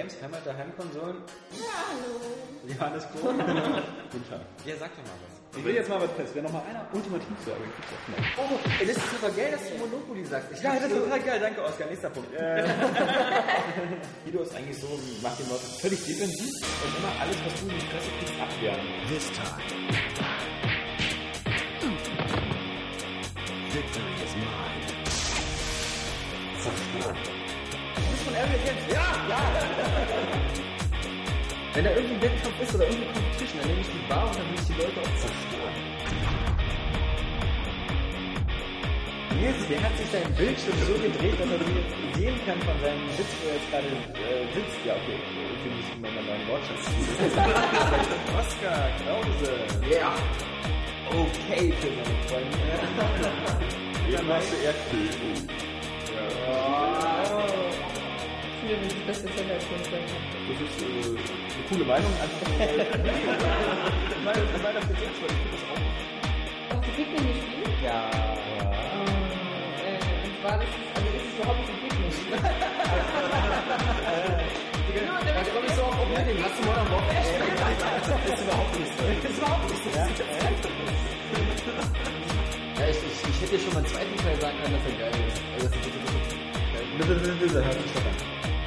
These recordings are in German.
Games, Hammer der Heimkonsolen. Ja, hallo. Johannes Krohn. Guten Tag. Ja, sag doch mal was. Ich will jetzt mal was fest. Wer noch mal einer ultimativ sagen, gibt's auch schnell. Oh, ey, das ist super geil, dass du Monopoly sagst. Ja, das ist total geil. Danke, Oskar. Nächster Punkt. Guido ist eigentlich so, macht den Leuten völlig defensiv und immer alles, was du in die Fresse kriegst, abwehren. This time, victory is mine. Das ist von Area Games. Ja! Wenn da irgendwie ein Wettkampf ist oder irgendwie Competition, dann nehme ich die Bar und dann will ich die Leute auch zerstören. Nils, der hat sich seinen Bildschirm so gedreht, dass er sehen kann von seinem Sitz, wo er jetzt gerade sitzt. Ja, okay, ich will nicht immer meinen Wortschatz. Oskar Krause. Ja. Okay für seine Freunde. Dann machst du Erdbeben. Ich finde das beste Zeller als mein Freund. Das ist eine coole Meinung. Meiner für selbst, weil ich finde das auch. Auch die Pikmin-Spiel? Ja. Und zwar, das ist überhaupt nicht ein Picknick. Da komme ich so auf Problem. Hast du mal am Wochenende? Das ist überhaupt nicht so. Das ist überhaupt nicht so. Ja, ich hätte dir schon mal einen zweiten Teil sagen können, dass er geil ist. Also, das ist Bitte, hör mich vorbei.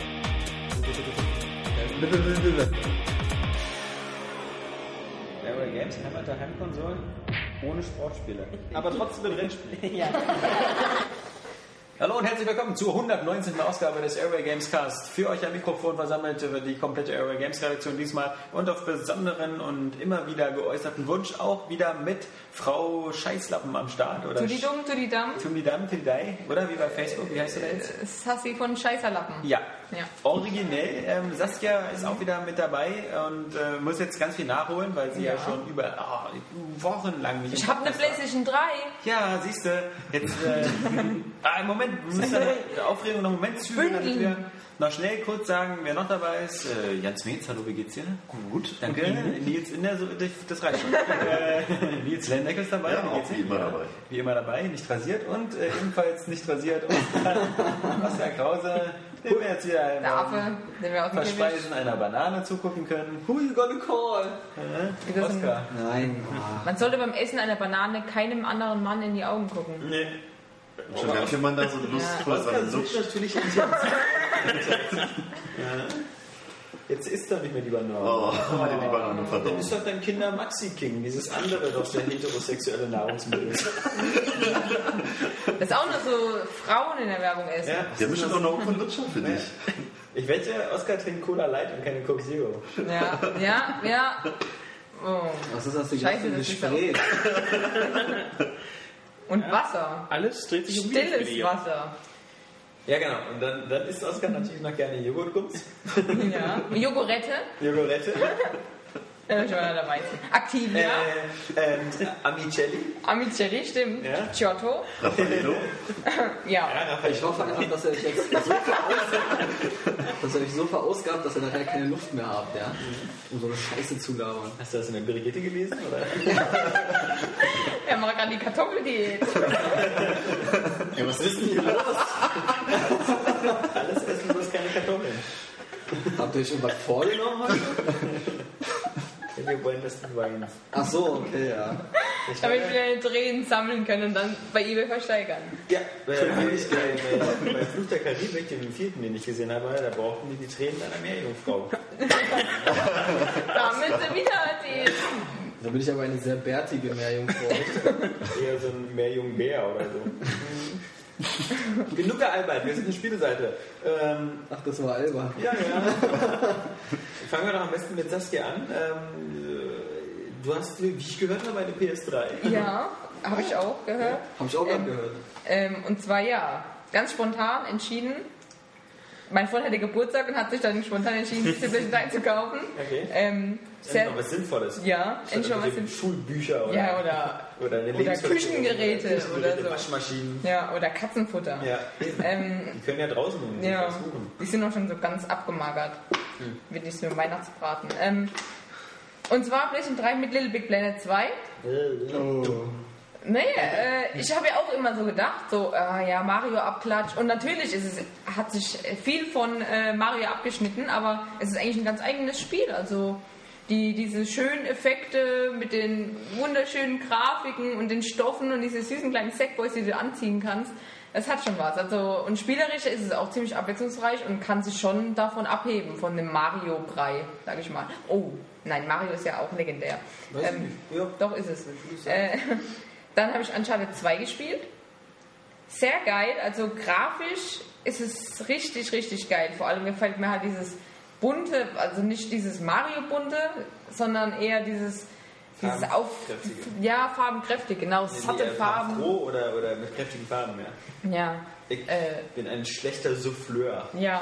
Area Games, Hammer der Heimkonsolen, ohne Sportspiele. Aber trotzdem mit Rennspielen. Ja. Hallo und herzlich willkommen zur 119. Ausgabe des Area Games Cast. Für euch am Mikrofon versammelt die komplette Area Games Redaktion diesmal und auf besonderen und immer wieder geäußerten Wunsch auch wieder mit Frau Scheißlappen am Start. Oder Tudidum, Tudidam. Tudidam, Tudidai, oder wie bei Facebook, wie heißt du da jetzt? Sassi von Scheißerlappen. Ja. Ja. Originell. Saskia ist auch wieder mit dabei und muss jetzt ganz viel nachholen, weil sie ja schon über wochenlang nicht. Ich habe eine PlayStation 3. Ja, siehst du. Jetzt, im Moment, wir müssen die Aufregung noch einen Moment zügeln, damit wir noch schnell kurz sagen, wer noch dabei ist. Jans Metz, hallo, wie geht's dir? Gut, danke. Nils Inder, das reicht schon. Nils Lendeck ist dabei. Ja, auch wie immer dabei. Wie immer dabei, nicht rasiert und ebenfalls nicht rasiert. Oskar Krause, den wir jetzt wieder Der Affe, den wir aus dem Verspeisen einer Banane zugucken können. Who you gonna call? Oskar. Nein. Man sollte beim Essen einer Banane keinem anderen Mann in die Augen gucken. Nee. Schon gar nicht, wenn man da so Lust vor seinem Lutsch. Natürlich nicht. Jetzt isst er nicht mehr die Banane. Oh, die Banane Dann verdammt. ist doch dein Kinder Maxi King, dieses andere doch der heterosexuelle Nahrungsmittel. Das auch nur so Frauen in der Werbung essen. Ja. Die haben bestimmt auch noch einen Lutscher für dich. Ich wette, Oskar trinkt Cola Light und keine Coke Zero. Ja. Oh. Was ist das für Scheiße, ein das ist Gespräch? Und Wasser. Alles dreht sich um Stilles Videospiele. Wasser. Ja, genau. Und dann isst Oskar natürlich noch gerne Joghurtgums. Ja. Jogurette. Jogurette. Schon mal dabei. Activia. Amicelli. Amicelli, stimmt. Ja. Giotto. Raffaello. Ja. Raphael. Ich hoffe einfach, dass er dich jetzt so verausgabt, dass er nachher keine Luft mehr hat, ja? Um so eine Scheiße zu labern. Hast du das in der Brigitte gelesen? Oder? Er macht gerade die Kartoffeldiät. Ja, was ist denn hier los? Alles essen, bloß keine Kartoffeln. Habt ihr euch irgendwas vorgenommen heute? Wir wollen, dass du weinst. Ach so, okay, ja. Damit wir Tränen sammeln können und dann bei eBay versteigern. Ja, bei Fluch der Karibik, dem vierten, den ich gesehen habe, da brauchten die Tränen einer Meerjungfrau. Damit sind wieder die. Da bin ich aber eine sehr bärtige Meerjungfrau. Eher so ein Meerjungbär oder so. Genug gealbert, wir sind eine Spieleseite. Ach, das war Alba. Ja. Fangen wir doch am besten mit Saskia an. Du hast, wie ich gehört habe, eine PS3. Ja, habe ich auch gehört. Hab ich auch gerade gehört. Und zwar ganz spontan entschieden. Mein Freund hatte Geburtstag und hat sich dann spontan entschieden, die PlayStation 3 zu kaufen. Okay. Sehr, noch was Sinnvolles. Ja, endlich mal was Sinnvolles. Schulbücher oder, Ja, oder Küchengeräte oder so. Waschmaschinen. Ja, oder Katzenfutter. Ja. Die können ja draußen Ja, was suchen. die sind auch schon so ganz abgemagert. Wird nicht so ein Weihnachtsbraten. Und zwar PlayStation 3 mit Little Big Planet 2. Nee, ich habe ja auch immer so gedacht, ja, Mario Abklatsch. Und natürlich hat sich viel von Mario abgeschnitten, aber es ist eigentlich ein ganz eigenes Spiel. Also diese schönen Effekte mit den wunderschönen Grafiken und den Stoffen und diese süßen kleinen Sackboys, die du anziehen kannst, das hat schon was. Also, und spielerisch ist es auch ziemlich abwechslungsreich und kann sich schon davon abheben, von dem Mario-Brei, sag ich mal. Oh, nein, Mario ist ja auch legendär. Ja. Doch, ist es. Dann habe ich Uncharted 2 gespielt. Sehr geil, also grafisch ist es richtig, richtig geil. Vor allem gefällt mir halt dieses bunte, also nicht dieses Mario-bunte, sondern eher dieses farbenkräftig, genau, satte Farben. Froh oder mit kräftigen Farben, ja. Ja. Ich bin ein schlechter Souffleur. Ja.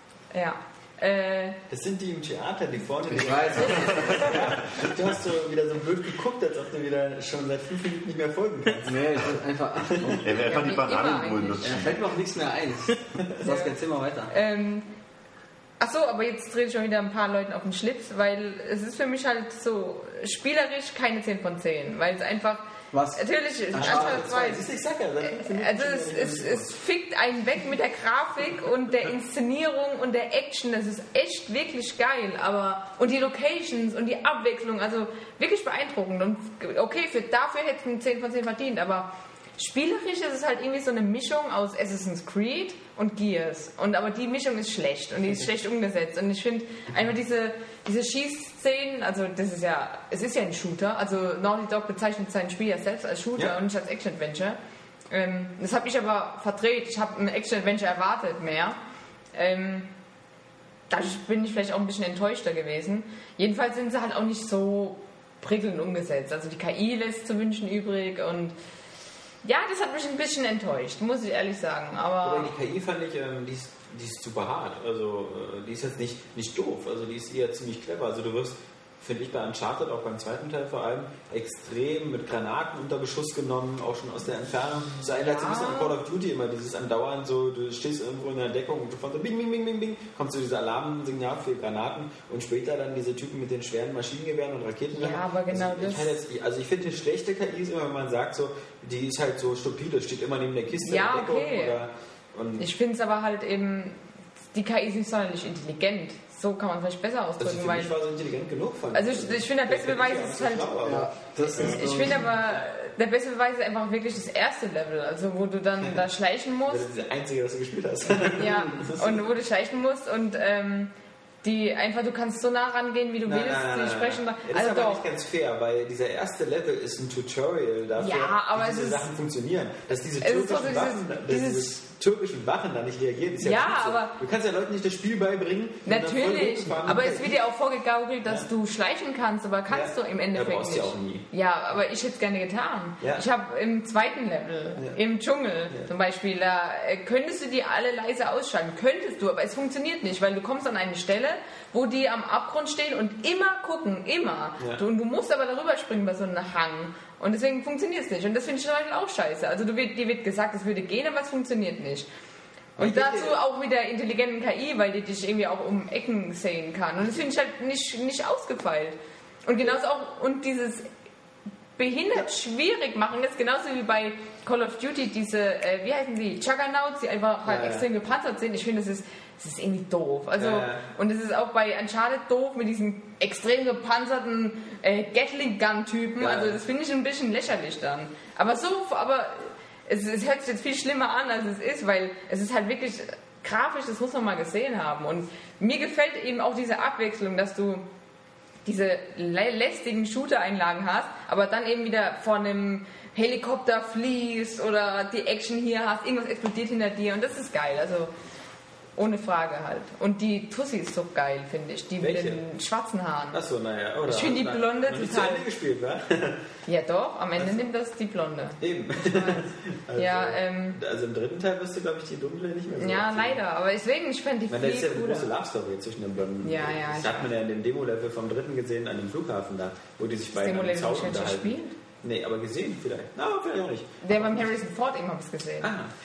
Das sind die im Theater, die vorne... Ich weiß. Du hast so wieder so blöd geguckt, als ob du wieder schon seit 5 Minuten nicht mehr folgen kannst. Nee, ich will einfach... Er will einfach die Bananen holen. Da fällt mir auch nichts mehr ein. Saskia, erzähl mal weiter. Achso, aber jetzt drehe ich schon wieder ein paar Leuten auf den Schlips, weil es ist für mich halt so spielerisch keine 10 von 10, weil es einfach... Was? Natürlich, Uncharted 2. Ich sag ja, Also es fickt einen weg mit der Grafik und der Inszenierung und der Action. Das ist echt wirklich geil. Und die Locations und die Abwechslung, also wirklich beeindruckend. Und okay, dafür hätte es eine 10 von 10 verdient, aber spielerisch ist es halt irgendwie so eine Mischung aus Assassin's Creed und Gears. Aber die Mischung ist schlecht und die ist schlecht umgesetzt. Und ich finde einfach diese Schießszenen, also es ist ja ein Shooter, also Naughty Dog bezeichnet sein Spiel ja selbst als Shooter und nicht als Action-Adventure. Das habe ich aber verdreht, ich habe ein Action-Adventure erwartet mehr. Dadurch bin ich vielleicht auch ein bisschen enttäuschter gewesen. Jedenfalls sind sie halt auch nicht so prickelnd umgesetzt. Also die KI lässt zu wünschen übrig und ja, das hat mich ein bisschen enttäuscht, muss ich ehrlich sagen. Aber die KI fand ich, die ist super hart. Also die ist jetzt nicht doof, also die ist eher ziemlich clever. Also du wirst, finde ich, bei Uncharted, auch beim zweiten Teil vor allem, extrem mit Granaten unter Beschuss genommen, auch schon aus der Entfernung. So erinnert sich ein bisschen an Call of Duty immer, dieses andauernd so, du stehst irgendwo in der Deckung und du fährst so bing, bing, bing, bing, bing, kommt so dieser Alarmsignal für Granaten und später dann diese Typen mit den schweren Maschinengewehren und Raketen. Ja, aber genau ich finde, eine schlechte KI ist immer, wenn man sagt, so, die ist halt so stupide, steht immer neben der Kiste ja, in der Deckung. Okay. Und ich finde es aber halt eben, die KI ist nicht sonderlich intelligent. So kann man vielleicht besser ausdrücken. Also für mich war so intelligent genug. Also ich finde, der beste Beweis ist halt... ich finde aber, der beste Beweis ist einfach wirklich das erste Level, also wo du dann da schleichen musst. Das ist das Einzige, was du gespielt hast. Ja, und wo du schleichen musst und du kannst so nah rangehen, wie du willst, die sprechen... Das ist aber nicht ganz fair, weil dieser erste Level ist ein Tutorial dafür, wie diese Sachen funktionieren. Dass diese türkischen Wachen da nicht reagieren, ist ja gut so. Aber du kannst ja Leuten nicht das Spiel beibringen. Natürlich, aber es wird ja auch vorgegaukelt, dass du schleichen kannst, aber kannst du im Endeffekt nicht. Ja, brauchst du ja auch nie. Ja, aber ich hätte es gerne getan. Ja. Ich habe im zweiten Level, im Dschungel zum Beispiel, da könntest du die alle leise ausschalten, könntest du, aber es funktioniert nicht, weil du kommst an eine Stelle, wo die am Abgrund stehen und immer gucken, immer. Ja. Du musst aber darüber springen bei so einem Hang. Und deswegen funktioniert es nicht. Und das finde ich auch scheiße. Also dir wird gesagt, es würde gehen, aber es funktioniert nicht. Und dazu auch mit der intelligenten KI, weil die dich irgendwie auch um Ecken sehen kann. Und das finde ich halt nicht ausgefeilt. Und genauso auch, und dieses behindert schwierig machen, das genauso wie bei Call of Duty, diese, wie heißen die, Juggernauts, die einfach halt extrem gepanzert sind. Ich finde, das ist irgendwie doof. Also, und es ist auch bei Uncharted doof mit diesen extrem gepanzerten Gatling-Gun-Typen. Ja. Also das finde ich ein bisschen lächerlich dann. Aber es hört sich jetzt viel schlimmer an, als es ist, weil es ist halt wirklich grafisch, das muss man mal gesehen haben. Und mir gefällt eben auch diese Abwechslung, dass du diese lästigen Shooter-Einlagen hast, aber dann eben wieder vor einem Helikopter fliehst oder die Action hier hast, irgendwas explodiert hinter dir und das ist geil, also ohne Frage halt. Und die Tussi ist so geil, finde ich, die Welche? mit den schwarzen Haaren. Achso, naja. Ich finde die Blonde total... Nicht zu Ende gespielt, wa? Ja doch, am Ende nimmt das die Blonde. Eben. Also, ja, also im dritten Teil wirst du, glaube ich, die dunkle nicht mehr so. Ja, leider, aber deswegen, ich fände die viel cooler. Das ist ja eine große Love-Story zwischen den Blonden. Ja. Das hat man ja in dem Demo-Level vom dritten gesehen, an dem Flughafen da, wo die sich beide an den Zaun unterhalten. Nee, aber gesehen vielleicht. Na, vielleicht auch nicht. Der beim Harrison Ford eben habe ich es gesehen.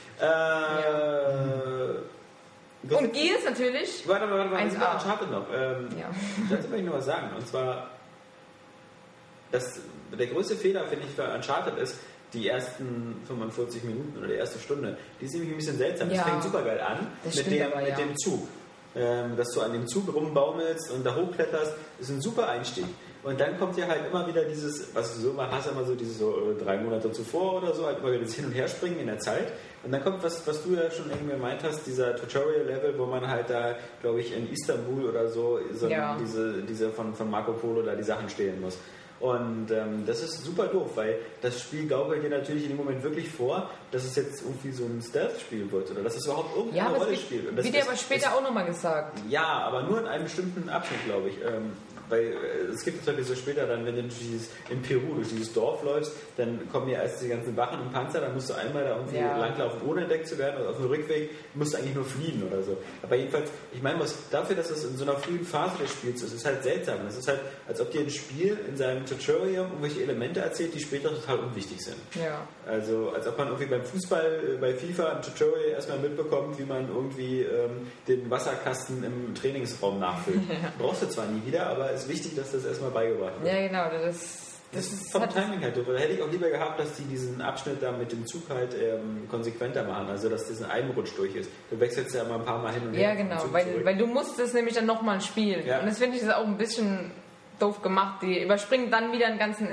Und Gears natürlich. Warte, eins Uncharted noch. Dazu möchte ich noch was sagen. Und zwar, der größte Fehler, finde ich, für Uncharted ist, die ersten 45 Minuten oder die erste Stunde, die ist nämlich ein bisschen seltsam. Das fängt super geil an mit dem Zug. Dass du an dem Zug rumbaumelst und da hochkletterst, ist ein super Einstieg. Und dann kommt ja halt immer wieder dieses, was du so mal hast, immer so dieses so 3 Monate zuvor oder so, halt immer wieder das Hin- und Herspringen in der Zeit. Und dann kommt was du ja schon irgendwie gemeint hast, dieser Tutorial-Level, wo man halt da, glaube ich, in Istanbul oder so diese von Marco Polo da die Sachen stehlen muss. Und das ist super doof, weil das Spiel gaukelt dir natürlich in dem Moment wirklich vor, dass es jetzt irgendwie so ein Stealth-Spiel wird oder dass es überhaupt irgendeine Rolle spielt. Und das wird dir aber später auch nochmal gesagt. Ja, aber nur in einem bestimmten Abschnitt, glaube ich. Weil es gibt zum Beispiel so später dann, wenn du in Peru durch dieses Dorf läufst, dann kommen ja erst die ganzen Wachen und Panzer, dann musst du einmal da irgendwie langlaufen, ohne entdeckt zu werden, also auf dem Rückweg musst du eigentlich nur fliehen oder so. Aber jedenfalls, ich meine, dafür, dass es in so einer frühen Phase des Spiels ist halt seltsam. Es ist halt, als ob dir ein Spiel in seinem Tutorial irgendwelche Elemente erzählt, die später total unwichtig sind. Ja. Also, als ob man irgendwie beim Fußball, bei FIFA ein Tutorial erstmal mitbekommt, wie man irgendwie den Wasserkasten im Trainingsraum nachfüllt. Brauchst du zwar nie wieder, aber es ist wichtig, dass das erstmal beigebracht wird. Ja, genau. Das ist vom Timing halt. Da hätte ich auch lieber gehabt, dass die diesen Abschnitt da mit dem Zug halt konsequenter machen. Also, dass das in einem Rutsch durch ist. Du wechselst ja immer ein paar Mal hin und her. Ja, genau. Weil du musst das nämlich dann nochmal spielen. Ja. Und das finde ich auch ein bisschen doof gemacht. Die überspringen dann wieder einen ganzen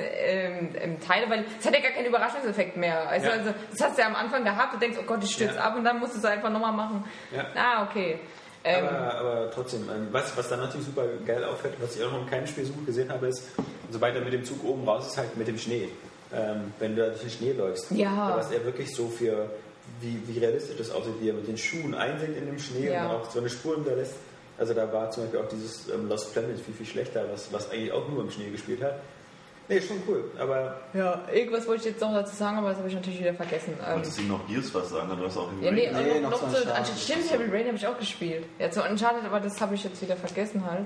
Teil, weil es hat ja gar keinen Überraschungseffekt mehr. Also das hast du ja am Anfang gehabt. Du denkst, oh Gott, ich stürze ab und dann musst du es einfach nochmal machen. Ja. Okay. Aber trotzdem, was dann natürlich super geil auffällt, was ich auch noch in keinem Spiel so gut gesehen habe, ist, sobald er mit dem Zug oben raus ist, halt mit dem Schnee. Wenn du da durch den Schnee läufst. Ja. Was er wirklich so für, wie realistisch das aussieht, wie er mit den Schuhen einsinkt in dem Schnee und auch so eine Spur hinterlässt. Also da war zum Beispiel auch dieses Lost Planet viel schlechter, was eigentlich auch nur im Schnee gespielt hat. Nee, schon cool, aber... Ja, irgendwas wollte ich jetzt noch dazu sagen, aber das habe ich natürlich wieder vergessen. Wolltest du noch Gears was sagen? Dann hast du auch noch so stimmt, Heavy Rain habe ich auch gespielt. Ja, so Uncharted, aber das habe ich jetzt wieder vergessen halt.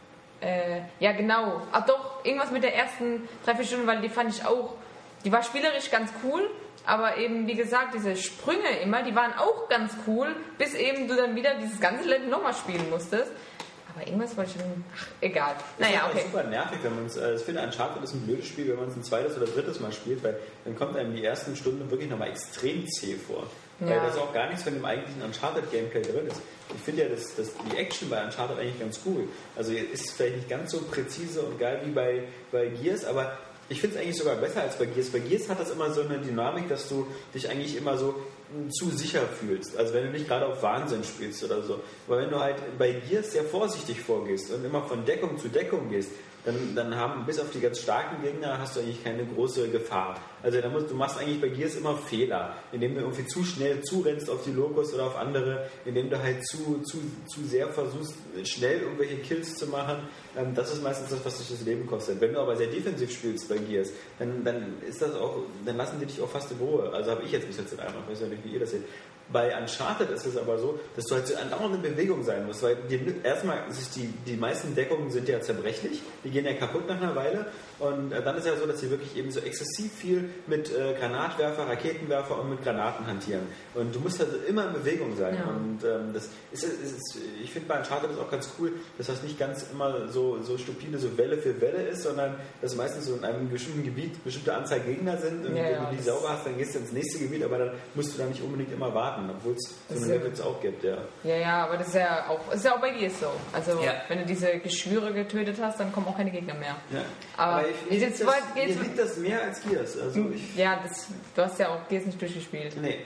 Ja, genau. Ach doch, irgendwas mit der ersten 3-4 Stunden, weil die fand ich auch... Die war spielerisch ganz cool, aber eben, wie gesagt, diese Sprünge immer, die waren auch ganz cool, bis eben du dann wieder dieses ganze Level nochmal spielen musstest. Aber irgendwas wollte ich schon... Ach, egal. Naja, okay. Das ist super nervig, wenn man es... ich finde, Uncharted ist ein blödes Spiel, wenn man es ein zweites oder drittes Mal spielt, weil dann kommt einem die ersten Stunden wirklich nochmal extrem zäh vor. Weil da ist auch gar nichts von dem eigentlichen Uncharted-Gameplay drin ist. Ich finde ja, die Action bei Uncharted eigentlich ganz cool. Also ist vielleicht nicht ganz so präzise und geil wie bei Gears, aber ich finde es eigentlich sogar besser als bei Gears. Bei Gears hat das immer so eine Dynamik, dass du dich eigentlich immer so zu sicher fühlst. Also wenn du nicht gerade auf Wahnsinn spielst oder so. Aber wenn du halt bei Gears sehr vorsichtig vorgehst und immer von Deckung zu Deckung gehst, dann haben bis auf die ganz starken Gegner hast du eigentlich keine große Gefahr. Also du machst eigentlich bei Gears immer Fehler, indem du irgendwie zu schnell zurennst auf die Locust oder auf andere, indem du halt zu sehr versuchst, schnell irgendwelche Kills zu machen. Das ist meistens das, was dich das Leben kostet. Wenn du aber sehr defensiv spielst bei Gears, dann ist das auch, dann lassen die dich auch fast in Ruhe. Also habe ich jetzt bis jetzt den Eindruck, ich weiß ja nicht, wie ihr das seht. Bei Uncharted ist es aber so, dass du halt so andauernd in Bewegung sein musst, weil erstmal die meisten Deckungen sind ja zerbrechlich, die gehen ja kaputt nach einer Weile und dann ist ja so, dass sie wirklich eben so exzessiv viel mit Granatwerfer, Raketenwerfer und mit Granaten hantieren und du musst also immer in Bewegung sein und das ist, ich finde bei Uncharted ist auch ganz cool, dass das nicht ganz immer so stupide so Welle für Welle ist, sondern dass meistens so in einem bestimmten Gebiet bestimmte Anzahl Gegner sind und wenn du die sauber hast, dann gehst du ins nächste Gebiet, aber dann musst du da nicht unbedingt immer warten. Obwohl es so eine Levels auch gibt, Ja, aber das ist ja auch bei Gears so. Also, wenn du diese Geschwüre getötet hast, dann kommen auch keine Gegner mehr. Ja. Aber mir liegt das mehr als Gears. Also du hast ja auch Gears nicht durchgespielt. Nee.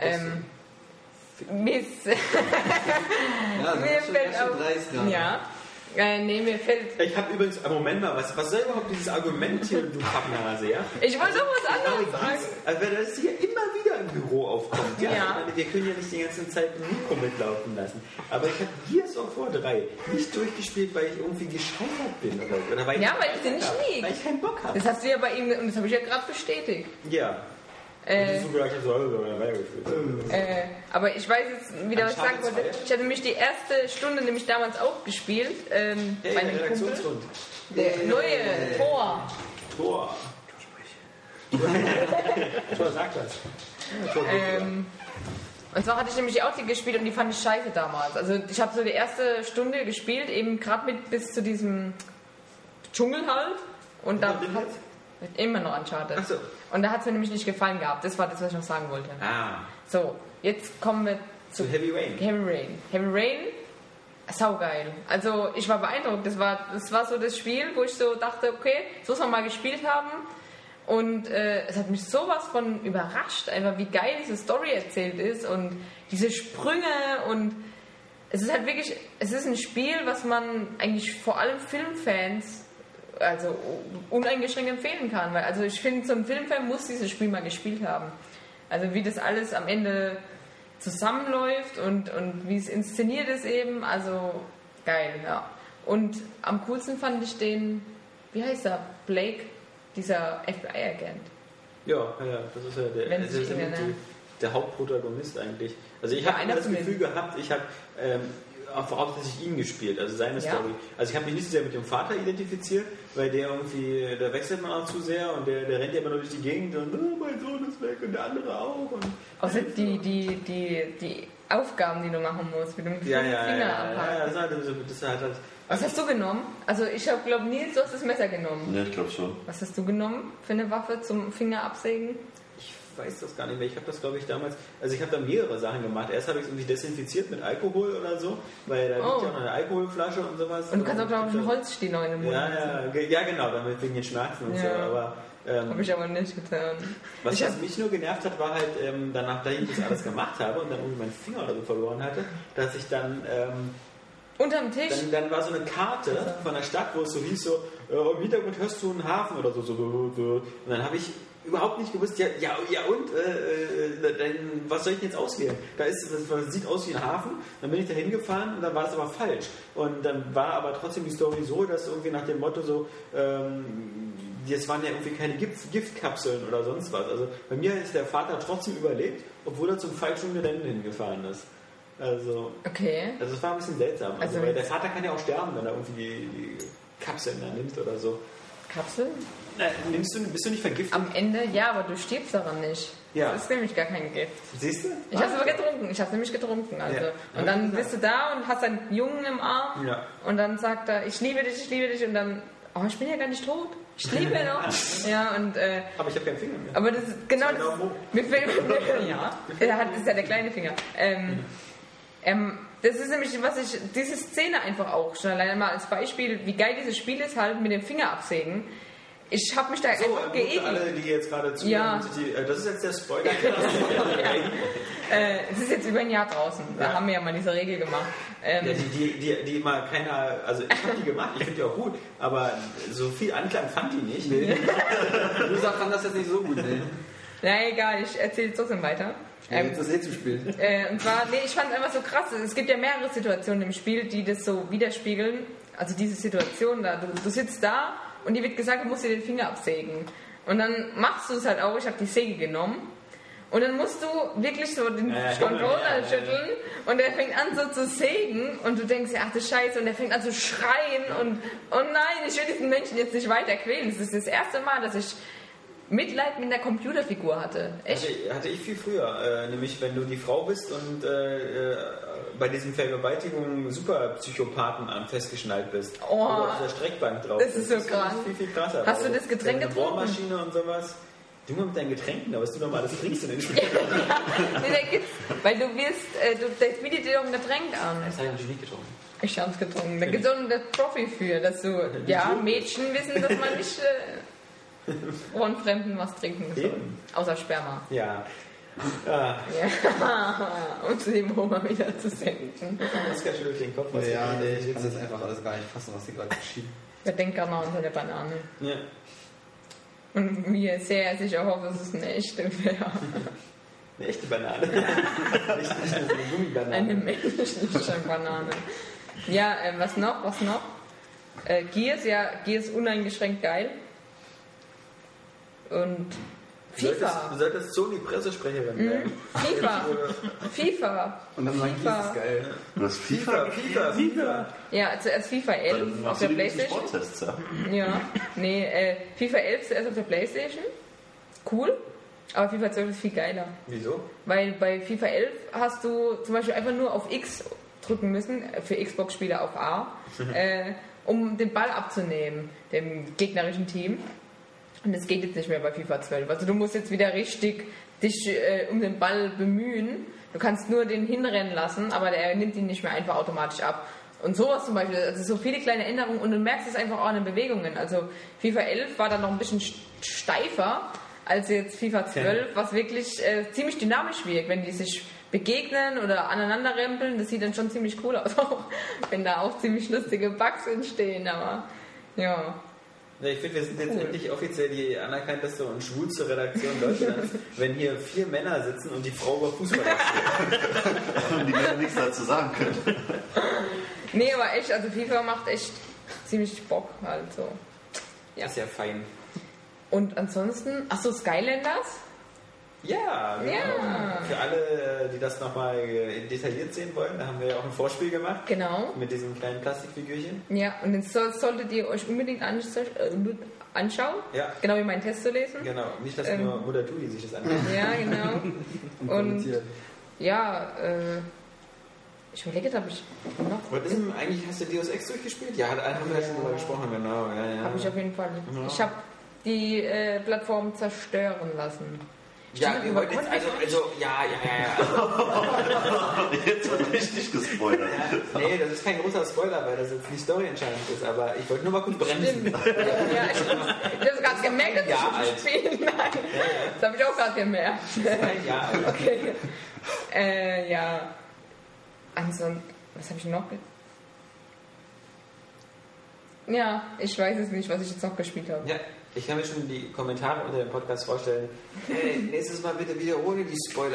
Mir fällt auch... Ja. Mir fällt... Ich habe übrigens... Moment mal, was soll überhaupt dieses Argument hier, du Pappnase, ja? Ich wollte doch was anderes sagen. Also wenn das hier immer wieder im Büro aufkommt, Ich meine, wir können ja nicht die ganze Zeit ein Mikro mitlaufen lassen. Aber ich habe Gears of War 3 nicht durchgespielt, weil ich irgendwie gescheitert bin. Oder weil ich den nicht lieg. Weil ich keinen Bock habe. Das hast du ja bei ihm... Und das habe ich ja gerade bestätigt. Ja. Aber ich weiß jetzt wieder, was ich sagen wollte. Ich hatte nämlich die erste Stunde nämlich damals auch gespielt. Bei einem Kumpel. Der neue Tor. Tor, sagt das. Und zwar hatte ich nämlich auch die gespielt und die fand ich scheiße damals. Also ich habe so die erste Stunde gespielt, eben gerade bis zu diesem Dschungel halt. Und da Immer noch Uncharted. Ach so. Und da hat es mir nämlich nicht gefallen gehabt. Das war das, was ich noch sagen wollte. So, jetzt kommen wir zu Heavy Rain. Heavy Rain, saugeil. Also ich war beeindruckt. Das war so das Spiel, wo ich so dachte, okay, so soll man mal gespielt haben. Und es hat mich sowas von überrascht, einfach wie geil diese Story erzählt ist und diese Sprünge und es ist halt wirklich, es ist ein Spiel, was man eigentlich vor allem Filmfans also uneingeschränkt empfehlen kann, weil also ich finde, so ein Filmfan muss dieses Spiel mal gespielt haben. Also wie das alles am Ende zusammenläuft und wie es inszeniert ist eben, also geil, ja. Und am coolsten fand ich den, wie heißt er, Blake, dieser FBI-Agent. Ja, das ist ja der Hauptprotagonist eigentlich. Also ich habe das Gefühl gehabt, ich habe hauptsächlich ihn gespielt, also seine Story. Also ich habe mich nicht so sehr mit dem Vater identifiziert, weil der irgendwie, da wechselt man auch zu sehr und der rennt ja immer nur durch die Gegend und mein Sohn ist weg und der andere auch. Und außer die Aufgaben, die du machen musst, wie du mit dem Finger abhaken. Das hat halt. Was hast du genommen? Also ich glaube, Nils, du hast das Messer genommen. Ja, ich glaube schon. Was hast du genommen für eine Waffe zum Finger absägen? Ich weiß das gar nicht mehr. Ich habe das, glaube ich, damals... Also ich habe da mehrere Sachen gemacht. Erst habe ich es irgendwie desinfiziert mit Alkohol oder so, weil da liegt ja auch noch eine Alkoholflasche und sowas. Und du kannst auch, glaube ich, einen Holzstiel noch in den Mund ja, genau, damit wegen den Schmerzen und so. Aber habe ich aber nicht getan. Was mich nur genervt hat, war halt, danach, da ich das alles gemacht habe und dann irgendwie meinen Finger oder so verloren hatte, dass ich dann... unterm Tisch? Dann war so eine Karte von der Stadt, wo es so hieß, so, im Hintergrund hörst du einen Hafen oder so. Und dann habe ich überhaupt nicht gewusst, was soll ich denn jetzt auswählen? Das sieht aus wie ein Hafen, dann bin ich da hingefahren und dann war das aber falsch. Und dann war aber trotzdem die Story so, dass irgendwie nach dem Motto so, das waren ja irgendwie keine Giftkapseln oder sonst was. Also bei mir ist der Vater trotzdem überlebt, obwohl er zum falschen Gelände hingefahren ist. Also, okay. Also es war ein bisschen seltsam. Also weil der Vater kann ja auch sterben, wenn er irgendwie die Kapseln da nimmt oder so. Kapseln? Bist du nicht vergiftet? Am Ende, ja, aber du stirbst daran nicht. Ja. Das ist nämlich gar kein Gift. Siehst du? Ich habe es aber getrunken. Ich habe es nämlich getrunken. Also. Ja. Und dann bist du da und hast einen Jungen im Arm. Ja. Und dann sagt er, ich liebe dich. Und dann, ich bin ja gar nicht tot. Ich lebe ja noch. Ja, und, aber ich habe keinen Finger mehr. Aber das ist genau das. Mir fällt das ist ja der kleine Finger. Das ist nämlich, diese Szene einfach auch, schon alleine mal als Beispiel, wie geil dieses Spiel ist, halt mit dem Finger absägen. Ich habe mich da einfach geekelt. Alle, die jetzt gerade zuhören, das ist jetzt der Spoiler. Es ist jetzt über ein Jahr draußen. Da haben wir ja mal diese Regel gemacht. Die immer keiner, also ich habe die gemacht, ich finde die auch gut, aber so viel Anklang fand die nicht. Nee. Loser fand das jetzt nicht so gut. Nee. Na egal, ich erzähle trotzdem weiter. Jetzt das zu spielen. Und zwar, ich fand es einfach so krass. Es gibt ja mehrere Situationen im Spiel, die das so widerspiegeln. Also diese Situation da, du sitzt da und dir wird gesagt, du musst dir den Finger absägen. Und dann machst du es halt auch, ich habe die Säge genommen. Und dann musst du wirklich so den Controller schütteln und der fängt an so zu sägen und du denkst, ach du Scheiße, und der fängt an zu schreien und oh nein, ich will diesen Menschen jetzt nicht weiter quälen. Das ist das erste Mal, dass ich Mitleid mit einer Computerfigur hatte. Echt? Hatte ich viel früher. Nämlich, wenn du die Frau bist und bei diesen Vergewaltigungen Superpsychopathen festgeschnallt bist. Oh, oder auf der Streckbank drauf. Das ist so krass. Das ist viel krasser. Hast du das Getränk getrunken? Eine Bohrmaschine und sowas. Du mal mit deinen Getränken, aber was du noch mal alles trinkst in den Spielen. Weil du wirst, das bietet dir doch ein Getränk an. Das habe ich natürlich nicht getrunken. Ich habe es getrunken. Da gibt es auch einen Profi für, dass du, Mädchen wissen, dass man nicht von Fremden was trinken soll. Außer Sperma. Ja. Um zu dem Humor wieder zu senken. Das kann schon durch den Kopf. Ich kann das einfach alles gar nicht fassen, was hier gerade geschieht. Wer denkt gerade mal unter der Banane? Ja. Und mir sehr sicher hoffe, dass es eine echte wäre. Eine echte Banane. Nicht eine Gummibanane. Eine menschliche Banane. Ja, was noch? Gears uneingeschränkt geil. Und FIFA. Du solltest Sony-Pressesprecherin werden. FIFA. Und dann sagen, das ist geil. Was? FIFA? Ja, zuerst FIFA 11 auf der Playstation. Ja, FIFA 11 zuerst auf der Playstation. Cool. Aber FIFA 12 ist viel geiler. Wieso? Weil bei FIFA 11 hast du zum Beispiel einfach nur auf X drücken müssen, für Xbox-Spieler auf A, um den Ball abzunehmen, dem gegnerischen Team. Und das geht jetzt nicht mehr bei FIFA 12. Also du musst jetzt wieder richtig dich um den Ball bemühen. Du kannst nur den hinrennen lassen, aber der nimmt ihn nicht mehr einfach automatisch ab. Und sowas zum Beispiel, also so viele kleine Änderungen und du merkst es einfach auch an den Bewegungen. Also FIFA 11 war dann noch ein bisschen steifer als jetzt FIFA 12, was wirklich ziemlich dynamisch wirkt, wenn die sich begegnen oder aneinander rempeln. Das sieht dann schon ziemlich cool aus, auch wenn da auch ziemlich lustige Bugs entstehen, aber ja. Ja, ich finde, wir sind jetzt endlich offiziell die anerkannteste und schwulste Redaktion Deutschlands, wenn hier 4 Männer sitzen und die Frau über Fußball erzählt. Und die Männer nichts dazu sagen können. Nee, aber echt, also FIFA macht echt ziemlich Bock halt so. Ja. Das ist ja fein. Und ansonsten, achso, Skylanders? Ja, genau. Ja. Für alle, die das nochmal detailliert sehen wollen, da haben wir ja auch ein Vorspiel gemacht. Genau. Mit diesen kleinen Plastikfigürchen. Ja, und jetzt solltet ihr euch unbedingt anschauen. Ja. Genau wie meinen Test zu lesen. Genau, nicht, dass nur Mutter Tuli sich das anschaut. Ja, genau. Und ja, ich überlege, ob ich noch... Was ist denn eigentlich, hast du Deus Ex durchgespielt? Ja, haben wir ja schon drüber gesprochen, genau. Ja. Habe ich auf jeden Fall. Ja. Ich habe die Plattform zerstören lassen. Ja, wir wollten jetzt ja. Jetzt wird richtig gespoilert. Ja, nee, das ist kein großer Spoiler, weil das jetzt nicht storyentscheidend ist, aber ich wollte nur mal kurz bremsen. Ja, ich habe gerade gemerkt, dass ich spiele. Nein, das habe ich auch gerade gemerkt. Ein Jahr alt. Okay. Ja. Ansonsten, was habe ich noch? Ja, ich weiß es nicht, was ich jetzt noch gespielt habe. Ja. Ich kann mir schon die Kommentare unter dem Podcast vorstellen. Hey, nächstes Mal bitte wieder ohne die Spoiler.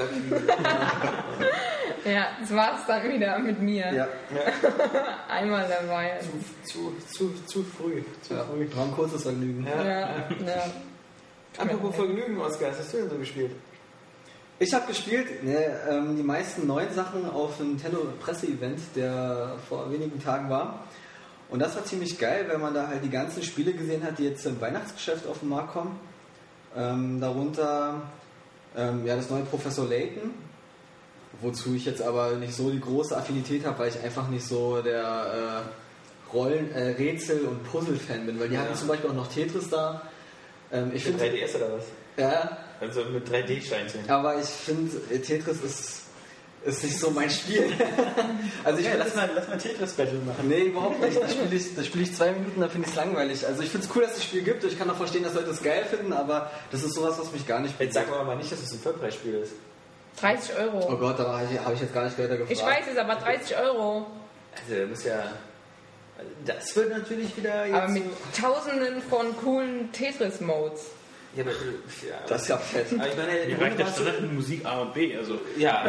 Ja, das war's dann wieder mit mir. Ja. Einmal dabei. Zu früh. War ein kurzes Vergnügen. Ja. Apropos Vergnügen, Oskar, was hast du denn so gespielt? Ich habe gespielt die meisten neuen Sachen auf dem Nintendo Presse-Event, der vor wenigen Tagen war. Und das war ziemlich geil, weil man da halt die ganzen Spiele gesehen hat, die jetzt im Weihnachtsgeschäft auf den Markt kommen. Darunter das neue Professor Layton, wozu ich jetzt aber nicht so die große Affinität habe, weil ich einfach nicht so der Rätsel- und Puzzle-Fan bin, weil die hatten zum Beispiel auch noch Tetris da. Ich finde 3DS oder was? Ja. Also mit 3D-Steinchen. Aber ich finde, Tetris ist nicht so mein Spiel. Also lass mal Tetris-Battle machen. Nee, überhaupt nicht. Das spiel ich 2 Minuten, dann finde ich es langweilig. Also ich finde es cool, dass es das Spiel gibt. Ich kann auch verstehen, dass Leute es geil finden, aber das ist sowas, was mich gar nicht... Jetzt sag mal nicht, dass es ein Vollpreisspiel ist. 30 €. Oh Gott, da habe ich jetzt gar nicht weiter gefragt. Ich weiß es, aber 30 €. Also du musst ja... Das wird natürlich wieder... Jetzt aber mit Tausenden von coolen Tetris-Modes. Ja, aber, das ist ja fett. Aber ich meine, mir reicht der Standard mit Musik A und B. Also. Ja.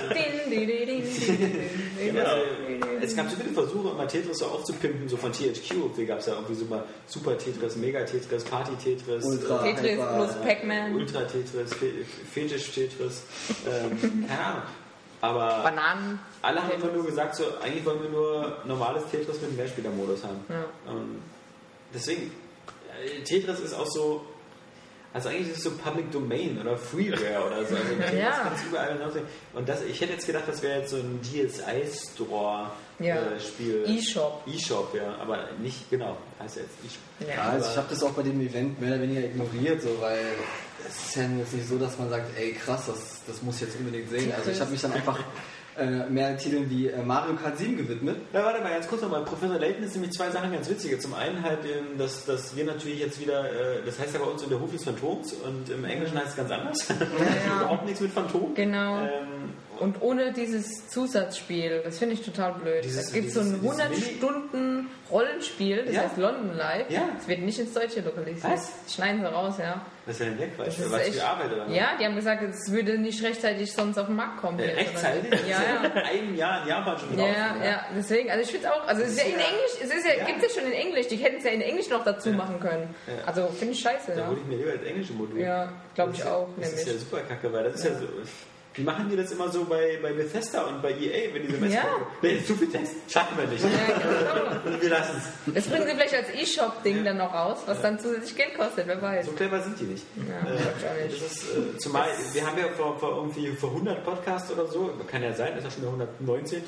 Genau. Es gab so viele Versuche, immer Tetris so aufzupimpen, so von THQ. Hier gab es ja irgendwie Super Tetris, Mega Tetris, Party Tetris, Ultra Tetris plus Pac-Man, Ultra Tetris, Fetisch Tetris, keine Ahnung. Aber Bananen. Alle haben immer nur gesagt, so, eigentlich wollen wir nur normales Tetris mit Mehrspielermodus haben. Ja. Deswegen, Tetris ist auch so. Also eigentlich ist es so Public Domain oder Freeware oder so. Also das kannst du überall hinaus. Und ich hätte jetzt gedacht, das wäre jetzt so ein DSi-Store-Spiel. E-Shop. E-Shop, ja. Aber nicht, genau, heißt ja jetzt E-Shop. Ja, also ich habe das auch bei dem Event mehr oder weniger ignoriert, so, weil es ist ja jetzt nicht so, dass man sagt, ey krass, das muss ich jetzt unbedingt sehen. Also ich habe mich dann einfach mehr Titeln wie Mario Kart 7 gewidmet. Ja, warte mal, ganz kurz nochmal. Professor Layton ist nämlich 2 Sachen ganz witzige. Zum einen halt, dass wir natürlich jetzt wieder, das heißt ja bei uns in der Hof des Phantoms und im Englischen heißt es ganz anders. Ja. Überhaupt nichts mit Phantom. Genau. Und ohne dieses Zusatzspiel, das finde ich total blöd. Es gibt so ein 100-Stunden-Rollenspiel, das heißt London Live. Ja. Das wird nicht ins Deutsche lokalisiert. Was? Das schneiden sie raus, ja. Was ist denn der Quatsch? Das ist Was echt, für Arbeit, oder? Ja, die haben gesagt, es würde nicht rechtzeitig sonst auf den Markt kommen. Rechtzeitig? Ja. In einem Jahr in Japan schon draußen. Ja, deswegen, also ich finde es auch, also es ist ja in Englisch, gibt es ja schon in Englisch, die hätten es ja in Englisch noch dazu machen können. Ja. Also finde ich scheiße. Da hole ich mir lieber das englische Modul. Ja, glaube ich auch. Das ist ja super kacke, weil das ist ja so... Wie machen die das immer so bei Bethesda und bei EA, wenn diese Messer kommen? Nee, zu viel Text, schaffen wir nicht. Ja, genau. Wir lassen es. Das bringen sie vielleicht als E-Shop-Ding dann noch raus, was dann zusätzlich Geld kostet, wer weiß. So clever sind die nicht. Ja, ich auch nicht. Das ist, zumal, wir haben ja vor 100 Podcasts oder so, kann ja sein, ist ja schon der 119.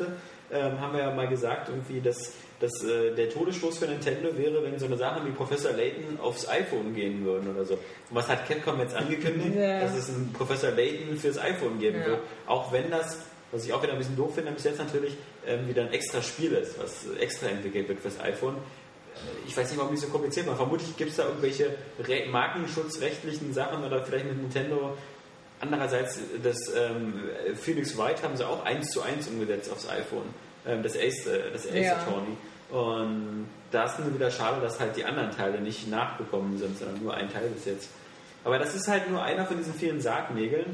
haben wir ja mal gesagt, irgendwie, dass der Todesstoß für Nintendo wäre, wenn so eine Sache wie Professor Layton aufs iPhone gehen würden oder so. Und was hat Capcom jetzt angekündigt? Dass es einen Professor Layton fürs iPhone geben wird. Auch wenn das, was ich auch wieder ein bisschen doof finde, bis jetzt natürlich wieder ein extra Spiel ist, was extra entwickelt wird fürs iPhone. Ich weiß nicht, warum die so kompliziert waren. Vermutlich gibt es da irgendwelche markenschutzrechtlichen Sachen oder vielleicht mit Nintendo. Andererseits, das Phoenix Wright haben sie auch 1:1 umgesetzt aufs iPhone. Das Ace Attorney. Und da ist nur wieder schade, dass halt die anderen Teile nicht nachgekommen sind, sondern nur ein Teil bis jetzt. Aber das ist halt nur einer von diesen vielen Sargnägeln.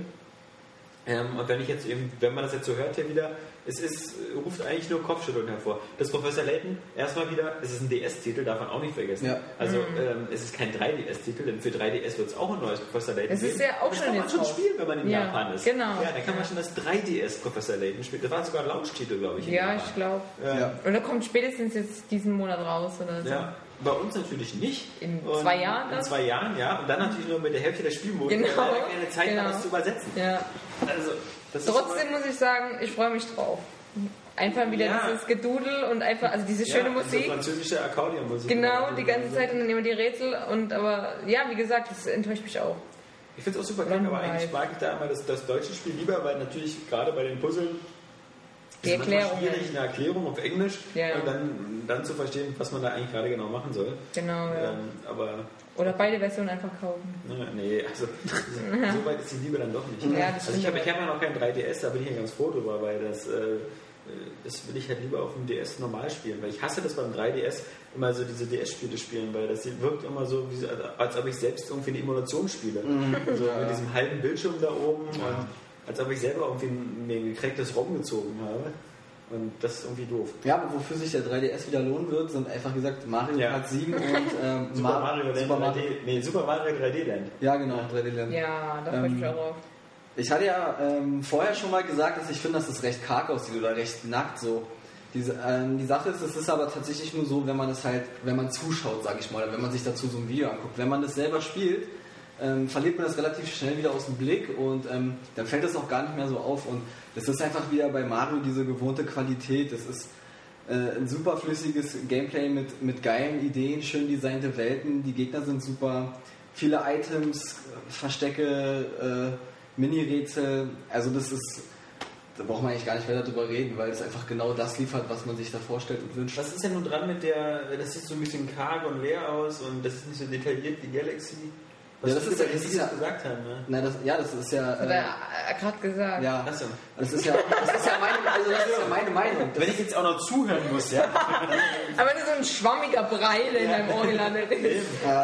Und wenn man das jetzt so hört hier wieder, ruft eigentlich nur Kopfschütteln hervor. Das Professor Layton, erstmal wieder, es ist ein DS-Titel, darf man auch nicht vergessen. Ja. Also es ist kein 3DS-Titel, denn für 3DS wird es auch ein neues Professor Layton geben. Das ist ja auch das schon kann man jetzt schon drauf. spielen, wenn man in Japan ist. Genau. Ja, da kann man schon das 3DS Professor Layton spielen. Das war sogar ein Launch-Titel, glaube ich. Ja, ich glaube. Und da kommt spätestens jetzt diesen Monat raus oder so. Ja. Bei uns natürlich nicht. In 2 Jahren dann? In 2 Jahren, ja. Und dann natürlich nur mit der Hälfte der Spielmodi, genau. weil wir keine Zeit haben, das zu übersetzen. Ja. Also, trotzdem muss ich sagen, ich freue mich drauf. Einfach wieder dieses Gedudel und einfach, also diese schöne Musik. Diese französische Akkordeonmusik. Genau, die ganze Zeit und dann immer die Rätsel. Aber ja, wie gesagt, das enttäuscht mich auch. Ich finde es auch super krank, aber eigentlich mag ich da immer das deutsche Spiel lieber, weil natürlich gerade bei den Puzzeln die Erklärung. Schwierig, eine Erklärung auf Englisch und dann zu verstehen, was man da eigentlich gerade genau machen soll. Genau, ja. Oder beide Versionen einfach kaufen. Nee, also so weit ist die Liebe dann doch nicht. Ja, also ich habe ja noch kein 3DS, da bin ich ja ganz froh drüber, weil das will ich halt lieber auf dem DS normal spielen, weil ich hasse das beim 3DS immer so diese DS-Spiele spielen, weil das wirkt immer so, als ob ich selbst irgendwie eine Emulation spiele. Also mit diesem halben Bildschirm da oben und als ob ich selber irgendwie mir ein gekränktes ROM gezogen habe. Und das ist irgendwie doof. Ja, aber wofür sich der 3DS wieder lohnen wird, sind einfach gesagt Mario Kart 7 und Super Mario 3D Land. Ja, genau, 3D Land. Ja, da freue ich mich auch drauf. Ich hatte ja vorher schon mal gesagt, dass ich finde, dass es recht karg aussieht oder recht nackt so. Die Sache ist, es ist aber tatsächlich nur so, wenn man zuschaut, sage ich mal, oder wenn man sich dazu so ein Video anguckt. Wenn man das selber spielt, verliert man das relativ schnell wieder aus dem Blick und dann fällt das auch gar nicht mehr so auf und das ist einfach wieder bei Mario diese gewohnte Qualität. Das ist ein super flüssiges Gameplay mit geilen Ideen, schön designte Welten, die Gegner sind super, viele Items, Verstecke, Mini-Rätsel, also da braucht man eigentlich gar nicht weiter drüber reden, weil es einfach genau das liefert, was man sich da vorstellt und wünscht. Was ist denn nun dran mit das sieht so ein bisschen karg und leer aus und das ist nicht so detailliert wie Galaxy? Was das ist ja gesagt haben, ne? Nein, das ist ja. Das hat er gerade gesagt. Ja, Achso. Das ist ja meine Meinung. Wenn ich jetzt auch noch zuhören muss, ja. Aber das ist so ein schwammiger Brei, der in deinem Ohr gelandet ist.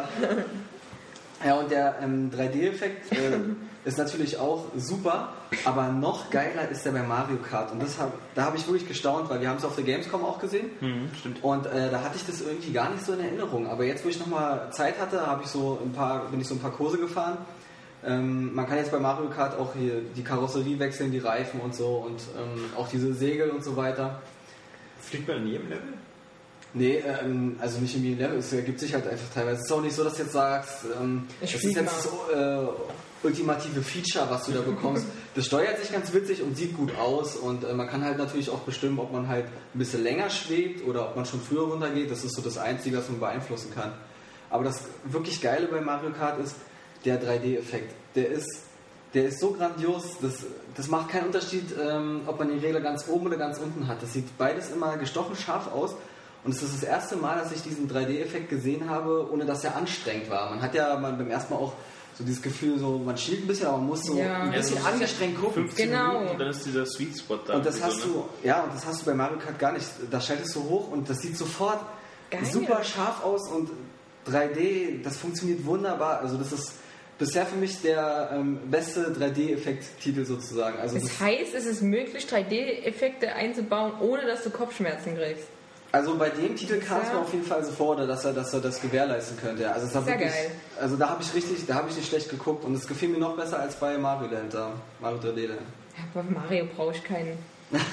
Ja, und der 3D-Effekt ist natürlich auch super, aber noch geiler ist der bei Mario Kart. Und da habe ich wirklich gestaunt, weil wir haben es auf der Gamescom auch gesehen. Stimmt. Und da hatte ich das irgendwie gar nicht so in Erinnerung. Aber jetzt, wo ich nochmal Zeit hatte, bin ich so ein paar Kurse gefahren. Man kann jetzt bei Mario Kart auch hier die Karosserie wechseln, die Reifen und so und auch diese Segel und so weiter. Fliegt man in jedem Level? Nee, also nicht in jedem Level. Es ergibt sich halt einfach teilweise. Es ist auch nicht so, dass du jetzt sagst, das ist jetzt das ultimative Feature, was du da bekommst. Das steuert sich ganz witzig und sieht gut aus und man kann halt natürlich auch bestimmen, ob man halt ein bisschen länger schwebt oder ob man schon früher runtergeht. Das ist so das Einzige, was man beeinflussen kann. Aber das wirklich Geile bei Mario Kart ist der 3D-Effekt. Der ist so grandios, das macht keinen Unterschied, ob man die Regler ganz oben oder ganz unten hat. Das sieht beides immer gestochen scharf aus. Und es ist das erste Mal, dass ich diesen 3D-Effekt gesehen habe, ohne dass er anstrengend war. Man hat ja beim ersten Mal auch so dieses Gefühl, so man schielt ein bisschen, aber man muss so ein bisschen angestrengt gucken. 15 Minuten und dann ist dieser Sweet Spot da. Und das hast du bei Mario Kart gar nicht. Da schaltest du hoch und das sieht sofort super scharf aus und 3D, das funktioniert wunderbar. Also das ist bisher für mich der beste 3D-Effekt-Titel sozusagen. Also das heißt, es ist möglich, 3D-Effekte einzubauen, ohne dass du Kopfschmerzen kriegst. Also bei dem Titel kam es mir auf jeden Fall so vor, dass er das gewährleisten könnte. Also es war wirklich, geil. Also da habe ich nicht schlecht geguckt und es gefiel mir noch besser als bei Mario Land, Mario 3D Land. Ja, bei Mario brauche ich keinen. Das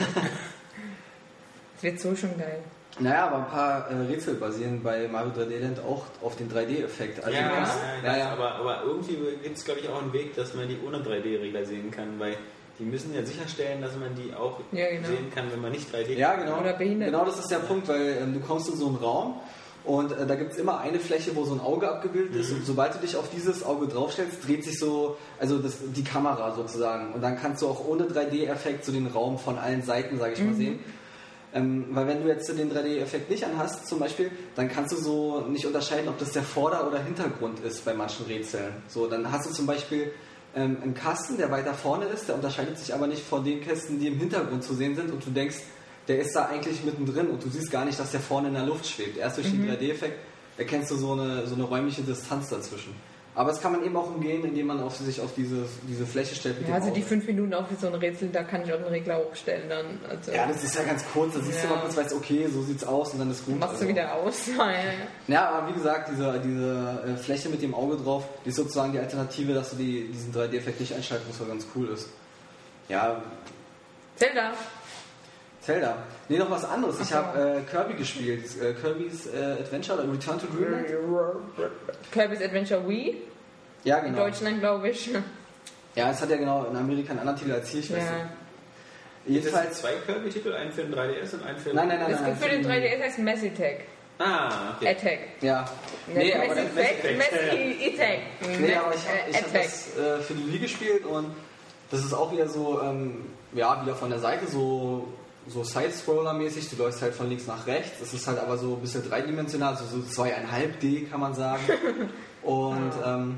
wird so schon geil. Naja, aber ein paar Rätsel basieren bei Mario 3D Land auch auf den 3D-Effekt. Also ja. Aber irgendwie gibt es, glaube ich, auch einen Weg, dass man die ohne 3D-Regler sehen kann, weil die müssen ja sicherstellen, dass man die auch sehen kann, wenn man nicht 3D Ja, genau. Oder behindert. Genau, das ist der Punkt, weil du kommst in so einen Raum und da gibt es immer eine Fläche, wo so ein Auge abgebildet ist und sobald du dich auf dieses Auge draufstellst, dreht sich so, also die Kamera sozusagen und dann kannst du auch ohne 3D-Effekt so den Raum von allen Seiten, sage ich mal, sehen. Weil wenn du jetzt den 3D-Effekt nicht anhast zum Beispiel, dann kannst du so nicht unterscheiden, ob das der Vorder- oder Hintergrund ist bei manchen Rätseln. So, dann hast du zum Beispiel einen Kasten, der weiter vorne ist, der unterscheidet sich aber nicht von den Kästen, die im Hintergrund zu sehen sind und du denkst, der ist da eigentlich mittendrin und du siehst gar nicht, dass der vorne in der Luft schwebt. Erst durch den 3D-Effekt erkennst du so eine räumliche Distanz dazwischen. Aber das kann man eben auch umgehen, indem man sich auf diese Fläche stellt. Mit ja, also die 5 Minuten auch für so ein Rätsel, da kann ich auch einen Regler hochstellen dann. Also ja, das ist ja ganz kurz, da siehst du mal kurz, weißt okay, so sieht's aus und dann ist gut. Machst du wieder aus. Ja, aber wie gesagt, diese Fläche mit dem Auge drauf, die ist sozusagen die Alternative, dass du diesen 3D-Effekt nicht einschalten musst, was ganz cool ist. Ja. Zelda. Nee, noch was anderes. Ich habe Kirby gespielt. Kirby's Adventure oder Return to Dreamland. Kirby's Adventure Wii. Ja, genau. In Deutschland, glaube ich. Ja, es hat ja genau in Amerika einen anderen Titel als hier. Ich weiß nicht. Jedenfalls 2 Kirby-Titel, einen für den 3DS und einen für den... Nein. Für den 3DS heißt Mass Attack. Ah, okay. Attack. Ja. Nee, aber Mass Attack. Nee, aber ich habe das für die Wii gespielt und das ist auch wieder so, wieder von der Seite so Side-Scroller-mäßig. Du läufst halt von links nach rechts. Es ist halt aber so ein bisschen dreidimensional, also so 2,5D kann man sagen. Und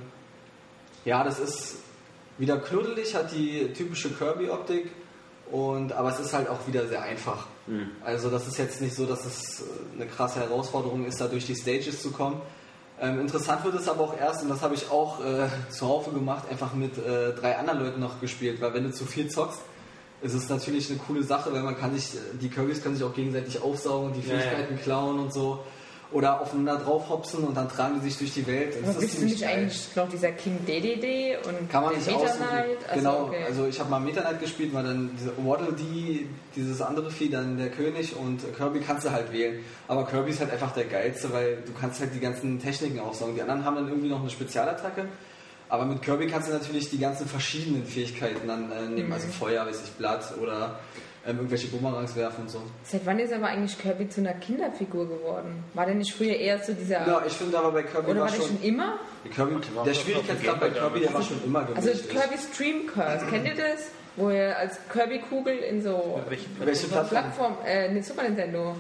das ist wieder knuddelig, hat die typische Kirby-Optik. Aber es ist halt auch wieder sehr einfach. Also das ist jetzt nicht so, dass es eine krasse Herausforderung ist, da durch die Stages zu kommen. Interessant wird es aber auch erst, und das habe ich auch zuhauf gemacht, einfach mit 3 anderen Leuten noch gespielt, weil wenn du zu viel zockst, ist es natürlich eine coole Sache, weil die Kirbys können sich auch gegenseitig aufsaugen und die Fähigkeiten klauen und so. Oder aufeinander draufhopsen und dann tragen die sich durch die Welt. Aber bist du nicht eigentlich noch dieser King DDD und kann man nicht Meta Knight? Genau, also ich habe mal Meta Knight gespielt, war dann diese Waddle Dee, dieses andere Vieh, dann der König und Kirby kannst du halt wählen. Aber Kirby ist halt einfach der geilste, weil du kannst halt die ganzen Techniken aufsaugen. Die anderen haben dann irgendwie noch eine Spezialattacke. Aber mit Kirby kannst du natürlich die ganzen verschiedenen Fähigkeiten dann nehmen, also Feuer, Blatt oder irgendwelche Bumerangs werfen und so. Seit wann ist aber eigentlich Kirby zu einer Kinderfigur geworden? War der nicht früher eher zu dieser... Ja, ich finde aber bei Kirby oder war der schon immer? Der Schwierigkeitsgrad bei Kirby, der war schon immer gemischt. Also Kirby's Dream Curse, kennt ihr das? Wo er als Kirby-Kugel in so... Welche Plattform? Super Nintendo.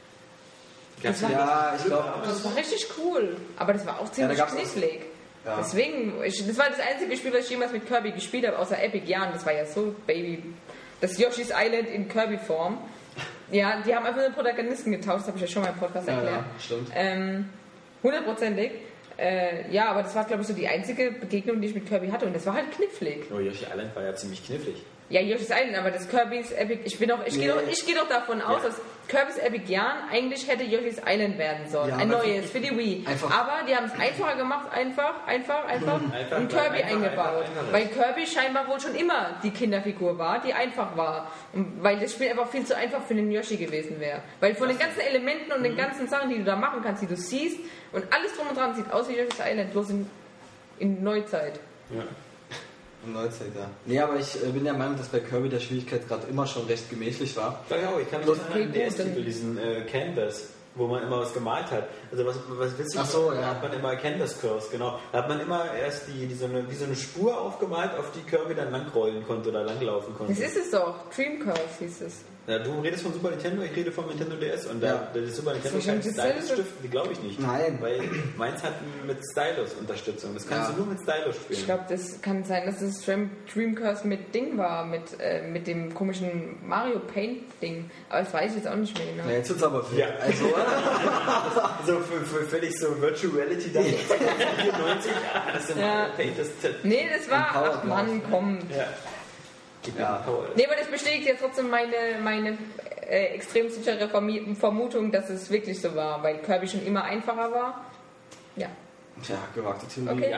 Ich glaube... Das war richtig cool, aber das war auch ziemlich knifflig. Ja. Deswegen, das war das einzige Spiel, was ich jemals mit Kirby gespielt habe, außer Epic Yarn. Das war ja so Baby... Das Yoshi's Island in Kirby-Form. Ja, die haben einfach den Protagonisten getauscht, das habe ich ja schon mal im Podcast erklärt. Ja, stimmt. 100%ig. Aber das war, glaube ich, so die einzige Begegnung, die ich mit Kirby hatte und das war halt knifflig. Oh, Yoshi's Island war ja ziemlich knifflig. Ja, Yoshi's Island, aber das Kirby's Epic... Ich gehe doch davon aus, dass Kirby's Epic Yarn eigentlich hätte Yoshi's Island werden sollen. Ja, ein neues für die Wii. Aber die haben es einfacher gemacht, einfach und Kirby eingebaut. Weil Kirby scheinbar wohl schon immer die Kinderfigur war, die einfach war. Und weil das Spiel einfach viel zu einfach für den Yoshi gewesen wäre. Weil von den ganzen Elementen und den ganzen Sachen, die du da machen kannst, die du siehst, und alles drum und dran sieht aus wie Yoshi's Island, bloß in Neuzeit. Ja. Neuzeit, ja. Nee, aber ich bin der Meinung, dass bei Kirby der Schwierigkeitsgrad immer schon recht gemächlich war. Ja, ich kann mich erinnern an den DS-Titel, diesen Canvas, wo man immer was gemalt hat. Also was witzig ist, da hat man immer Canvas Curse, genau. Da hat man immer erst wie so eine Spur aufgemalt, auf die Kirby dann langrollen konnte oder langlaufen konnte. Das ist es doch. Dream Curse hieß es. Ja, du redest von Super Nintendo, ich rede von Nintendo DS und der Super Nintendo kann Stylus-Stiften, glaube ich nicht. Nein. Weil meins hat mit Stylus-Unterstützung. Das kannst du nur mit Stylus spielen. Ich glaube, das kann sein, dass das Dream Curse mit Ding war, mit dem komischen Mario Paint-Ding. Aber das weiß ich jetzt auch nicht mehr genau. Ja, jetzt wird's aber viel. Ja. Also für völlig so Virtual Reality da 94, das ist Paint, das nee, das war, ach Mann, komm. Ja. Nee, aber das bestätigt jetzt trotzdem meine extrem sichere Vermutung, dass es wirklich so war, weil Kirby schon immer einfacher war. Ja. Tja, gewagte Theorie. Okay. Ja.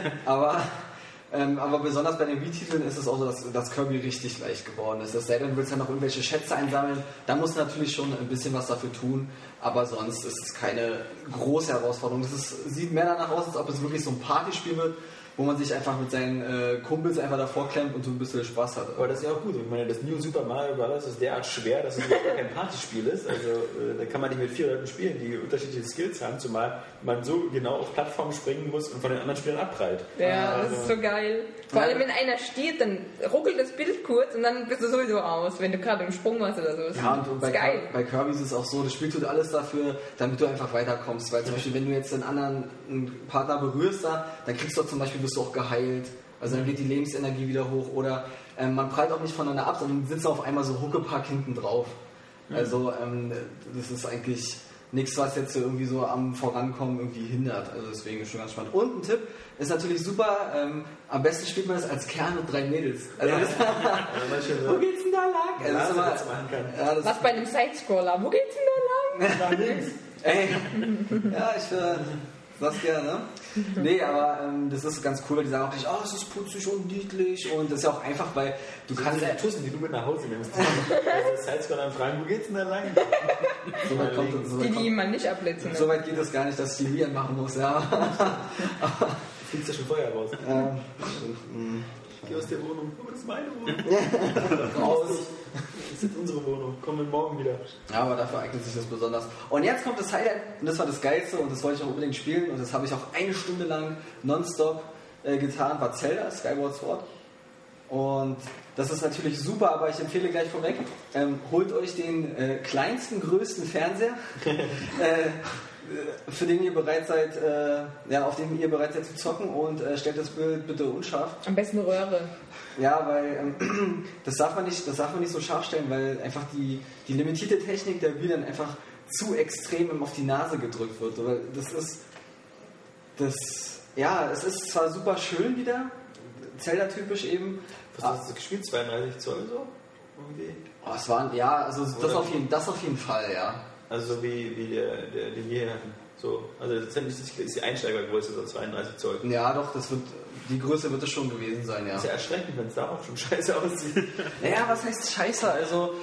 Aber besonders bei den Wii-Titeln ist es auch so, dass Kirby richtig leicht geworden ist. Es sei denn, du willst ja noch irgendwelche Schätze einsammeln, da musst du natürlich schon ein bisschen was dafür tun, aber sonst ist es keine große Herausforderung. Sieht mehr danach aus, als ob es wirklich so ein Partyspiel wird, wo man sich einfach mit seinen Kumpels einfach davor klemmt und so ein bisschen Spaß hat. Aber das ist ja auch gut. Ich meine, das New Super Mario Bros. Ist derart schwer, dass es überhaupt kein Partyspiel ist. Also da kann man nicht mit 4 Leuten spielen, die unterschiedliche Skills haben, zumal man so genau auf Plattformen springen muss und von den anderen Spielern abprallt. Ja, also, das ist so geil. Vor allem, wenn einer stiert, dann ruckelt das Bild kurz und dann bist du sowieso aus, wenn du gerade im Sprung warst oder so. Das ja, und ist geil. Bei Kirby ist es auch so, das Spiel tut alles dafür, damit du einfach weiterkommst. Weil zum Beispiel, wenn du jetzt einen anderen Partner berührst, dann kriegst du zum Beispiel, bist du auch geheilt. Also dann geht die Lebensenergie wieder hoch. Oder man prallt auch nicht voneinander ab, sondern sitzt auf einmal so Huckepack hinten drauf. Also das ist eigentlich nichts, was jetzt irgendwie so am Vorankommen irgendwie hindert. Also deswegen ist schon ganz spannend. Und ein Tipp ist natürlich super, am besten spielt man das als Kern mit 3 Mädels. Also wo geht's denn da lang? Was bei einem Sidescroller, wo geht's denn da lang? Nach links. Ey, ja, ich Saskia, ne? Nee, aber das ist ganz cool, weil die sagen auch nicht, oh, es ist putzig und niedlich und das ist ja auch einfach, weil du kannst ja Tussen, die du mit nach Hause nimmst. Also Sidescroller dann fragen, wo geht's denn da lang? So weit kommt die man nicht abblitzen. So weit geht das gar nicht, dass ich die Viren machen muss, ja. Fliegst ja schon vorher raus. Geh aus der Wohnung. Oh, das ist meine Wohnung. Raus. Das ist unsere Wohnung. Kommen wir morgen wieder. Ja, aber dafür eignet sich das besonders. Und jetzt kommt das Highlight, und das war das Geilste, und das wollte ich auch unbedingt spielen, und das habe ich auch 1 Stunde lang nonstop getan, war Zelda, Skyward Sword. Und das ist natürlich super, aber ich empfehle gleich vorweg, holt euch den kleinsten, größten Fernseher, für den ihr bereit seid, auf dem ihr bereit seid zu zocken, und stellt das Bild bitte unscharf. Am besten Röhre. Ja, weil das darf man nicht so scharf stellen, weil einfach die limitierte Technik der Wii dann einfach zu extrem auf die Nase gedrückt wird. Weil es ist zwar super schön wieder, Zelda-typisch eben. Was hast du gespielt? 32 Zoll so? Irgendwie? Oh, es waren, ja, also das auf jeden Fall, ja. Also so wie den wir hier hatten. So, also das ist die Einsteigergröße, so 32 Zoll. Ja, doch, die Größe wird es schon gewesen sein, ja. Das ist ja erschreckend, wenn es darauf schon scheiße aussieht. Naja, was heißt scheiße? Also,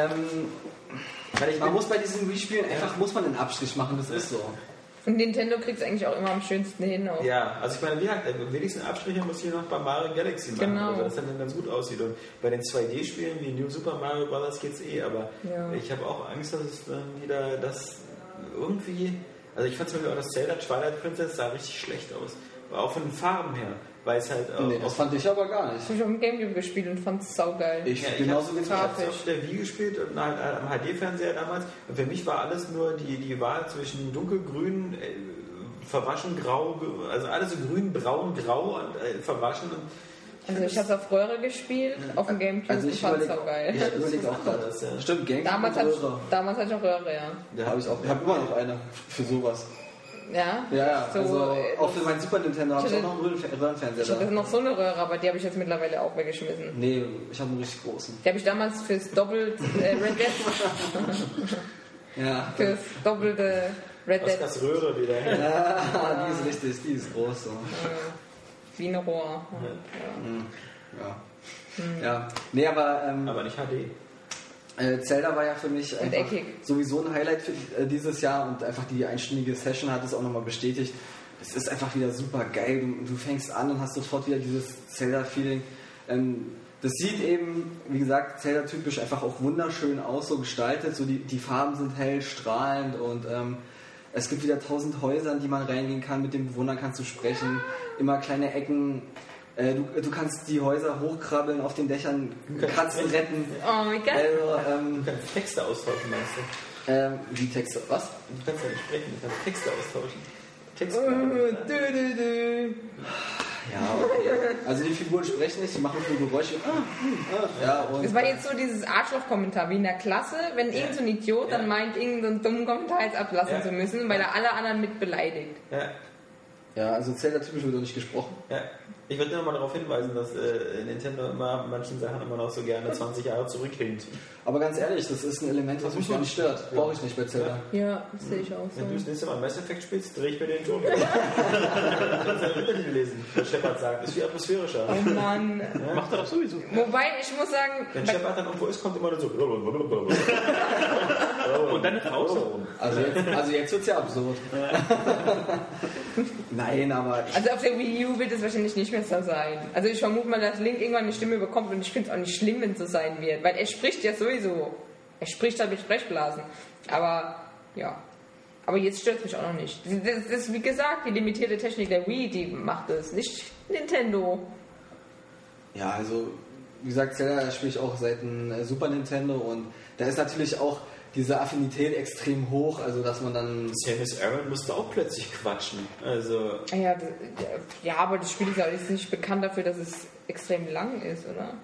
man muss bei diesen Wii-Spielen einfach einen Abstrich machen, das ist so. Und Nintendo kriegt es eigentlich auch immer am schönsten hin. Auch. Ja, also ich meine, am wenigsten Abstriche muss hier noch bei Mario Galaxy machen, genau. Also das dann ganz gut aussieht. Und bei den 2D-Spielen wie New Super Mario Bros. Geht's aber ich habe auch Angst, dass es dann wieder das irgendwie... Also ich fand zum Beispiel auch das Zelda Twilight Princess sah richtig schlecht aus. Auch von den Farben her. Weil es halt nee, das fand ich aber gar nicht. Ich habe auf dem Gamecube gespielt und fand es saugeil. Ich genauso wie auf der Wii gespielt und halt am HD-Fernseher damals. Und für mich war alles nur die Wahl zwischen dunkelgrün, verwaschen, grau, also alles so grün, braun, grau und verwaschen. Und also ich habe es auf Röhre gespielt, auf dem Gamecube, also und fand es saugeil. Ich überlege auch gerade das, ja. Stimmt, Gamecube damals hatte ich auch Röhre, ja. Da habe ich auch. Ich habe immer noch eine für sowas. Ja? Ja, so, also auch für mein Super Nintendo habe ich auch noch einen Röhrenfernseher. Ich hatte noch so eine Röhre, aber die habe ich jetzt mittlerweile auch weggeschmissen. Nee, ich habe einen richtig großen. Die habe ich damals fürs doppelte Red Dead. Ja. Fürs doppelte Red Dead. Das Röhre wieder. Ja, die ist richtig, die ist groß. So. Wie ein Rohr. Ja. Nee, aber nicht HD. Zelda war ja für mich einfach eckig. Sowieso ein Highlight für dieses Jahr, und einfach die einstündige Session hat es auch nochmal bestätigt. Es ist einfach wieder super geil. Du fängst an und hast sofort wieder dieses Zelda-Feeling. Das sieht eben, wie gesagt, Zelda-typisch einfach auch wunderschön aus, so gestaltet. So die Farben sind hell, strahlend, und es gibt wieder 1000 Häuser, in die man reingehen kann. Mit den Bewohnern kannst du sprechen. Immer kleine Ecken. Du kannst die Häuser hochkrabbeln, auf den Dächern Katzen retten. Oh, wie geil. Du kannst Texte austauschen, meinst du? Wie Texte? Was? Du kannst ja nicht sprechen, du kannst Texte austauschen. Ja, okay. Also die Figuren sprechen nicht, die machen nur Geräusche. Und das war jetzt so dieses Arschloch-Kommentar, wie in der Klasse, wenn irgend so ein Idiot dann meint, irgendeinen dummen Kommentar jetzt ablassen zu müssen, weil er alle anderen mit beleidigt. Ja, also Zelda-typisch wird doch nicht gesprochen. Ja. Ich würde nur mal darauf hinweisen, dass Nintendo immer manchen Sachen immer noch so gerne 20 Jahre zurückhinkt. Aber ganz ehrlich, das ist ein Element, was mich gar nicht stört. Brauche ich nicht bei Zelda. Ja, das sehe ich auch so. Wenn du das nächste Mal Mass Effect spielst, drehe ich mir den Ton. Ich habe es nicht gelesen, was Shepard sagt. Ist viel atmosphärischer. Oh Mann. Ja. Macht er doch sowieso. Wobei, ich muss sagen... Wenn Shepard dann irgendwo ist, kommt immer nur so... Und dann eine Faust herum. Also jetzt wird es ja absurd. Nein, aber... Also auf der Wii U wird es wahrscheinlich nicht mehr so sein. Also ich vermute mal, dass Link irgendwann eine Stimme bekommt und ich finde es auch nicht schlimm, wenn es so sein wird. Weil er spricht ja sowieso. Er spricht halt mit Sprechblasen. Aber, ja. Aber jetzt stört es mich auch noch nicht. Das ist, wie gesagt, die limitierte Technik der Wii, die macht es, nicht Nintendo. Ja, also, wie gesagt, Zelda spiele ich auch seit dem Super Nintendo und da ist natürlich auch diese Affinität extrem hoch, also dass man dann... Samus Aran musste auch plötzlich quatschen. Also Ja, aber das Spiel ist ja jetzt nicht bekannt dafür, dass es extrem lang ist, oder?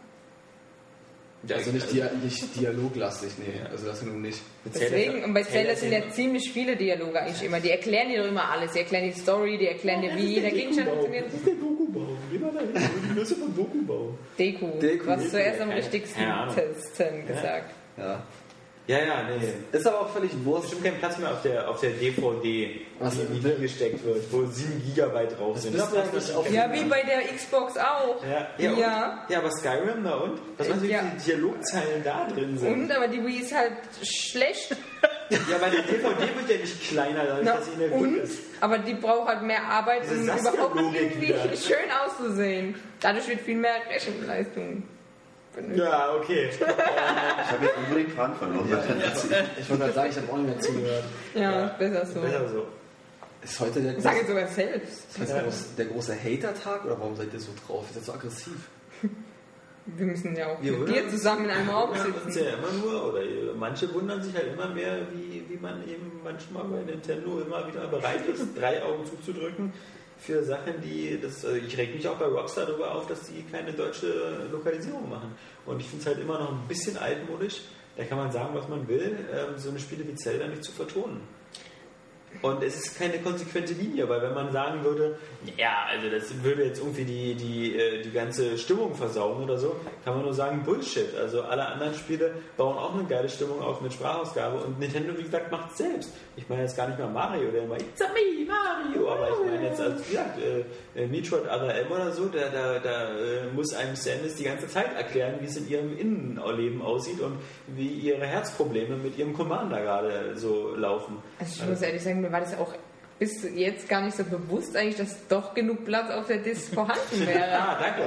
Also nicht dialoglastig, nee, also das nun nicht. Deswegen, und bei Zelda sind ja ziemlich viele Dialoge eigentlich immer. Die erklären dir doch immer alles. Die erklären die Story, die erklären dir, wie der Gegenstand funktioniert. Das ist der Goku-Baum. Geh mal dahin, die Nüsse vom Goku-Baum. Deku. Du hast zuerst am richtigsten gesagt. Ja. Ja, nee. Ist aber auch völlig wurscht. Bestimmt kein Platz mehr auf der DVD, die gesteckt wird, wo 7 GB drauf sind. Ja, wie bei der Xbox auch. Ja, aber Skyrim, na und? Was meinst du, wie viele Dialogzeilen da drin sind? Und, aber die Wii ist halt schlecht. Ja, weil die DVD wird ja nicht kleiner, dadurch, dass sie in der Wii ist. Aber die braucht halt mehr Arbeit, um überhaupt irgendwie schön auszusehen. Dadurch wird viel mehr Rechenleistung. Ja, okay. Ich habe jetzt unbedingt Faden verloren. Ich wollte gerade sagen, ich habe auch nicht mehr zugehört. Ja, besser so. Ist heute der Sag jetzt sogar selbst. der große Hater-Tag oder warum seid ihr so drauf? Ihr seid so aggressiv. Wir müssen ja auch mit dir zusammen in einem Raum sitzen. Uns ja immer nur, oder manche wundern sich halt immer mehr, wie man eben manchmal bei Nintendo immer wieder bereit ist, 3 Augen zuzudrücken für Sachen, ich reg mich auch bei Rockstar darüber auf, dass die keine deutsche Lokalisierung machen. Und ich finde es halt immer noch ein bisschen altmodisch, da kann man sagen, was man will, so eine Spiele wie Zelda nicht zu vertonen. Und es ist keine konsequente Linie, weil wenn man sagen würde, ja, also das würde jetzt irgendwie die ganze Stimmung versauen oder so, kann man nur sagen, Bullshit. Also alle anderen Spiele bauen auch eine geile Stimmung auf mit Sprachausgabe und Nintendo, wie gesagt, macht es selbst. Ich meine jetzt gar nicht mal Mario, der immer It's a me, Mario, aber ich meine jetzt, als gesagt, Metroid Other M oder so, da muss einem Samus die ganze Zeit erklären, wie es in ihrem Innenleben aussieht und wie ihre Herzprobleme mit ihrem Commander gerade so laufen. Also ich muss ehrlich sagen, mir war das auch bis jetzt gar nicht so bewusst eigentlich, dass doch genug Platz auf der Disc vorhanden wäre. Danke.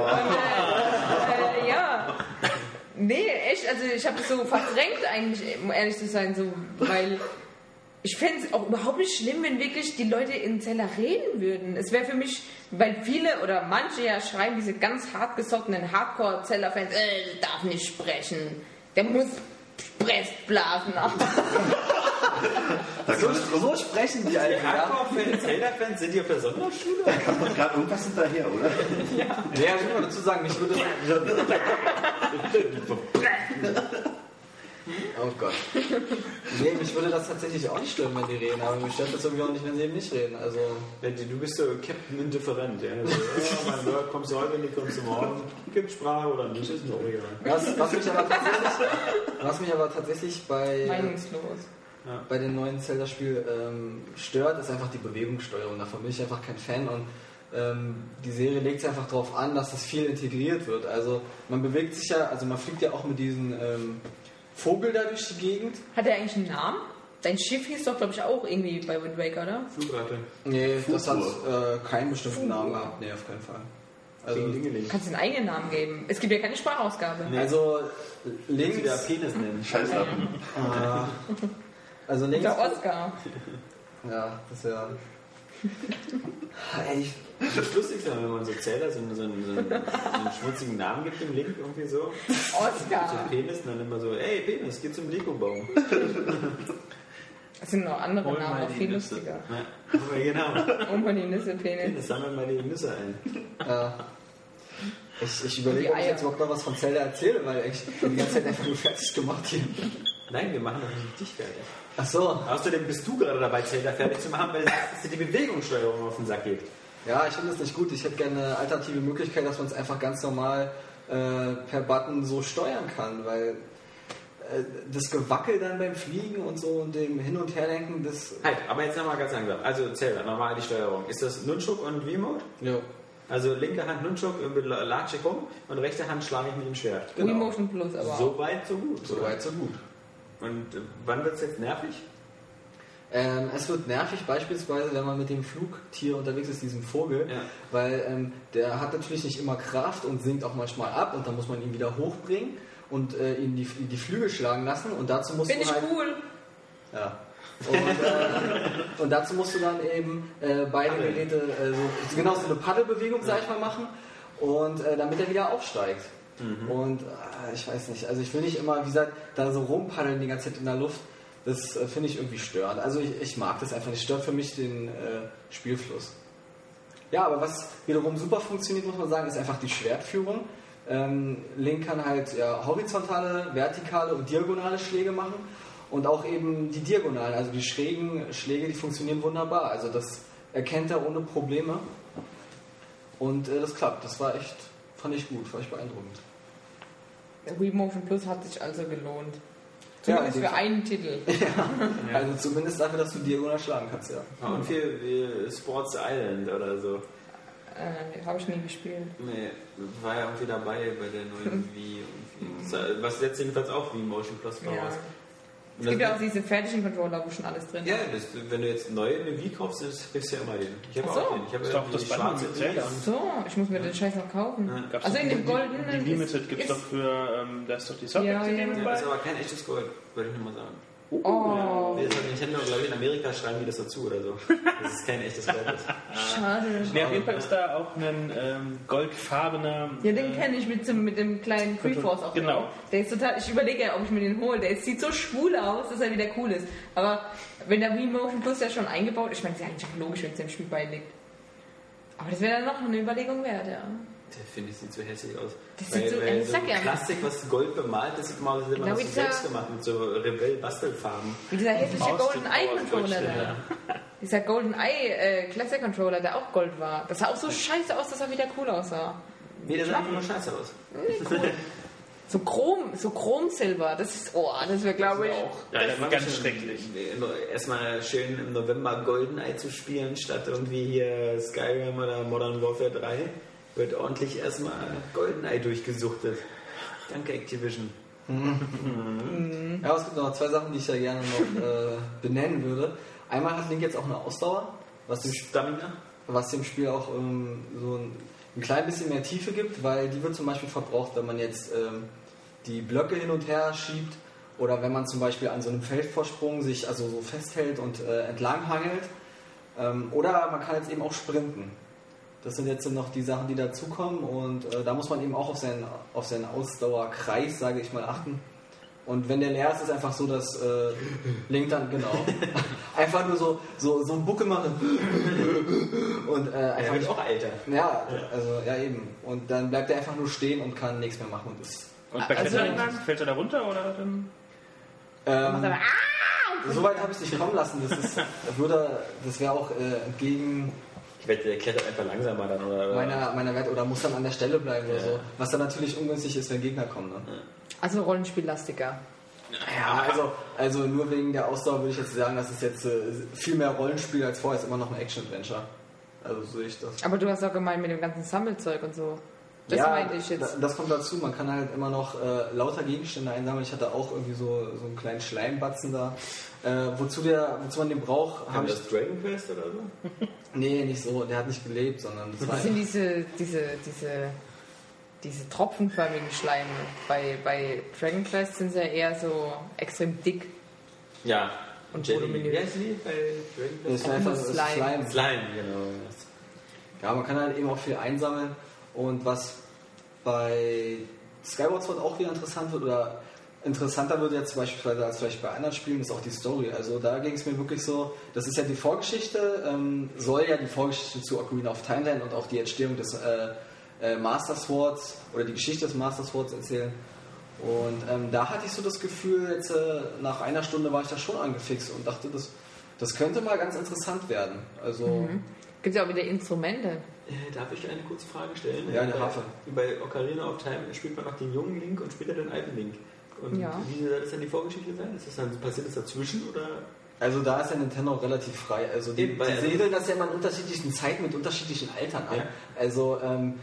Und, ja. Nee, echt, also ich habe es so verdrängt eigentlich, um ehrlich zu sein, so, weil ich fände es auch überhaupt nicht schlimm, wenn wirklich die Leute in Zelda reden würden. Es wäre für mich, weil viele oder manche ja schreiben, diese ganz hartgesottenen Hardcore-Zelda-Fans, darf nicht sprechen, der muss Sprechblasen haben. So sprechen die eigentlich. Hardcore-Fans, Zelda-Fans, sind die auf der Sonderschule? Da kam doch gerade irgendwas hinterher, oder? Ja, ich will mal dazu sagen, mich würde... Oh Gott. Nee, mich würde das tatsächlich auch nicht stören, wenn die reden, aber mich stört das irgendwie auch nicht, wenn sie eben nicht reden. Also du bist so Captain indifferent, ja. Also, mein Gott, kommst du heute nicht, kommst du morgen. Gibt Sprache oder nicht, ist mir auch egal. Was mich aber tatsächlich bei... Meinungslos. Bei dem neuen Zelda-Spiel stört, ist einfach die Bewegungssteuerung. Davon bin ich einfach kein Fan und die Serie legt es einfach darauf an, dass das viel integriert wird. Also man bewegt sich ja, also man fliegt ja auch mit diesen Vogel da durch die Gegend. Hat er eigentlich einen Namen? Dein Schiff hieß doch, glaube ich, auch irgendwie bei Wind Waker, oder? Flugratte. Nee, das hat keinen bestimmten Namen gehabt. Nee, auf keinen Fall. Also, kannst du einen eigenen Namen geben? Es gibt ja keine Sprachausgabe. Nee. Also links... Kannst du wieder Penis nennen. Scheißlappen. Also links... Der Oscar. Ja, das wäre... Das ist lustig, wenn man so Zelda so einen schmutzigen Namen gibt im Link irgendwie so. Oscar. So Penis und dann immer so, ey Penis, geh zum Lego-Baum. Es sind noch andere Namen, auch viel lustiger. Ja, genau. Hol mal die Nüsse, Penis. Penis, sammeln mal die Nüsse ein. Ja. Ich überlege, ob ich jetzt überhaupt noch was von Zelda erzähle, weil ich bin die ganze Zeit einfach nur fertig gemacht hier. Nein, wir machen doch nicht dich fertig. Ach so. Außerdem bist du gerade dabei, Zelda fertig zu machen, weil es dir die Bewegungssteuerung auf den Sack geht. Ja, ich finde das nicht gut. Ich hätte gerne eine alternative Möglichkeit, dass man es einfach ganz normal per Button so steuern kann, weil das Gewackel dann beim Fliegen und so und dem Hin- und Herdenken, das... Halt, aber jetzt nochmal ganz langsam. Also Zelda, normal die Steuerung. Ist das Nunchuk und Wiimote? Ja. Also linke Hand Nunchuk, latsche ich rum und rechte Hand schlage ich mit dem Schwert. Genau. Wii Motion Plus aber. So weit, so gut. So weit, so gut. Und wann wird es jetzt nervig? Es wird nervig beispielsweise, wenn man mit dem Flugtier unterwegs ist, diesem Vogel, weil der hat natürlich nicht immer Kraft und sinkt auch manchmal ab und dann muss man ihn wieder hochbringen und ihn die Flügel schlagen lassen und dazu musst Finde ich cool. Ja. Und dazu musst du dann eben beide Geräte, so eine Paddelbewegung, sag ich mal, machen und damit er wieder aufsteigt. Und ich weiß nicht, also ich will nicht immer, wie gesagt, da so rumpaddeln die ganze Zeit in der Luft. Das finde ich irgendwie störend. Also ich mag das einfach nicht. Stört für mich den Spielfluss. Ja, aber was wiederum super funktioniert, muss man sagen, ist einfach die Schwertführung. Link kann halt horizontale, vertikale und diagonale Schläge machen. Und auch eben die diagonalen, also die schrägen Schläge, die funktionieren wunderbar. Also das erkennt er ohne Probleme. Und das klappt. Das war echt, fand ich gut, fand ich beeindruckend. Der Wii Motion Plus hat sich also gelohnt. Zumindest für einen Titel. Ja. Also zumindest dafür, dass du diagonal schlagen kannst, ja. Und für Sports Island oder so. Habe ich nie gespielt. Nee, war ja irgendwie dabei bei der neuen Wii. Was jetzt jedenfalls auch Wii Motion Plus voraus. Es gibt ja auch diese fertigen Controller, wo schon alles drin ist. Ja, wenn du jetzt neu eine Wii kaufst, kriegst du ja immer den. Ich habe auch den. Ich habe ja das schwarze Zelda. So, ich muss mir den Scheiß noch kaufen. Ja. Also in dem goldenen. Die Limited gibt es doch für, da ist doch die Socket-CD dabei. Das ist aber kein echtes Gold, würde ich nur mal sagen. Oh. Nee, das hat Nintendo, glaube ich, in Amerika schreiben die das dazu oder so. Das ist kein echtes Gold. Schade. Nee, auf jeden Fall ist da auch ein goldfarbener... Ja, den kenne ich mit dem kleinen Freeforce auch. Genau. Der ist total... Ich überlege ja, ob ich mir den hole. Der sieht so schwul aus, dass er wieder cool ist. Aber wenn der Wii Motion Plus ja schon eingebaut ist, ich meine, das ist ja eigentlich auch logisch, wenn es dem Spiel beiliegt. Aber das wäre dann noch eine Überlegung wert, ja. Der finde ich sieht so hässlich aus. Das sieht so Plastik, was Gold bemalt, das sieht mal aus, genau, das selbst gemacht mit so Rebell-Bastelfarben. Wie dieser hässliche Golden Eye Controller da. Dieser Golden Eye Classic Controller, der auch Gold war. Das sah auch so scheiße aus, dass er wieder cool aussah. Nee, der sah einfach nur scheiße aus. Nee, cool. So Chrom-Silber, das wäre, glaube ich... Ja, das ist ganz schrecklich. Erstmal schön im November GoldenEye zu spielen, statt irgendwie hier Skyrim oder Modern Warfare 3. Wird ordentlich erstmal GoldenEye durchgesuchtet. Danke, Activision. Ja, es gibt noch zwei Sachen, die ich ja gerne noch benennen würde. Einmal hat Link jetzt auch eine Ausdauer, was dem Spiel auch so ein klein bisschen mehr Tiefe gibt, weil die wird zum Beispiel verbraucht, wenn man jetzt die Blöcke hin und her schiebt oder wenn man zum Beispiel an so einem Feldvorsprung sich also so festhält und entlang hangelt. Oder man kann jetzt eben auch sprinten. Das sind jetzt noch die Sachen, die dazukommen und da muss man eben auch auf seinen Ausdauerkreis, sage ich mal, achten. Und wenn der leer ist, ist einfach so, dass Link dann, einfach nur so einen Buckel machen und einfach wird auch älter. Ja, also ja eben. Und dann bleibt er einfach nur stehen und kann nichts mehr machen. Und bei Klettern fällt er da runter oder dann? Soweit habe ich es nicht kommen lassen. Das wäre auch entgegen... Ich wette, der klettert einfach langsamer dann, oder? Meiner Wette, oder muss dann an der Stelle bleiben oder so. Was dann natürlich ungünstig ist, wenn Gegner kommen. Ne? Also Rollenspiellastiger. Ja, also nur wegen der Ausdauer würde ich jetzt sagen, das ist jetzt viel mehr Rollenspiel als vorher, ist immer noch ein Action-Adventure. Also so sehe ich das. Aber du hast auch gemeint mit dem ganzen Sammelzeug und so. Das meinte ich jetzt. Das kommt dazu, man kann halt immer noch lauter Gegenstände einsammeln. Ich hatte auch irgendwie so einen kleinen Schleimbatzen da. Wozu man den braucht... Haben das Dragon Quest oder so? Nee, nicht so. Der hat nicht gelebt, sondern... Das sind diese tropfenförmigen Schleime. Bei Dragon Quest sind sie ja eher so extrem dick. Ja. Und voluminös. Wie heißt die bei Dragon Quest? Das ist einfach Slime. Slime, genau. Ja, man kann halt eben auch viel einsammeln. Und was bei Skyward Sword auch wieder interessant wird, oder interessanter wird jetzt beispielsweise als vielleicht bei anderen Spielen, ist auch die Story. Also da ging es mir wirklich so, das ist ja die Vorgeschichte, soll ja die Vorgeschichte zu Ocarina of Time sein und auch die Entstehung des Master Swords oder die Geschichte des Master Swords erzählen. Und da hatte ich so das Gefühl, jetzt nach einer Stunde war ich da schon angefixt und dachte, das könnte mal ganz interessant werden. Also gibt es ja auch wieder Instrumente. Darf ich eine kurze Frage stellen? Ja, eine Harfe. Bei Ocarina of Time spielt man noch den jungen Link und später den alten Link. Und wie soll das dann die Vorgeschichte sein? Passiert das dazwischen oder? Also da ist ja Nintendo relativ frei. Also die siedeln das ja immer in unterschiedlichen Zeiten mit unterschiedlichen Altern an. Ja. Also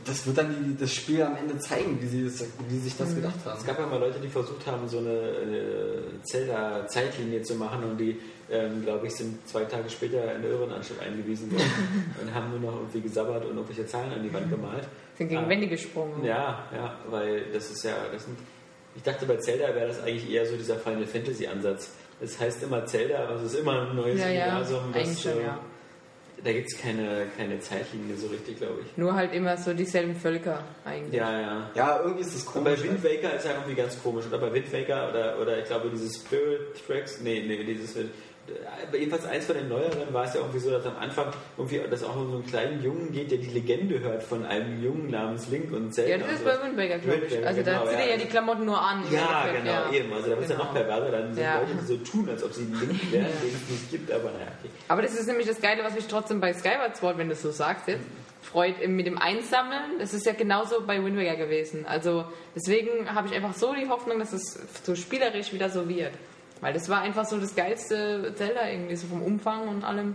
das wird dann das Spiel am Ende zeigen, wie sie sich das gedacht haben. Es gab ja mal Leute, die versucht haben, so eine Zelda-Zeitlinie zu machen und die, glaube ich, sind 2 Tage später in der Irrenanstalt eingewiesen worden und haben nur noch irgendwie gesabbert und irgendwelche Zahlen an die Wand gemalt. Sind gegen Wände gesprungen. Ja, weil das ist ja, ich dachte, bei Zelda wäre das eigentlich eher so dieser Final Fantasy-Ansatz. Das heißt immer Zelda, also es ist immer ein neues Universum. Eigentlich schon, Da gibt es keine Zeitlinie so richtig, glaube ich. Nur halt immer so dieselben Völker eigentlich. Ja. Ja, irgendwie ist das komisch. Und bei Wind Waker ist ja irgendwie ganz komisch. Oder bei Wind Waker oder ich glaube dieses Spirit Tracks, dieses jedenfalls eins von den neueren war es ja irgendwie so, dass am Anfang irgendwie das auch um so einen kleinen Jungen geht, der die Legende hört von einem Jungen namens Link und Zelda. Ja, das ist bei Wind Waker, glaube ich. Also da zieht er ja die Klamotten nur an. Ja, genau, eben. Also da wird es ja noch perverser, dann sind Leute, die so tun, als ob sie Link wären, den es nicht gibt, aber naja. Okay. Aber das ist nämlich das Geile, was mich trotzdem bei Skyward Sword, wenn du es so sagst jetzt, freut mit dem Einsammeln. Das ist ja genauso bei Wind Waker gewesen. Also deswegen habe ich einfach so die Hoffnung, dass es so spielerisch wieder so wird. Weil das war einfach so das geilste Zelda irgendwie, so vom Umfang und allem.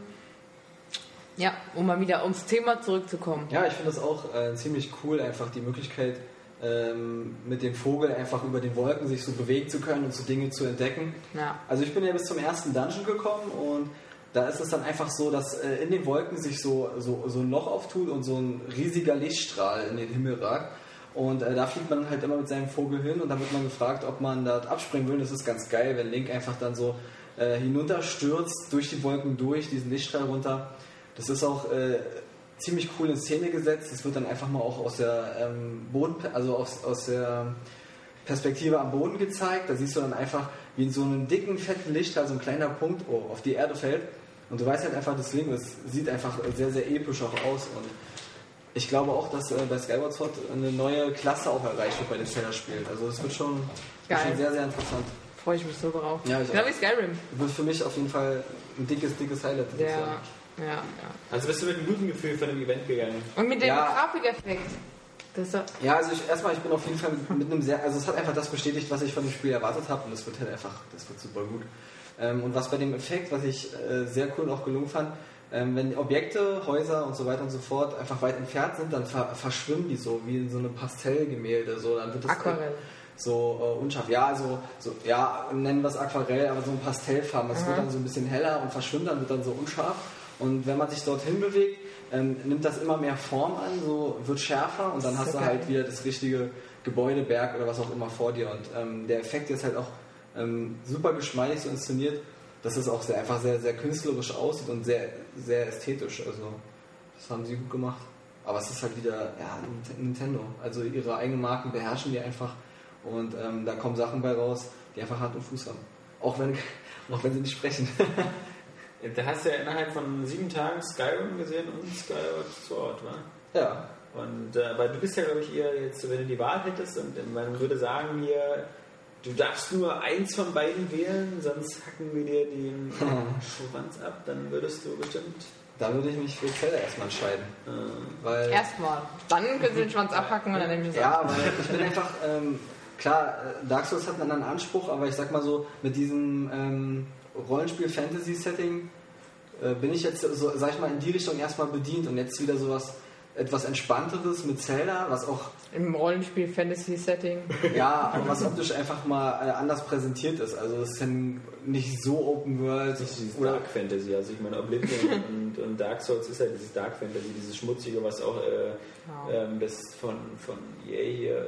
Ja, um mal wieder ums Thema zurückzukommen. Ja, ich finde das auch ziemlich cool, einfach die Möglichkeit, mit dem Vogel einfach über den Wolken sich so bewegen zu können und so Dinge zu entdecken. Ja. Also ich bin ja bis zum ersten Dungeon gekommen und da ist es dann einfach so, dass in den Wolken sich so ein Loch auftut und so ein riesiger Lichtstrahl in den Himmel ragt. Und da fliegt man halt immer mit seinem Vogel hin und dann wird man gefragt, ob man da abspringen will. Das ist ganz geil, wenn Link einfach dann so hinunterstürzt, durch die Wolken durch, diesen Lichtstrahl runter. Das ist auch ziemlich cool in Szene gesetzt. Das wird dann einfach mal auch aus der aus der Perspektive am Boden gezeigt. Da siehst du dann einfach, wie in so einem dicken, fetten Lichtstrahl so ein kleiner Punkt auf die Erde fällt. Und du weißt halt einfach, das sieht einfach sehr, sehr episch auch aus. Und ich glaube auch, dass bei Skyward Sword eine neue Klasse auch erreicht wird bei den Zelda-Spielen. Also das wird schon sehr, sehr interessant. Freue ich mich so drauf. Ja, genau wie Skyrim. Wird für mich auf jeden Fall ein dickes Highlight. Ja. Also bist du mit einem guten Gefühl von dem Event gegangen? Und mit dem Grafikeffekt. Ich bin auf jeden Fall mit einem also es hat einfach das bestätigt, was ich von dem Spiel erwartet habe und das wird super gut. Und was bei dem Effekt, was ich sehr cool und auch gelungen fand, wenn Objekte, Häuser und so weiter und so fort einfach weit entfernt sind, dann verschwimmen die so wie in so einem Pastellgemälde. So, dann wird das Aquarell. So unscharf. Nennen wir es Aquarell, aber so ein Pastellfarben. Es wird dann so ein bisschen heller und verschwimmt, dann wird dann so unscharf. Und wenn man sich dorthin bewegt, nimmt das immer mehr Form an, so wird schärfer und dann hast du halt wieder das richtige Gebäude, Berg oder was auch immer vor dir. Und der Effekt ist halt auch super geschmeidig so inszeniert, dass es auch sehr, sehr künstlerisch aussieht und sehr, sehr ästhetisch. Also das haben sie gut gemacht. Aber es ist halt wieder Nintendo. Also ihre eigenen Marken beherrschen die einfach und da kommen Sachen bei raus, die einfach Hand und Fuß haben. Auch wenn sie nicht sprechen. Da hast du ja innerhalb von 7 Tagen Skyrim gesehen und Skyward Sword, wa? Ja. Und weil du bist ja, glaube ich, eher jetzt, wenn du die Wahl hättest und man würde sagen hier, du darfst nur eins von beiden wählen, sonst hacken wir dir den Schwanz ab, dann würdest du bestimmt... Da würde ich mich für Zelda erstmal entscheiden. Weil erstmal. Dann können sie den Schwanz abhacken und dann nehmen sie es ab. Ja, weil ich bin einfach... klar, Dark Souls hat einen anderen Anspruch, aber ich sag mal so, mit diesem Rollenspiel-Fantasy-Setting bin ich jetzt, so, sag ich mal, in die Richtung erstmal bedient und jetzt wieder sowas etwas Entspannteres mit Zelda, was auch... Im Rollenspiel-Fantasy-Setting. Ja, aber was optisch einfach mal anders präsentiert ist. Also es ist dann nicht so Open World. Nicht dieses Dark Fantasy. Also ich meine, Oblivion und Dark Souls ist halt dieses Dark Fantasy, dieses Schmutzige, was auch das von EA hier...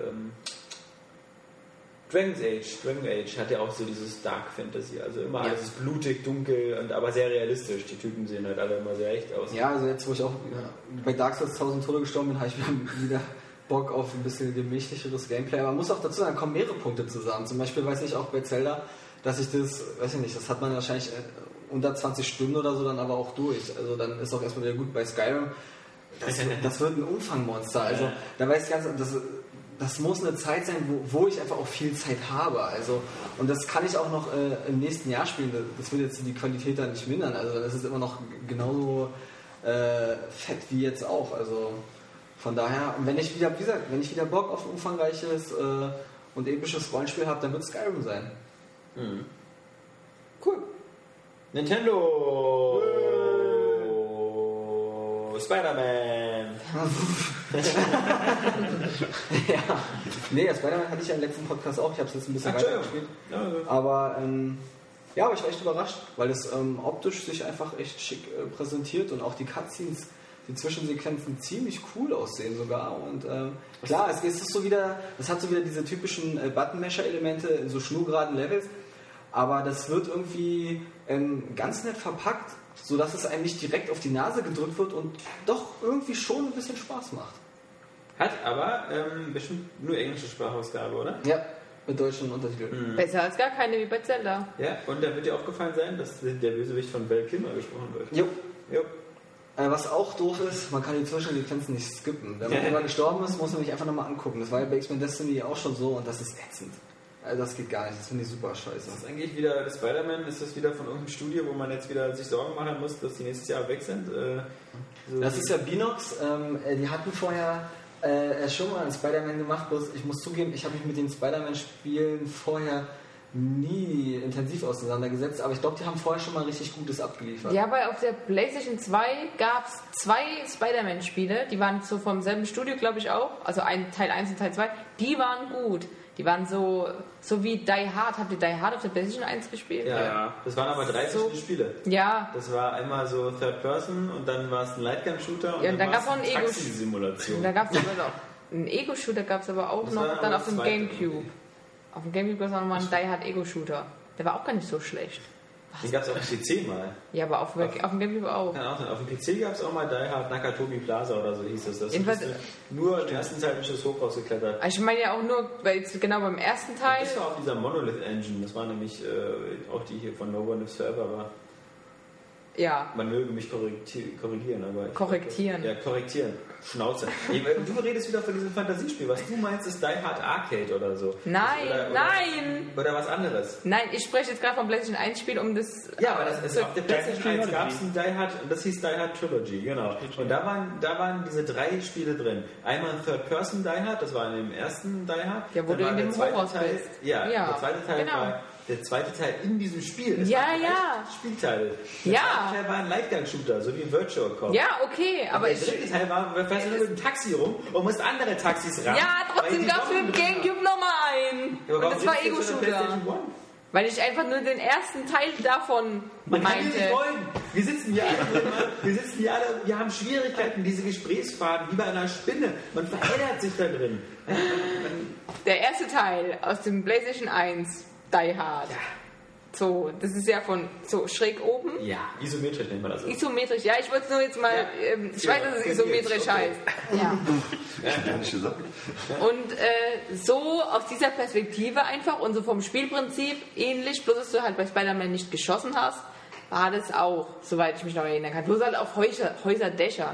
Dragon Age hat ja auch so dieses Dark Fantasy, also immer alles blutig, dunkel, aber sehr realistisch. Die Typen sehen halt alle immer sehr echt aus. Ja, also jetzt, wo ich auch bei Dark Souls 1000 Tode gestorben bin, habe ich wieder Bock auf ein bisschen gemächlicheres Gameplay. Aber man muss auch dazu sagen, kommen mehrere Punkte zusammen. Zum Beispiel weiß ich auch bei Zelda, dass ich das, weiß ich nicht, das hat man wahrscheinlich unter 20 Stunden oder so dann aber auch durch. Also dann ist auch erstmal wieder gut. Bei Skyrim, das wird ein Umfangmonster. Also da weiß ich ganz, das muss eine Zeit sein, wo ich einfach auch viel Zeit habe. Also, und das kann ich auch noch im nächsten Jahr spielen. Das wird jetzt die Qualität dann nicht mindern. Also dann ist es immer noch genauso fett wie jetzt auch. Also von daher, und wenn ich wieder Bock auf ein umfangreiches und episches Rollenspiel habe, dann wird es Skyrim sein. Mhm. Cool. Nintendo Spider-Man! Ja. Nee, Spider-Man hatte ich ja im letzten Podcast auch. Ich habe es jetzt ein bisschen weiter gespielt. Aber aber ich war echt überrascht, weil es optisch sich einfach echt schick präsentiert und auch die Cutscenes, die Zwischensequenzen ziemlich cool aussehen sogar. Und klar, es ist so wieder, es hat so wieder diese typischen Button-Masher-Elemente in so schnurgeraden Levels, aber das wird irgendwie ganz nett verpackt, sodass es einem nicht direkt auf die Nase gedrückt wird und doch irgendwie schon ein bisschen Spaß macht. Hat aber bestimmt nur englische Sprachausgabe, oder? Ja, mit deutschen Untertiteln. Besser als gar keine wie bei Zelda. Ja, und da wird dir aufgefallen sein, dass der Bösewicht von Val Kilmer gesprochen wird. Jo. Jo. Was auch doof ist, man kann die Zwischensequenzen nicht skippen. Wenn man immer gestorben ist, muss man sich einfach nochmal angucken. Das war ja bei X-Men Destiny auch schon so und das ist ätzend. Also das geht gar nicht, das finde ich super scheiße. Das ist eigentlich wieder, das Spider-Man, ist das wieder von irgendeinem Studio, wo man jetzt wieder sich Sorgen machen muss, dass die nächstes Jahr weg sind? Das ist ja Binox, die hatten vorher schon mal einen Spider-Man gemacht, bloß ich muss zugeben, ich habe mich mit den Spider-Man-Spielen vorher nie intensiv auseinandergesetzt, aber ich glaube, die haben vorher schon mal richtig Gutes abgeliefert. Ja, weil auf der PlayStation 2 gab es 2 Spider-Man-Spiele, die waren so vom selben Studio, glaube ich auch, also Teil 1 und Teil 2, die waren gut. Die waren so wie Die Hard. Habt ihr Die Hard auf der PlayStation 1 gespielt? Ja. Das waren aber 3 verschiedene Spiele. Ja. Das war einmal so Third Person und dann war es ein Lightgun-Shooter und dann gab es auch eine Taxi-Simulation. Da gab es aber auch einen Ego-Shooter, gab es aber auch das noch dann auf dem zweite. Gamecube. Auf dem Gamecube gab es auch nochmal einen Die Hard Ego-Shooter. Der war auch gar nicht so schlecht. Den gab es auf dem PC mal. Ja, aber auf dem Gamecube auch. Auf dem PC gab es auch mal Die Hard Nakatomi Plaza oder so hieß es. Das jedenfalls nur im ersten Teil ist das hoch rausgeklettert. Ich meine ja auch nur, weil jetzt genau beim ersten Teil. Das war auf dieser Monolith Engine. Das war nämlich auch die hier von No One Lives Forever war. Ja. Man möge mich korrigieren, aber... Korrektieren. Korrektieren. Schnauze. Du redest wieder von diesem Fantasiespiel. Was du meinst, ist Die Hard Arcade oder so. Nein! Oder was anderes. Nein, ich spreche jetzt gerade vom PlayStation 1 Spiel, um das... Ja, aber das ist auf der PlayStation 1 gab es ein Die Hard, das hieß Die Hard Trilogy, genau. Und da waren diese 3 Spiele drin. Einmal ein Third Person Die Hard, das war in dem ersten Die Hard. Ja, wo du in dem Hochhaus bist. Ja, der zweite Teil war... Der zweite Teil in diesem Spiel. Ja. Spielteil. Der zweite Teil war ein Lightgun-Shooter, so wie ein Virtual Cop. Ja, okay, aber der dritte Teil war, fährst du mit einem Taxi rum und musst andere Taxis ran. Ja, trotzdem gab es mit dem Gamecube nochmal einen. Ja, und das war Ego-Shooter. Weil ich einfach nur den ersten Teil davon Man meinte. kann nicht wollen. Wir sitzen hier alle, wir haben Schwierigkeiten, diese Gesprächsfaden, wie bei einer Spinne. Man verändert sich da drin. Der erste Teil aus dem PlayStation 1, Die Hard. Ja. So, das ist ja von so schräg oben. Ja, isometrisch nennt man das. Isometrisch, ja, ich wollte es nur jetzt mal, ich weiß, dass es isometrisch heißt. Ja. Und so aus dieser Perspektive einfach und so vom Spielprinzip ähnlich, bloß dass du halt bei Spider-Man nicht geschossen hast, war das auch, soweit ich mich noch erinnern kann. Bloß halt auf Häuserdächern.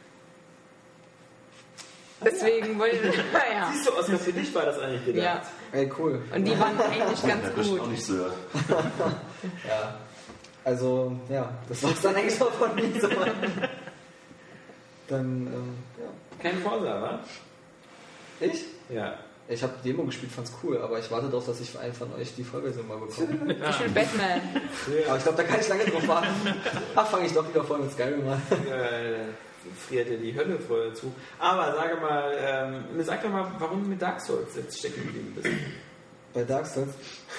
Deswegen wollte ich, naja. Siehst du, Oskar, für dich war das eigentlich gedacht. Ja. Ey, cool. Und die waren eigentlich ganz Das ist gut. auch nicht so. Ja. Also, ja, das war's dann eigentlich auch von mir. So. Dann, ja. Kein Forsa, wa? Ich? Ja. Ich habe die Demo gespielt, fand's cool, aber ich warte doch, dass ich für einen von euch die Vollversion mal bekomme. Ich spiele Batman. Aber ich glaube, da kann ich lange drauf warten. Ach, fange ich doch wieder voll mit Skyrim an. Friert dir die Hölle vorher zu. Aber sag doch mal, warum du mit Dark Souls jetzt stecken geblieben bist. Bei Dark Souls?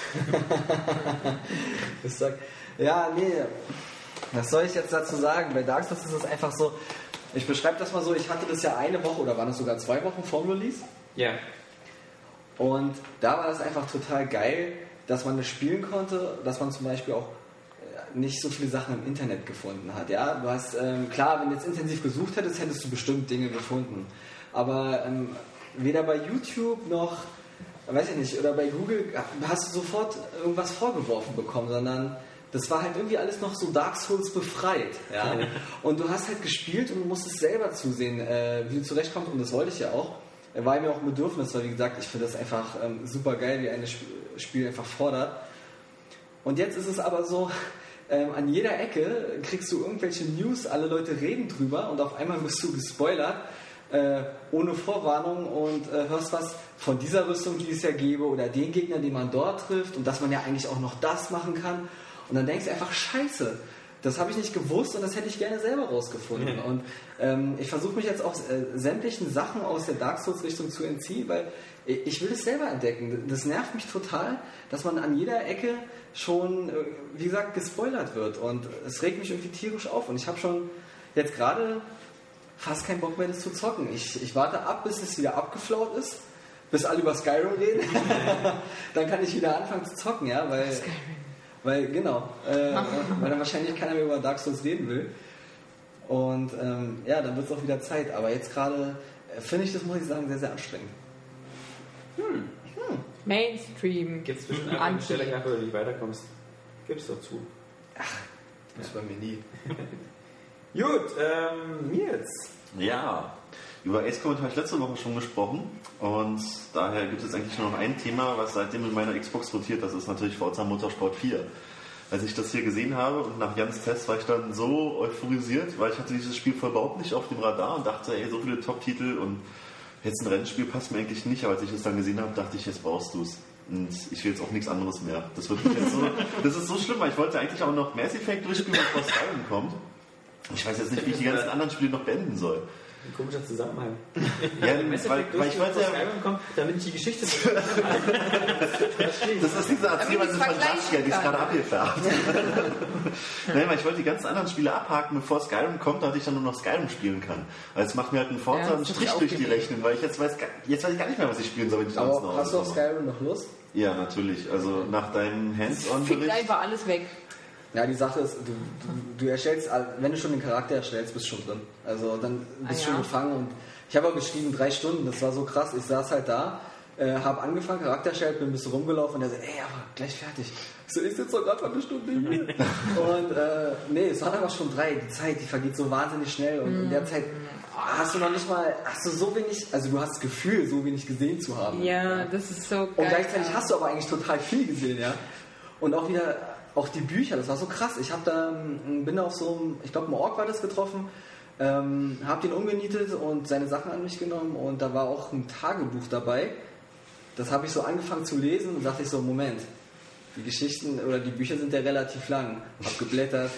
Ja, nee. Was soll ich jetzt dazu sagen? Bei Dark Souls ist es einfach so, ich beschreibe das mal so, ich hatte das ja eine Woche oder waren es sogar 2 Wochen vorm Release. Ja. Und da war das einfach total geil, dass man das spielen konnte, dass man zum Beispiel auch nicht so viele Sachen im Internet gefunden hat. Ja, du hast, klar, wenn du jetzt intensiv gesucht hättest, hättest du bestimmt Dinge gefunden. Aber weder bei YouTube noch, weiß ich nicht, oder bei Google hast du sofort irgendwas vorgeworfen bekommen, sondern das war halt irgendwie alles noch so Dark Souls befreit. Ja? Und du hast halt gespielt und du musstest selber zusehen, wie du zurechtkommst. Und das wollte ich ja auch. War mir auch ein Bedürfnis, weil wie gesagt, ich finde das einfach super geil, wie ein Spiel einfach fordert. Und jetzt ist es aber so, an jeder Ecke kriegst du irgendwelche News, alle Leute reden drüber und auf einmal bist du gespoilert, ohne Vorwarnung und hörst was von dieser Rüstung, die es ja gäbe oder den Gegner, den man dort trifft und dass man ja eigentlich auch noch das machen kann. Und dann denkst du einfach, scheiße, das habe ich nicht gewusst und das hätte ich gerne selber rausgefunden. Und ich versuche mich jetzt auch sämtlichen Sachen aus der Dark Souls-Richtung zu entziehen, weil ich will es selber entdecken. Das nervt mich total, dass man an jeder Ecke schon, wie gesagt, gespoilert wird. Und es regt mich irgendwie tierisch auf. Und ich habe schon jetzt gerade fast keinen Bock mehr, das zu zocken. Ich warte ab, bis es wieder abgeflaut ist, bis alle über Skyrim reden. Dann kann ich wieder anfangen zu zocken, ja, weil... Skyrim. Weil dann wahrscheinlich keiner mehr über Dark Souls reden will. Und dann wird es auch wieder Zeit. Aber jetzt gerade finde ich das, muss ich sagen, sehr, sehr anstrengend. Mainstream. Gibt es bestimmt eine Stelle, wo du nicht weiterkommst? Gib's doch zu. Ach, das bei mir nie. Gut, Nils. Ja, über Ace-Combat habe ich letzte Woche schon gesprochen und daher gibt es eigentlich nur noch ein Thema, was seitdem in meiner Xbox rotiert, das ist natürlich Forza Motorsport 4. Als ich das hier gesehen habe und nach Jans Test war ich dann so euphorisiert, weil ich hatte dieses Spiel vorher überhaupt nicht auf dem Radar und dachte, ey, so viele Top-Titel und jetzt ein Rennspiel passt mir eigentlich nicht, aber als ich das dann gesehen habe, dachte ich, jetzt brauchst du es. Und ich will jetzt auch nichts anderes mehr. Das wird jetzt so, das ist so schlimm, weil ich wollte eigentlich auch noch Mass Effect durchspielen, bevor Skyrim kommt. Ich weiß jetzt nicht, wie ich die ganzen anderen Spiele noch beenden soll. Ein komischer Zusammenhang. Ja, weil ich wollte ja... kommt, damit ich die Geschichte... Das ist diese Erzählweise von Saskia, die ist gerade abgefärbt. Nein, weil ich wollte die ganzen anderen Spiele abhaken, bevor Skyrim kommt, damit ich dann nur noch Skyrim spielen kann. Weil es macht mir halt einen Forza einen Strich durch die Rechnung, weil ich jetzt weiß ich gar nicht mehr, was ich spielen soll, wenn ich abends noch... Hast du auf Skyrim noch Lust? Ja, natürlich. Also nach deinem Hands-on-Bericht... Fickt einfach alles weg. Ja, die Sache ist, du erstellst, wenn du schon den Charakter erstellst, bist du schon drin. Also dann bist du schon gefangen. Und ich habe auch geschrieben, 3 Stunden, das war so krass. Ich saß halt da, habe angefangen, Charakter erstellt, bin ein bisschen rumgelaufen und der so, ey, aber gleich fertig. So, ich sitze doch gerade mal eine Stunde hier. Und es waren aber schon 3. Die Zeit, die vergeht so wahnsinnig schnell. Und in der Zeit hast du so wenig, also du hast das Gefühl, so wenig gesehen zu haben. Ja, das ist so geil. Und gleichzeitig hast du aber eigentlich total viel gesehen, ja. Und auch wieder... Auch die Bücher, das war so krass. Ich bin da auf so einem, ich glaube, ein Ork war das getroffen, habe den umgenietet und seine Sachen an mich genommen und da war auch ein Tagebuch dabei. Das habe ich so angefangen zu lesen und dachte ich so, Moment, die Geschichten oder die Bücher sind ja relativ lang. Hab geblättert.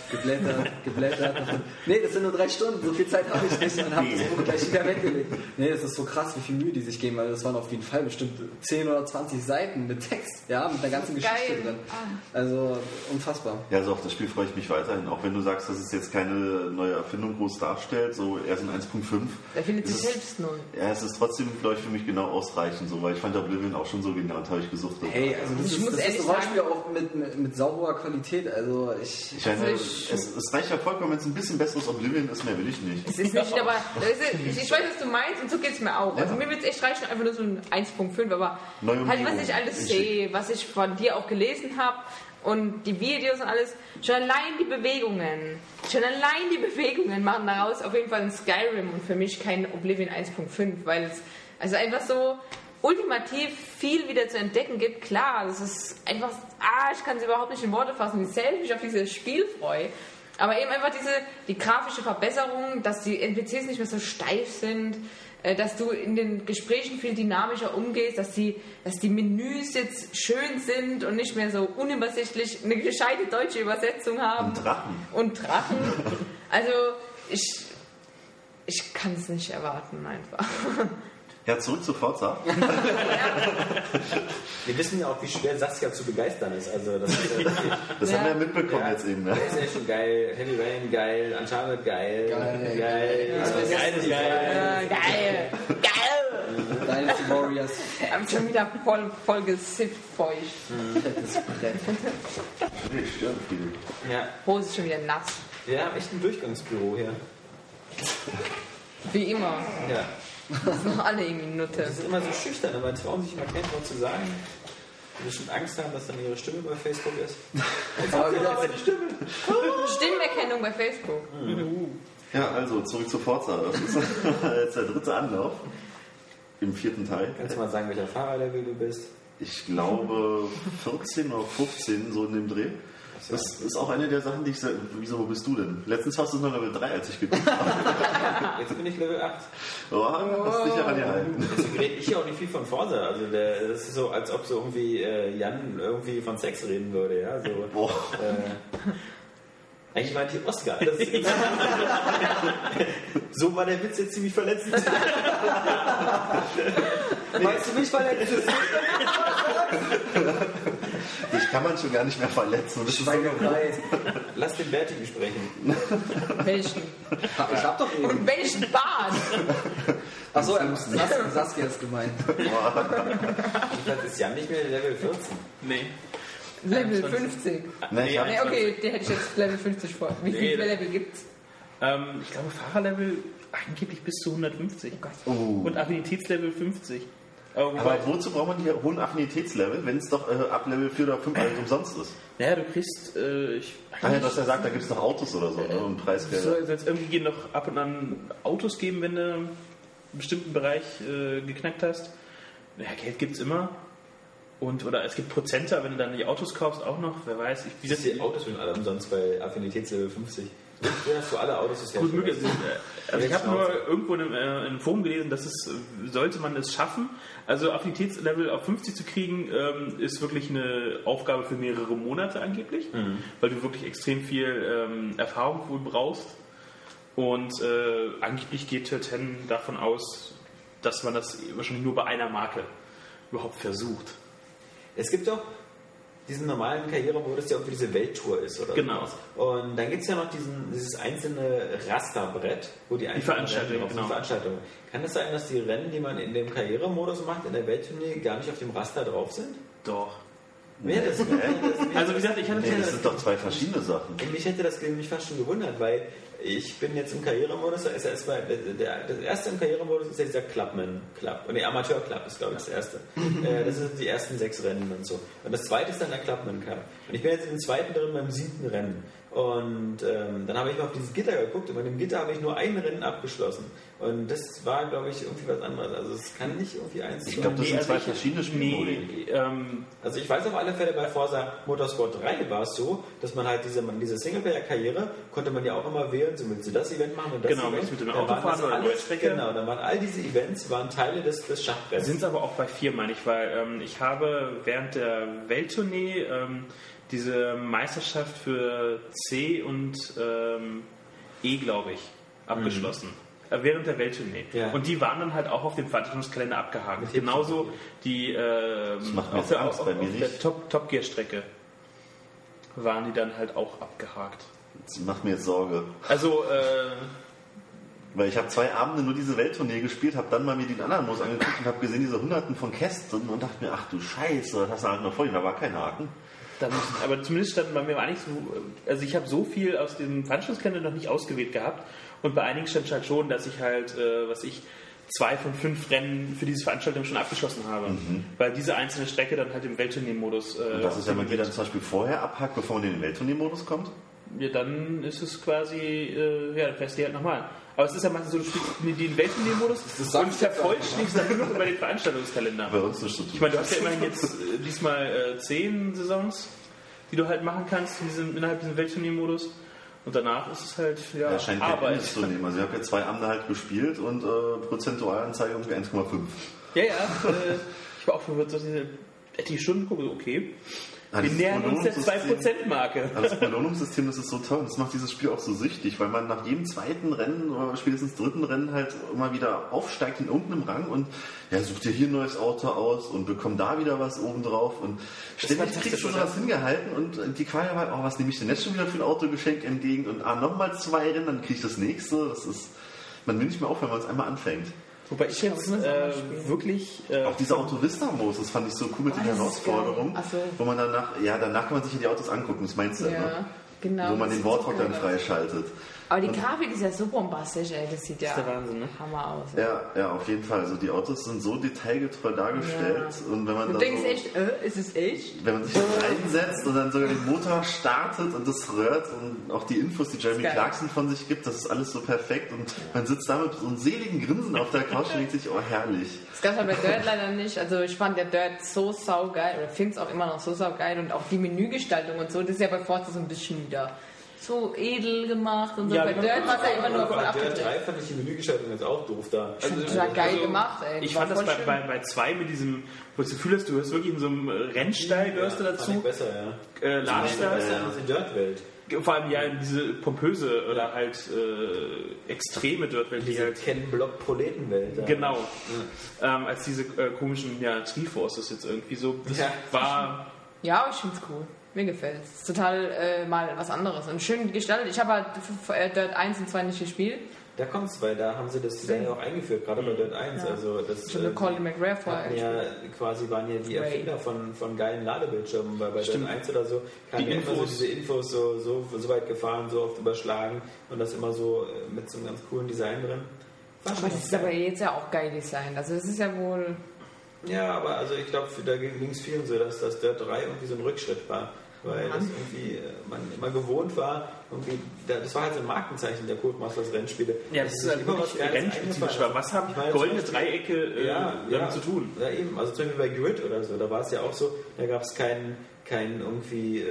Nee, das sind nur 3 Stunden, so viel Zeit habe ich nicht und habe das Buch gleich wieder weggelegt. Nee, das ist so krass, wie viel Mühe die sich geben, weil das waren auf jeden Fall bestimmt 10 oder 20 Seiten mit Text, ja, mit der ganzen Geschichte drin. Also unfassbar. Ja, also auf das Spiel freue ich mich weiterhin, auch wenn du sagst, dass es jetzt keine neue Erfindung groß darstellt, so erst in 1.5. Da findet sich selbst neu. Ja, es ist trotzdem, glaube ich, für mich genau ausreichend, so, weil ich fand Oblivion auch schon so genial, habe ich gesucht. Hey, also das ist ein Rollenspiel auch mit sauberer Qualität, also es reicht ja vollkommen, wenn es ein bisschen besseres Oblivion ist, mehr will ich nicht. Es ist nicht, aber ich weiß, was du meinst und so geht es mir auch. Also mir wird es echt reichen, einfach nur so ein 1.5, aber halt was ich alles sehe, was ich von dir auch gelesen habe und die Videos und alles, schon allein die Bewegungen machen daraus auf jeden Fall ein Skyrim und für mich kein Oblivion 1.5, weil es also einfach so ultimativ viel wieder zu entdecken gibt. Klar, das ist einfach, ich kann es überhaupt nicht in Worte fassen, wie sehr ich mich auf dieses Spiel freue. Aber eben einfach die grafische Verbesserung, dass die NPCs nicht mehr so steif sind, dass du in den Gesprächen viel dynamischer umgehst, dass die Menüs jetzt schön sind und nicht mehr so unübersichtlich eine gescheite deutsche Übersetzung haben. Und Drachen. Also ich kann es nicht erwarten einfach. Ja, zurück zu Forza. Wir wissen ja auch, wie schwer Saskia zu begeistern ist. Also das haben wir ja mitbekommen jetzt eben. Ne? PlayStation geil, Heavy Rain geil, Uncharted geil. Dynasty Warriors. Ich habe schon wieder voll gesifft feucht. Fettes Brett. Ja. Hose ist schon wieder nass. Wir haben echt ein Durchgangsbüro hier. Wie immer. Ja. Das sind alle irgendwie Nutte. Die sind immer so schüchtern, aber trauen sich immer kein Wort zu sagen. Die bestimmt Angst haben, dass dann ihre Stimme bei Facebook ist. Aber die Stimme. Stimmerkennung bei Facebook. Ja, also zurück zu Forza. Das ist jetzt der 3. Anlauf im 4. Teil. Kannst du mal sagen, welcher Fahrerlevel du bist? Ich glaube 14 oder 15, so in dem Dreh. Das ist auch eine der Sachen, die ich sage, wieso, wo bist du denn? Letztens warst du noch Level 3, als ich geguckt habe. Jetzt bin ich Level 8. Oh, hast dich ja angehalten. Deswegen rede ich ja auch nicht viel von Forza. Also das ist so, als ob so irgendwie Jan irgendwie von Sex reden würde. Ja? So, Eigentlich meinte ich Oscar. So war der Witz jetzt ziemlich verletzend. Meinst du mich verletzt? Dich kann man schon gar nicht mehr verletzen. Das ist Lass den Bärtigen sprechen. Welchen? Ich hab doch eben. Und welchen Bart? Achso, Saskia ist gemeint. Das ist ja nicht mehr Level 14. Nee. Level 50. Nee, Okay, der hätte ich jetzt Level 50 vor. Wie viele Level gibt's? Ich glaube, Fahrerlevel angeblich bis zu 150. Oh Gott. Und Affinitätslevel 50. Aber wozu braucht man die hohen Affinitätslevel, wenn es doch ab Level 4 oder 5 alles umsonst ist? Naja, du kriegst... du hast ja gesagt, da gibt es noch Autos oder so, ne? Und Preisgelder. Soll es jetzt irgendwie noch ab und an Autos geben, wenn du einen bestimmten Bereich geknackt hast? Ja, Geld gibt es immer. Oder es gibt Prozente, wenn du dann die Autos kaufst, auch noch. Wer weiß. Wie das die Autos sind alle umsonst bei Affinitätslevel 50. Früher hast du alle Autos. Das gut möglich. Also ich habe nur irgendwo in einem Forum gelesen, dass sollte man es schaffen, also Affinitätslevel auf 50 zu kriegen, ist wirklich eine Aufgabe für mehrere Monate angeblich, weil du wirklich extrem viel Erfahrung wohl brauchst. Und angeblich geht Turten davon aus, dass man das wahrscheinlich nur bei einer Marke überhaupt versucht. Es gibt doch diesen normalen Karrieremodus, der irgendwie diese Welttour ist, oder? Genau. Sowas. Und dann gibt es ja noch dieses einzelne Rasterbrett, wo die Veranstaltung, genau. Veranstaltung. Kann es sein, dass die Rennen, die man in dem Karrieremodus macht, in der Welttournee, gar nicht auf dem Raster drauf sind? Doch. Also wie gesagt, das sind doch zwei verschiedene Sachen. Und mich hätte das nämlich fast schon gewundert, weil ich bin jetzt im Karrieremodus, das erste im Karrieremodus ist ja dieser Clubman Club. Und der Amateur Club ist, glaube ich, das erste. Das sind die ersten 6 Rennen und so. Und das zweite ist dann der Clubman Cup. Und ich bin jetzt im zweiten drin beim 7. Rennen. Und dann habe ich mal auf dieses Gitter geguckt und bei dem Gitter habe ich nur ein Rennen abgeschlossen. Und das war, glaube ich, irgendwie was anderes. Also es kann nicht irgendwie eins Ich glaube, das sind zwei verschiedene Spielmodi. Also ich weiß auf alle Fälle, bei Forza Motorsport 3 war es so, dass man halt diese Singleplayer-Karriere konnte man ja auch immer wählen, so willst du das Event machen und das genau, Event. Mit dem Autofahren oder der Strecke. Genau, dann waren all diese Events Teile des Schachbretts. Sind es aber auch bei 4, meine ich, weil ich habe während der Welttournee diese Meisterschaft für C und E, glaube ich, abgeschlossen. Während der Welttournee. Ja. Und die waren dann halt auch auf dem Veranstaltungskalender abgehakt. Genauso die auf der Top Gear Strecke waren die dann halt auch abgehakt. Das macht mir jetzt Sorge. Also weil ich habe 2 Abende nur diese Welttournee gespielt, habe dann mal mir den anderen Modus angeguckt und habe gesehen diese Hunderten von Kästen und dachte mir, ach du Scheiße, das hast du halt noch vor dir, da war kein Haken. Aber zumindest standen bei mir eigentlich so, also ich habe so viel aus dem Veranstaltungskalender noch nicht ausgewählt gehabt und bei einigen stand halt schon, dass ich halt, 2 von 5 Rennen für diese Veranstaltung schon abgeschlossen habe, weil diese einzelne Strecke dann halt im Welttournee-Modus und das ist ja, wenn man dann zum Beispiel vorher abhakt, bevor man in den Welttournee-Modus kommt? Ja, dann ist es quasi, dann fährst du halt nochmal. Aber es ist ja meistens so, du spielst den Welttournee-Modus und vervollständigst dann nur noch über den Veranstaltungskalender. Bei uns nicht so. Ich meine, du hast ja immerhin jetzt diesmal 10 Saisons, die du halt machen kannst innerhalb diesem Welttournee-Modus. Und danach ist es halt, ja, scheint Arbeit. Nicht zu nehmen. Also ich habe jetzt 2 Abende halt gespielt und Prozentualanzeige ungefähr 1,5. Ja, ich war auch verwirrt, dass ich die Stunden gucke, okay. Wir nähern uns der 2%-Marke. Das Belohnungssystem, das ist so toll. Das macht dieses Spiel auch so süchtig, weil man nach jedem 2. Rennen oder spätestens 3. Rennen halt immer wieder aufsteigt in irgendeinem Rang und sucht dir hier ein neues Auto aus und bekommt da wieder was obendrauf und ständig kriegst du schon was hingehalten und die Frage war, was nehme ich denn jetzt schon wieder für ein Autogeschenk entgegen und nochmal 2 Rennen, dann kriege ich das nächste. Das ist, man will nicht mehr aufhören, wenn man es einmal anfängt. Wobei ich jetzt wirklich... auch dieser Autovista-Modus, das fand ich so cool mit den Herausforderungen, wo man danach kann man sich ja die Autos angucken, das meinst du ja, ne? Genau, wo man den Warthog dann freischaltet. Aber die Grafik ist ja so bombastisch, ey. Das sieht ja der Wahnsinn, ne? Hammer aus. Ja, auf jeden Fall. Also die Autos sind so detailgetreu dargestellt. Ja. Und wenn man du denkst echt, ist es echt? Wenn man sich reinsetzt und dann sogar den Motor startet und das rührt und auch die Infos, die Jeremy Clarkson von sich gibt, das ist alles so perfekt. Und man sitzt da mit so einem seligen Grinsen auf der Couch und denkt sich, oh herrlich. Das gab es aber bei Dirt leider nicht. Also ich fand der Dirt so saugeil, oder finde es auch immer noch so saugeil. Und auch die Menügestaltung und so, das ist ja bei Forza so ein bisschen wieder so edel gemacht und so. Ja, bei Dirt war es ja immer nur voll abgedreht. Bei Dirt 3 fand ich die Menügestaltung jetzt auch doof da. Also, geil gemacht, ey. Ich fand das bei 2 mit diesem, wo du das Gefühl hast, du hast wirklich in so einem Rennstall, gehörst du dazu. Fand ich besser, ja. Ladestall. Das ist die Dirt-Welt. Vor allem ja in diese pompöse oder halt extreme Dirt-Welt, die halt... Ken-Block-Proletenwelt. Ja. Genau. Als diese komischen Triforces jetzt irgendwie so. Das war... Ja, ich finde es cool. Mir gefällt es. Ist total mal was anderes und schön gestaltet. Ich habe halt Dirt 1 und 2 nicht gespielt. Da kommt's, weil da haben sie das Design ja auch eingeführt, gerade bei Dirt 1. Ja. Also das Schon eine Colin McRae vorher. waren ja die Erfinder von geilen Ladebildschirmen bei Dirt 1 oder so. Die Immer Infos. so diese Infos so weit gefahren, so oft überschlagen und das immer so mit so einem ganz coolen Design drin. Aber das ist aber jetzt ja auch geil Design. Also das ist ja wohl... Ja, aber also ich glaube, da ging es vielen so, dass das Dirt 3 irgendwie so ein Rückschritt war. Weil das irgendwie man immer gewohnt war, irgendwie, das war halt so ein Markenzeichen der Codemasters Rennspiele. Ja, das ist halt wirklich rennspezifisch. Was haben goldene Dreiecke damit zu tun? Ja, eben. Also zum Beispiel bei Grid oder so, da war es ja auch so, da gab es keinen irgendwie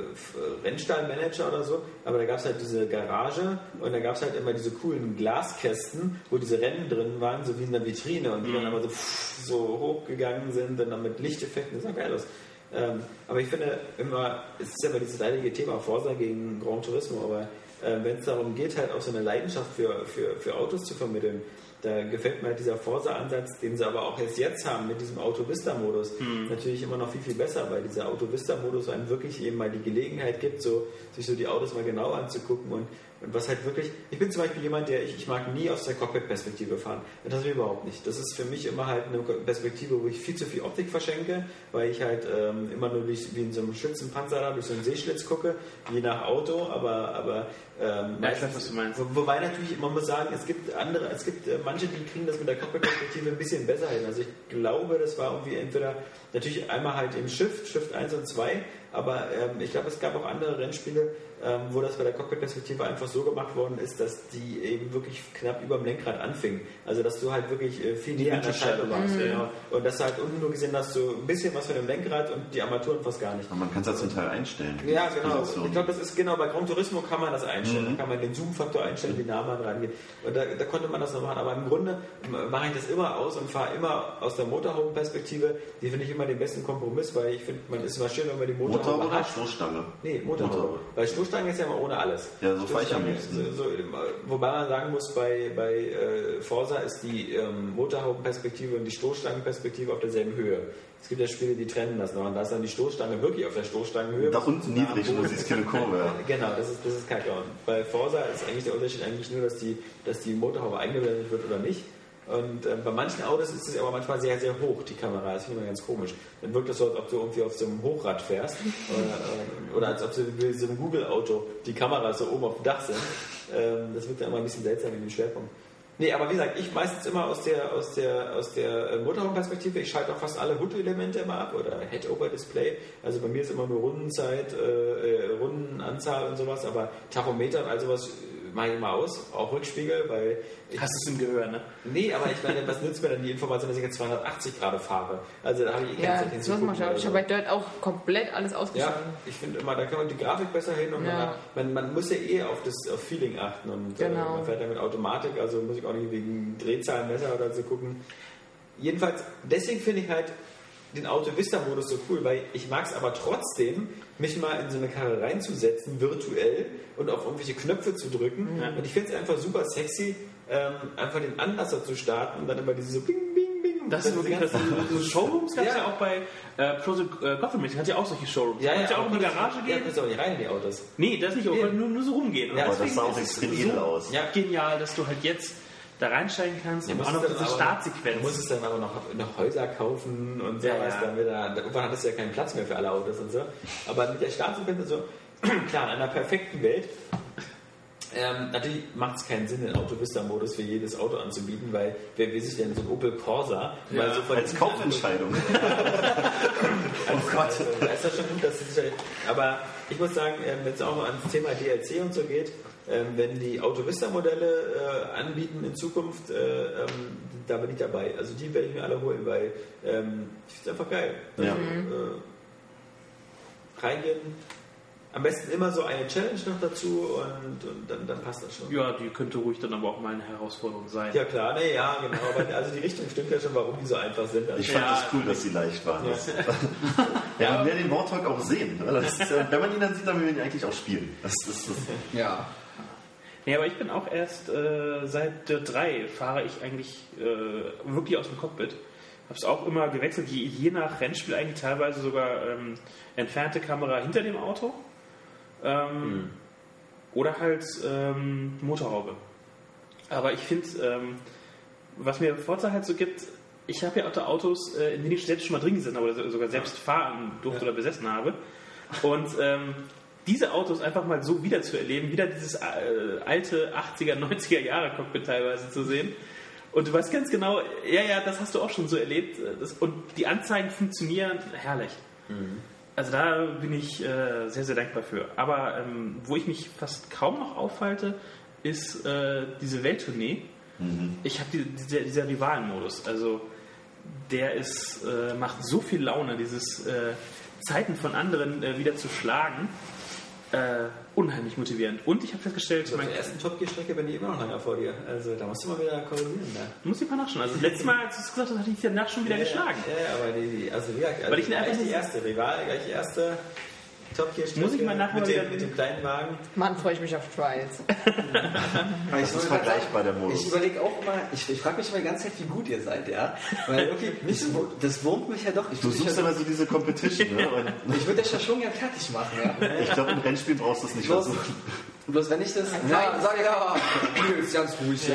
Rennstallmanager oder so, aber da gab es halt diese Garage und da gab es halt immer diese coolen Glaskästen, wo diese Rennen drin waren, so wie in der Vitrine und die dann aber so hochgegangen sind und dann mit Lichteffekten, das sah geil aus. Aber ich finde immer, es ist ja immer dieses leidige Thema Forza gegen Gran Turismo, aber wenn es darum geht, halt auch so eine Leidenschaft für Autos zu vermitteln, da gefällt mir halt dieser Forza-Ansatz, den sie aber auch jetzt haben mit diesem Auto-Vista-Modus, natürlich immer noch viel, viel besser, weil dieser Auto-Vista-Modus einem wirklich eben mal die Gelegenheit gibt, sich so die Autos mal genau anzugucken und was halt wirklich, ich bin zum Beispiel jemand, ich mag nie aus der Cockpit-Perspektive fahren. Das will ich überhaupt nicht. Das ist für mich immer halt eine Perspektive, wo ich viel zu viel Optik verschenke, weil ich halt immer nur wie in so einem Schützenpanzer da durch so einen Seeschlitz gucke, je nach Auto, aber ich weiß, was du meinst. Wobei natürlich, man muss sagen, es gibt manche, die kriegen das mit der Cockpit-Perspektive ein bisschen besser hin. Also ich glaube, das war irgendwie entweder natürlich einmal halt im Shift 1 und 2, aber ich glaube, es gab auch andere Rennspiele, wo das bei der Cockpit-Perspektive einfach so gemacht worden ist, dass die eben wirklich knapp über dem Lenkrad anfing. Also dass du halt wirklich viel näher an der Scheibe warst. Genau. Und dass du halt unten nur gesehen hast, so ein bisschen was von dem Lenkrad und die Armaturen fast gar nicht. Aber man kann es ja zum Teil einstellen. Ja, genau. Ich glaube, das ist genau, bei Gran Turismo kann man das einstellen. Da kann man den Zoom-Faktor einstellen, wie nah man rangeht. Und da konnte man das noch machen. Aber im Grunde mache ich das immer aus und fahre immer aus der Motorhaube-Perspektive. Die finde ich immer den besten Kompromiss, weil ich finde, man ist immer schön, wenn man die Motorhaube oder Stoßstange? Nee, Motorhaube. Weil Stoßstange ist ja immer ohne alles. Ja, so fahre ich am liebsten. Wobei man sagen muss, bei Forza ist die Motorhaubenperspektive und die Stoßstangenperspektive auf derselben Höhe. Es gibt ja Spiele, die trennen das noch. Und da ist dann die Stoßstange wirklich auf der Stoßstangenhöhe. Da unten niedrig, wo sie keine Kurve. Genau, das ist kacke. Und bei Forza ist eigentlich der Unterschied eigentlich nur, dass die Motorhaube eingeblendet wird oder nicht. Und bei manchen Autos ist es aber manchmal sehr, sehr hoch, die Kamera. Das finde ich immer ganz komisch. Dann wirkt das so, als ob du irgendwie auf so einem Hochrad fährst. Oder als ob du wie so einem Google-Auto die Kameras so oben auf dem Dach sind. Das wirkt dann immer ein bisschen seltsam in dem Schwerpunkt. Nee, aber wie gesagt, ich meistens immer aus der Motorraumperspektive. Ich schalte auch fast alle HUD-Elemente immer ab oder Head-Over-Display. Also bei mir ist immer nur Rundenzeit, Rundenanzahl und sowas, aber Tachometer und all sowas mache ich immer aus, auch Rückspiegel, weil... Hast du es im Gehör, ne? Nee, aber ich meine, was nützt mir dann die Information, dass ich jetzt 280 Grad fahre? Also da habe ich keine Zeit hinzugucken. Ich habe bei Dirt auch komplett alles ausgeschaltet. Ja, ich finde immer, da kann man die Grafik besser hin und man muss ja auf Feeling achten und man fährt dann mit Automatik, also muss ich auch nicht wegen Drehzahlmesser oder so gucken. Jedenfalls, deswegen finde ich halt den Auto-Vista-Modus so cool, weil ich mag es aber trotzdem, mich mal in so eine Karre reinzusetzen, virtuell, und auf irgendwelche Knöpfe zu drücken. Ja. Und ich finde es einfach super sexy, einfach den Anlasser zu starten und dann immer diese so Bing, Bing, Bing. Das ist wirklich das. So Showrooms gab es ja auch bei Project Gotham. Hat ja auch solche Showrooms. Ja, ja auch in die Garage gehen. Ja, kannst du auch nicht rein in die Autos. Nee, das nicht, aber nur so rumgehen. Ja, aber das sah auch extrem edel aus. Ja, genial, dass du halt jetzt da reinsteigen kannst und auch noch diese Startsequenz. Du musst es dann aber noch Häuser kaufen und so was. Irgendwann hattest du ja keinen Platz mehr für alle Autos und so. Aber mit der Startsequenz so, klar, in einer perfekten Welt. Natürlich macht es keinen Sinn, den Auto-Vista-Modus für jedes Auto anzubieten, weil wer will sich denn so ein Opel Corsa mal so als Kaufentscheidung. Oh Gott. Da ist das schon gut, dass es aber ich muss sagen, wenn es auch noch ans Thema DLC und so geht, wenn die Auto-Vista-Modelle anbieten in Zukunft, da bin ich dabei. Also die werde ich mir alle holen, weil ich finde es einfach geil. Also, reingehen. am besten immer so eine Challenge noch dazu und dann passt das schon. Ja, die könnte ruhig dann aber auch mal eine Herausforderung sein. Ja klar, genau, aber also die Richtung stimmt ja schon, warum die so einfach sind. Also ich fand es cool, dass sie leicht waren. Ja, man will den Warthog auch sehen. Ne? Das ist, wenn man ihn dann sieht, dann will man ihn eigentlich auch spielen. Das. Ja. Ja, aber ich bin auch erst seit der 3 fahre ich eigentlich wirklich aus dem Cockpit. Habe es auch immer gewechselt, je nach Rennspiel eigentlich teilweise sogar entfernte Kamera hinter dem Auto oder halt Motorhaube. Aber ich finde, was mir Forza halt so gibt, ich habe ja auch Autos, in denen ich selbst schon mal drin gesessen habe oder sogar selbst fahren durfte oder besessen habe. Und diese Autos einfach mal so wieder zu erleben, wieder dieses alte 80er, 90er Jahre Cockpit teilweise zu sehen. Und du weißt ganz genau, ja, das hast du auch schon so erlebt. Und die Anzeigen funktionieren herrlich. Mhm. Also da bin ich sehr, sehr dankbar für. Aber wo ich mich fast kaum noch aufhalte, ist diese Welttournee. Mhm. Ich habe dieser Rivalenmodus. Also der macht so viel Laune, dieses Zeiten von anderen wieder zu schlagen. Unheimlich motivierend. Und ich habe festgestellt... Also auf der ersten Top-Gear-Strecke bin ich immer noch lange vor dir. Also da musst du mal wieder korrigieren. Du musst dich mal nachschauen. Also das letzte Mal, als du es gesagt hast, hatte ich dich danach schon wieder geschlagen. Ja, aber weil ich einfach die erste Rival, gleich die erste Top-Gear-Strecke. Muss ich mal nachher mit dem kleinen Wagen. Mann, freue ich mich auf Trials. Das ist vergleichbar, der Modus. Ich überlege auch immer, ich frage mich immer die ganze Zeit, wie gut ihr seid, ja? Weil irgendwie, das wurmt mich ja doch. Du suchst immer so diese Competition, ne? Ich würde das ja schon gerne fertig machen, ja? Ich glaube, im Rennspiel brauchst du es nicht versuchen. Bloß wenn ich das... Ja, sag ja, ist ganz ruhig, ja.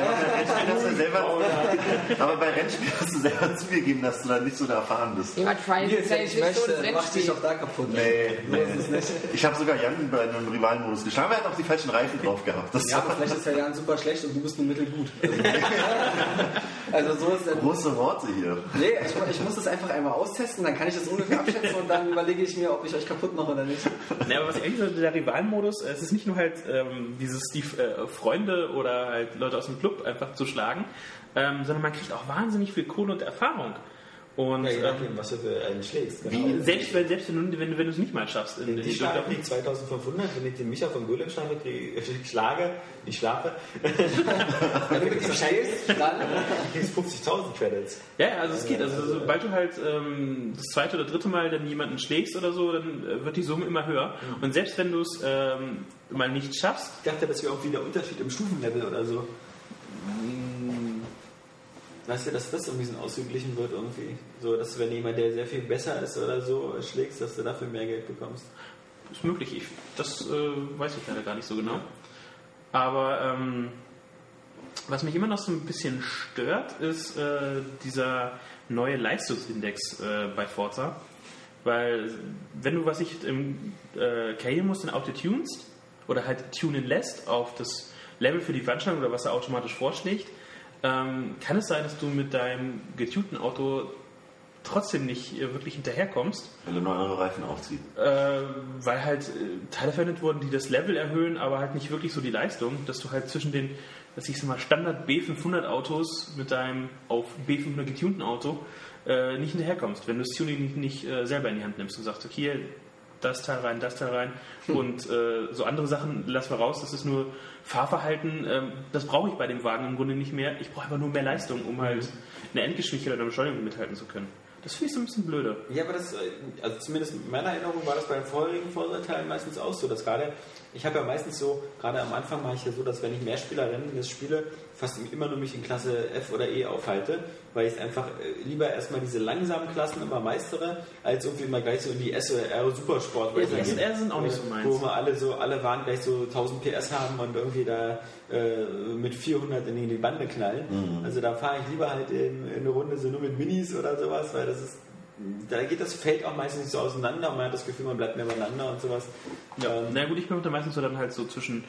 Aber bei Rennspiel hast du selber zugegeben, dass du da nicht so erfahren bist. Ja, Trials ist ja nicht so ein mach dich auch da kaputt. Nee. Ich habe sogar Jan bei einem Rivalenmodus geschlagen, aber er hat auch die falschen Reifen drauf gehabt. Ja, aber vielleicht ist ja Jan super schlecht und du bist nur mittelgut. Also so ist es. Große Worte hier. Nee, ich muss das einfach einmal austesten, dann kann ich das ungefähr abschätzen und dann überlege ich mir, ob ich euch kaputt mache oder nicht. Nee, aber was ich eigentlich so, der Rivalenmodus, es ist nicht nur halt die Freunde oder halt Leute aus dem Club einfach zu schlagen, sondern man kriegt auch wahnsinnig viel Kohle und Erfahrung. Und, ja, je nachdem, was du für einen schlägst. Genau. Selbst wenn du es nicht mal schaffst. Die Schlage kriegt 2500, wenn ich den Micha von Golem schlage, ich schlafe. Wenn du mit ihm schlägst, dann kriegst du 50.000 Credits. Ja, also es geht. Also sobald du halt das zweite oder dritte Mal dann jemanden schlägst oder so, dann wird die Summe immer höher. Mhm. Und selbst wenn du es mal nicht schaffst... Ich dachte, das wäre irgendwie der Unterschied im Stufenlevel oder so. Weißt du, dass das irgendwie so ausgeglichen wird irgendwie? So, dass wenn jemand, der sehr viel besser ist oder so, schlägst, dass du dafür mehr Geld bekommst? Ist möglich. Das weiß ich leider gar nicht so genau. Aber was mich immer noch so ein bisschen stört, ist dieser neue Leistungsindex bei Forza. Weil wenn du, im Karrieremodus ein Auto tunst oder halt tunen lässt auf das Level für die Veranstaltung oder was er automatisch vorschlägt, kann es sein, dass du mit deinem getunten Auto trotzdem nicht wirklich hinterherkommst. Weil du neue Reifen aufziehst. Weil halt Teile verwendet wurden, die das Level erhöhen, aber halt nicht wirklich so die Leistung, dass du halt zwischen den, Standard B500 Autos mit deinem auf B500 getunten Auto nicht hinterherkommst, wenn du das Tuning nicht selber in die Hand nimmst und sagst, okay, das Teil rein und so andere Sachen lassen wir raus, das ist nur Fahrverhalten, das brauche ich bei dem Wagen im Grunde nicht mehr, ich brauche aber nur mehr Leistung, um halt eine Endgeschwindigkeit oder eine Beschleunigung mithalten zu können. Das finde ich so ein bisschen blöde. Ja, aber das, also zumindest in meiner Erinnerung war das bei den vorherigen Forza-Teilen meistens auch so, dass gerade, ich habe ja meistens so, gerade am Anfang mache ich ja so, dass wenn ich Mehrspielerrennen spiele, fast immer nur mich in Klasse F oder E aufhalte, weil ich einfach lieber erstmal diese langsamen Klassen immer meistere, als irgendwie immer gleich so in die S oder R Supersport. Ja, die S und R sind auch nicht so meins. Wo wir alle Waren gleich so 1000 PS haben und irgendwie da mit 400 in die Bande knallen. Mhm. Also da fahre ich lieber halt in eine Runde so nur mit Minis oder sowas, weil das ist, da geht das Feld auch meistens nicht so auseinander und man hat das Gefühl, man bleibt mehr beieinander und sowas. Ja, na gut, ich bin da meistens so dann halt so zwischen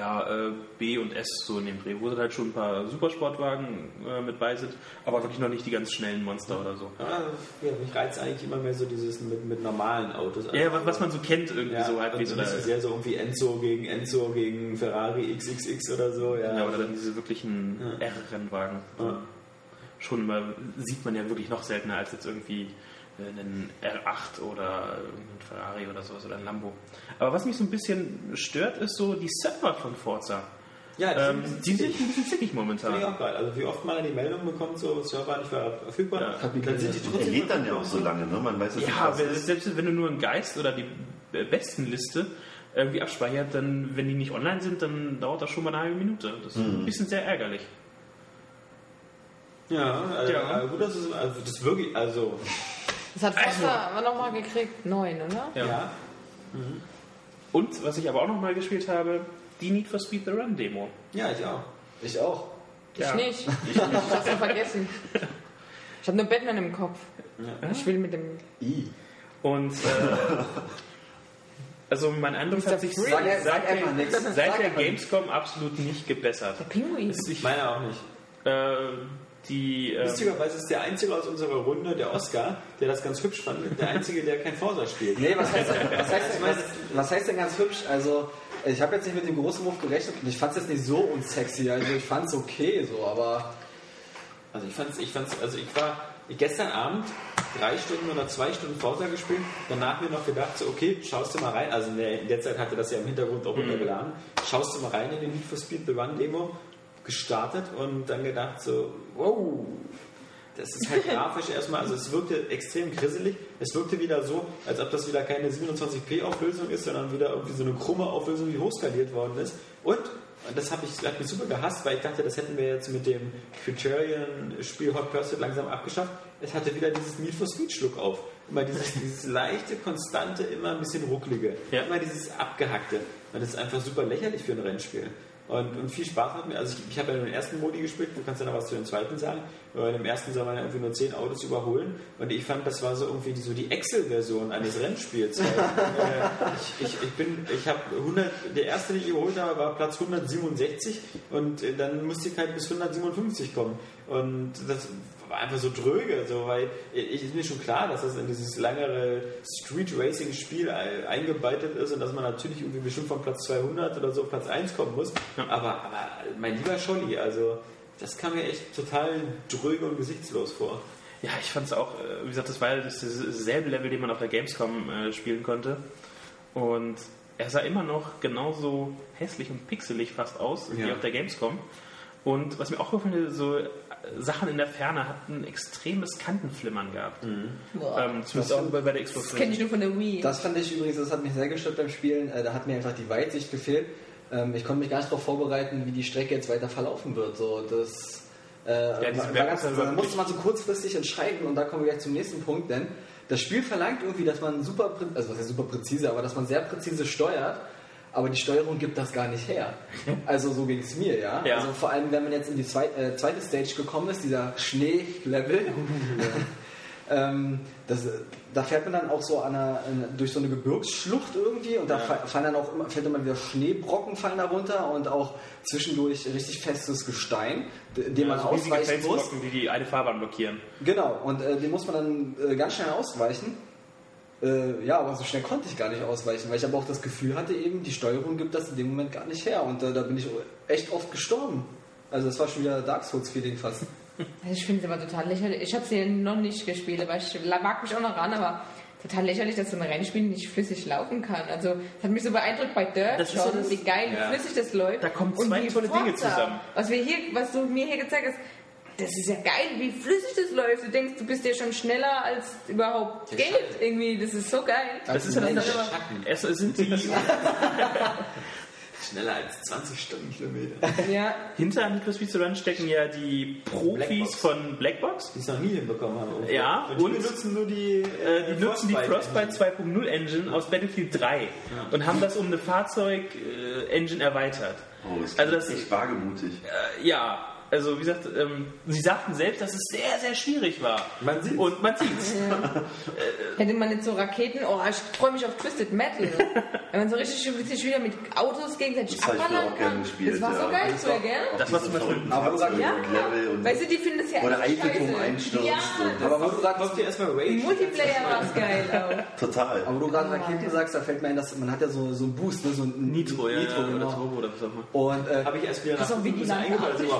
B und S so in dem Dreh, wo dann halt schon ein paar Supersportwagen mit bei sind, aber wirklich noch nicht die ganz schnellen Monster oder so. Ja, mich reizt eigentlich immer mehr so dieses mit normalen Autos. Ja, was man so kennt irgendwie so halt wie so sehr so irgendwie Enzo gegen Ferrari XXX oder so. Ja, oder dann diese wirklichen R-Rennwagen. Ja. Schon immer sieht man ja wirklich noch seltener als jetzt irgendwie einen R8 oder einen Ferrari oder sowas oder ein Lambo. Aber was mich so ein bisschen stört, ist so die Server von Forza. Ja, die sind ein bisschen zickig momentan. Finde ich auch geil. Also wie oft man die Meldung bekommt, so Server nicht verfügbar, Ja. dann sind die Der trotzdem geht dann ja auch so lange, ne? Man weiß es Ja, nicht. selbst wenn du nur einen Geist oder die Bestenliste irgendwie abspeichert, dann, wenn die nicht online sind, dann dauert das schon mal eine halbe Minute. Das ist ein bisschen sehr ärgerlich. Ja, gut, das ist wirklich, also... Das hat Forza aber nochmal gekriegt. 9, oder? Ja. Und, was ich aber auch nochmal gespielt habe, die Need for Speed The Run Demo. Ja, ich auch. Ich auch. Ich nicht. Ich hab's ja vergessen. Ich habe nur Batman im Kopf. Ja. Ich will mit dem... Und also mein Eindruck hat sich Sag einfach nichts. seit der Gamescom absolut nicht gebessert. Der Pinguin. Ich meine auch nicht. Die Lustigerweise ist der Einzige aus unserer Runde, der Oscar, der das ganz hübsch fand, der Einzige, der kein Forza spielt. Nee, was heißt denn ganz hübsch? Also, ich habe jetzt nicht mit dem großen Move gerechnet und ich fand es jetzt nicht so unsexy. Also, ich fand es okay so, aber... Also ich war gestern Abend 3 Stunden oder 2 Stunden Forza gespielt, danach mir noch gedacht, so okay, schaust du mal rein, also in der Zeit hatte das ja im Hintergrund auch runtergeladen, schaust du mal rein in die Need for Speed The Run Demo, gestartet und dann gedacht so, wow, das ist halt grafisch erstmal, also es wirkte extrem grisselig, es wirkte wieder so, als ob das wieder keine 27p Auflösung ist, sondern wieder irgendwie so eine krumme Auflösung, die hochskaliert worden ist und das hat mich super gehasst, weil ich dachte, das hätten wir jetzt mit dem Criterion-Spiel Hot Pursuit langsam abgeschafft. Es hatte wieder dieses Need for Speed Schluck auf. Immer dieses leichte, konstante, immer ein bisschen ruckelige. Ja. Immer dieses abgehackte. Und das ist einfach super lächerlich für ein Rennspiel. Und viel Spaß hat mir, also ich habe ja nur den ersten Modi gespielt, du kannst ja noch was zu dem zweiten sagen, weil im ersten soll man ja irgendwie nur 10 Autos überholen und ich fand, das war so irgendwie so die Excel-Version eines Rennspiels. Ich habe der erste, den ich überholt habe, war Platz 167 und dann musste ich halt bis 157 kommen und das war einfach so dröge, so, weil ist mir schon klar, dass das in dieses langere Street-Racing-Spiel eingebettet ist und dass man natürlich irgendwie bestimmt von Platz 200 oder so auf Platz 1 kommen muss. Ja. Aber mein lieber Scholli, also das kam mir echt total dröge und gesichtslos vor. Ja, ich fand es auch, wie gesagt, das war ja dasselbe Level, den man auf der Gamescom spielen konnte. Und er sah immer noch genauso hässlich und pixelig fast aus wie auf der Gamescom. Und was mir auch gefallen ist, so Sachen in der Ferne hatten extremes Kantenflimmern gehabt. Zumindest auch bei der Xbox. Das kenne ich nur von der Wii. Das fand ich übrigens, das hat mich sehr gestört beim Spielen. Da hat mir einfach die Weitsicht gefehlt. Ich konnte mich gar nicht darauf vorbereiten, wie die Strecke jetzt weiter verlaufen wird. So, das da musste man so kurzfristig entscheiden und da kommen wir gleich zum nächsten Punkt, denn das Spiel verlangt irgendwie, dass man was heißt super präzise, aber dass man sehr präzise steuert, aber die Steuerung gibt das gar nicht her. Also so ging es mir, ja. Also vor allem, wenn man jetzt in die zweite Stage gekommen ist, dieser Schneelevel, da fährt man dann auch so durch so eine Gebirgsschlucht irgendwie und da fällt immer wieder Schneebrocken fallen da runter und auch zwischendurch richtig festes Gestein, dem man ausweichen muss. Die eine Fahrbahn blockieren. Genau, und den muss man dann ganz schnell ausweichen. Aber so schnell konnte ich gar nicht ausweichen, weil ich aber auch das Gefühl hatte eben, die Steuerung gibt das in dem Moment gar nicht her und da bin ich echt oft gestorben. Also das war schon wieder Dark Souls-Feeling fast. Ich finde es aber total lächerlich. Ich habe sie noch nicht gespielt, aber ich mag mich auch noch ran, aber total lächerlich, dass so ein Rennspiel nicht flüssig laufen kann. Also das hat mich so beeindruckt bei Dirt schon, wie geil, wie flüssig das läuft. Da kommen zwei tolle Dinge zusammen. Was du mir hier gezeigt hast, das ist ja geil, wie flüssig das läuft. Du denkst, du bist ja schon schneller als überhaupt geht. Irgendwie, das ist so geil. Das ist ja dann es sind die schneller als 20 Stundenkilometer. Ja. Hinter Need for Speed The Run stecken ja die Profis von Blackbox, die es noch nie hinbekommen haben. Ja, und die nutzen nur die Frostbite 2.0 Engine aus Battlefield 3 und haben das um eine Fahrzeug-Engine erweitert. Oh, das ist echt wagemutig. Also wie gesagt, sie sagten selbst, dass es sehr, sehr schwierig war. Man sieht's. Und man sieht's. Hätte man jetzt so Raketen, ich freue mich auf Twisted Metal. Wenn man so richtig witzig wieder mit Autos gegenseitig abballern kann. Das war so geil, so gell? Das war zum Beispiel weißt du, die finden das ja oder Eiffelturm einstürzt. Aber wo du sagst, erstmal Rage. Im Multiplayer war es geil auch. Total. Aber wo du gerade Raketen sagst, da fällt mir ein, dass man hat ja so einen Boost, ne? So ein Nitro, genau. oder Turbo oder was auch immer. Und habe ich erst wieder wie die eingebaut, also überhaupt.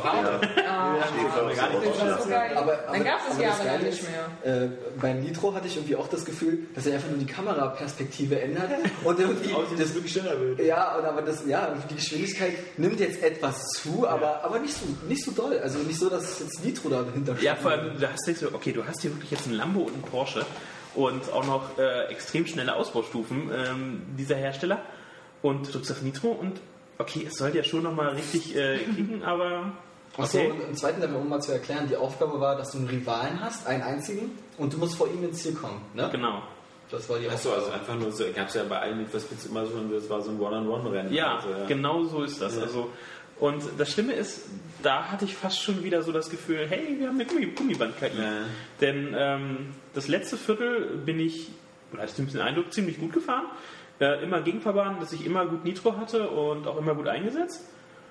Aber dann gab es das jahrelang Geile nicht ist, mehr. Beim Nitro hatte ich irgendwie auch das Gefühl, dass er einfach nur die Kameraperspektive ändert und irgendwie das wirklich schneller wird. Ja, und aber die Geschwindigkeit nimmt jetzt etwas zu, aber nicht so doll. Also nicht so, dass jetzt Nitro dahinter steht. Ja, vor allem, du hast hier wirklich jetzt einen Lambo und einen Porsche und auch noch extrem schnelle Ausbaustufen dieser Hersteller und du drückst auf Nitro und okay, es soll ja schon nochmal richtig kicken, aber... Achso, Okay. und im zweiten Level, um mal zu erklären, die Aufgabe war, dass du einen Rivalen hast, einen einzigen, und du musst vor ihm ins Ziel kommen. Ne? Genau. Das war die Achso, also einfach nur so, gab es ja bei allen etwas immer schon, das war so ein One-on-One-Rennen. Ja, also, genau so ist das. Ja. Also, und das Schlimme ist, da hatte ich fast schon wieder so das Gefühl, hey, wir haben eine Gummiband-KI. Ja. Denn das letzte Viertel bin ich, oder hatte ich den Eindruck, ziemlich gut gefahren. Immer Gegenfahrbahn, dass ich immer gut Nitro hatte und auch immer gut eingesetzt.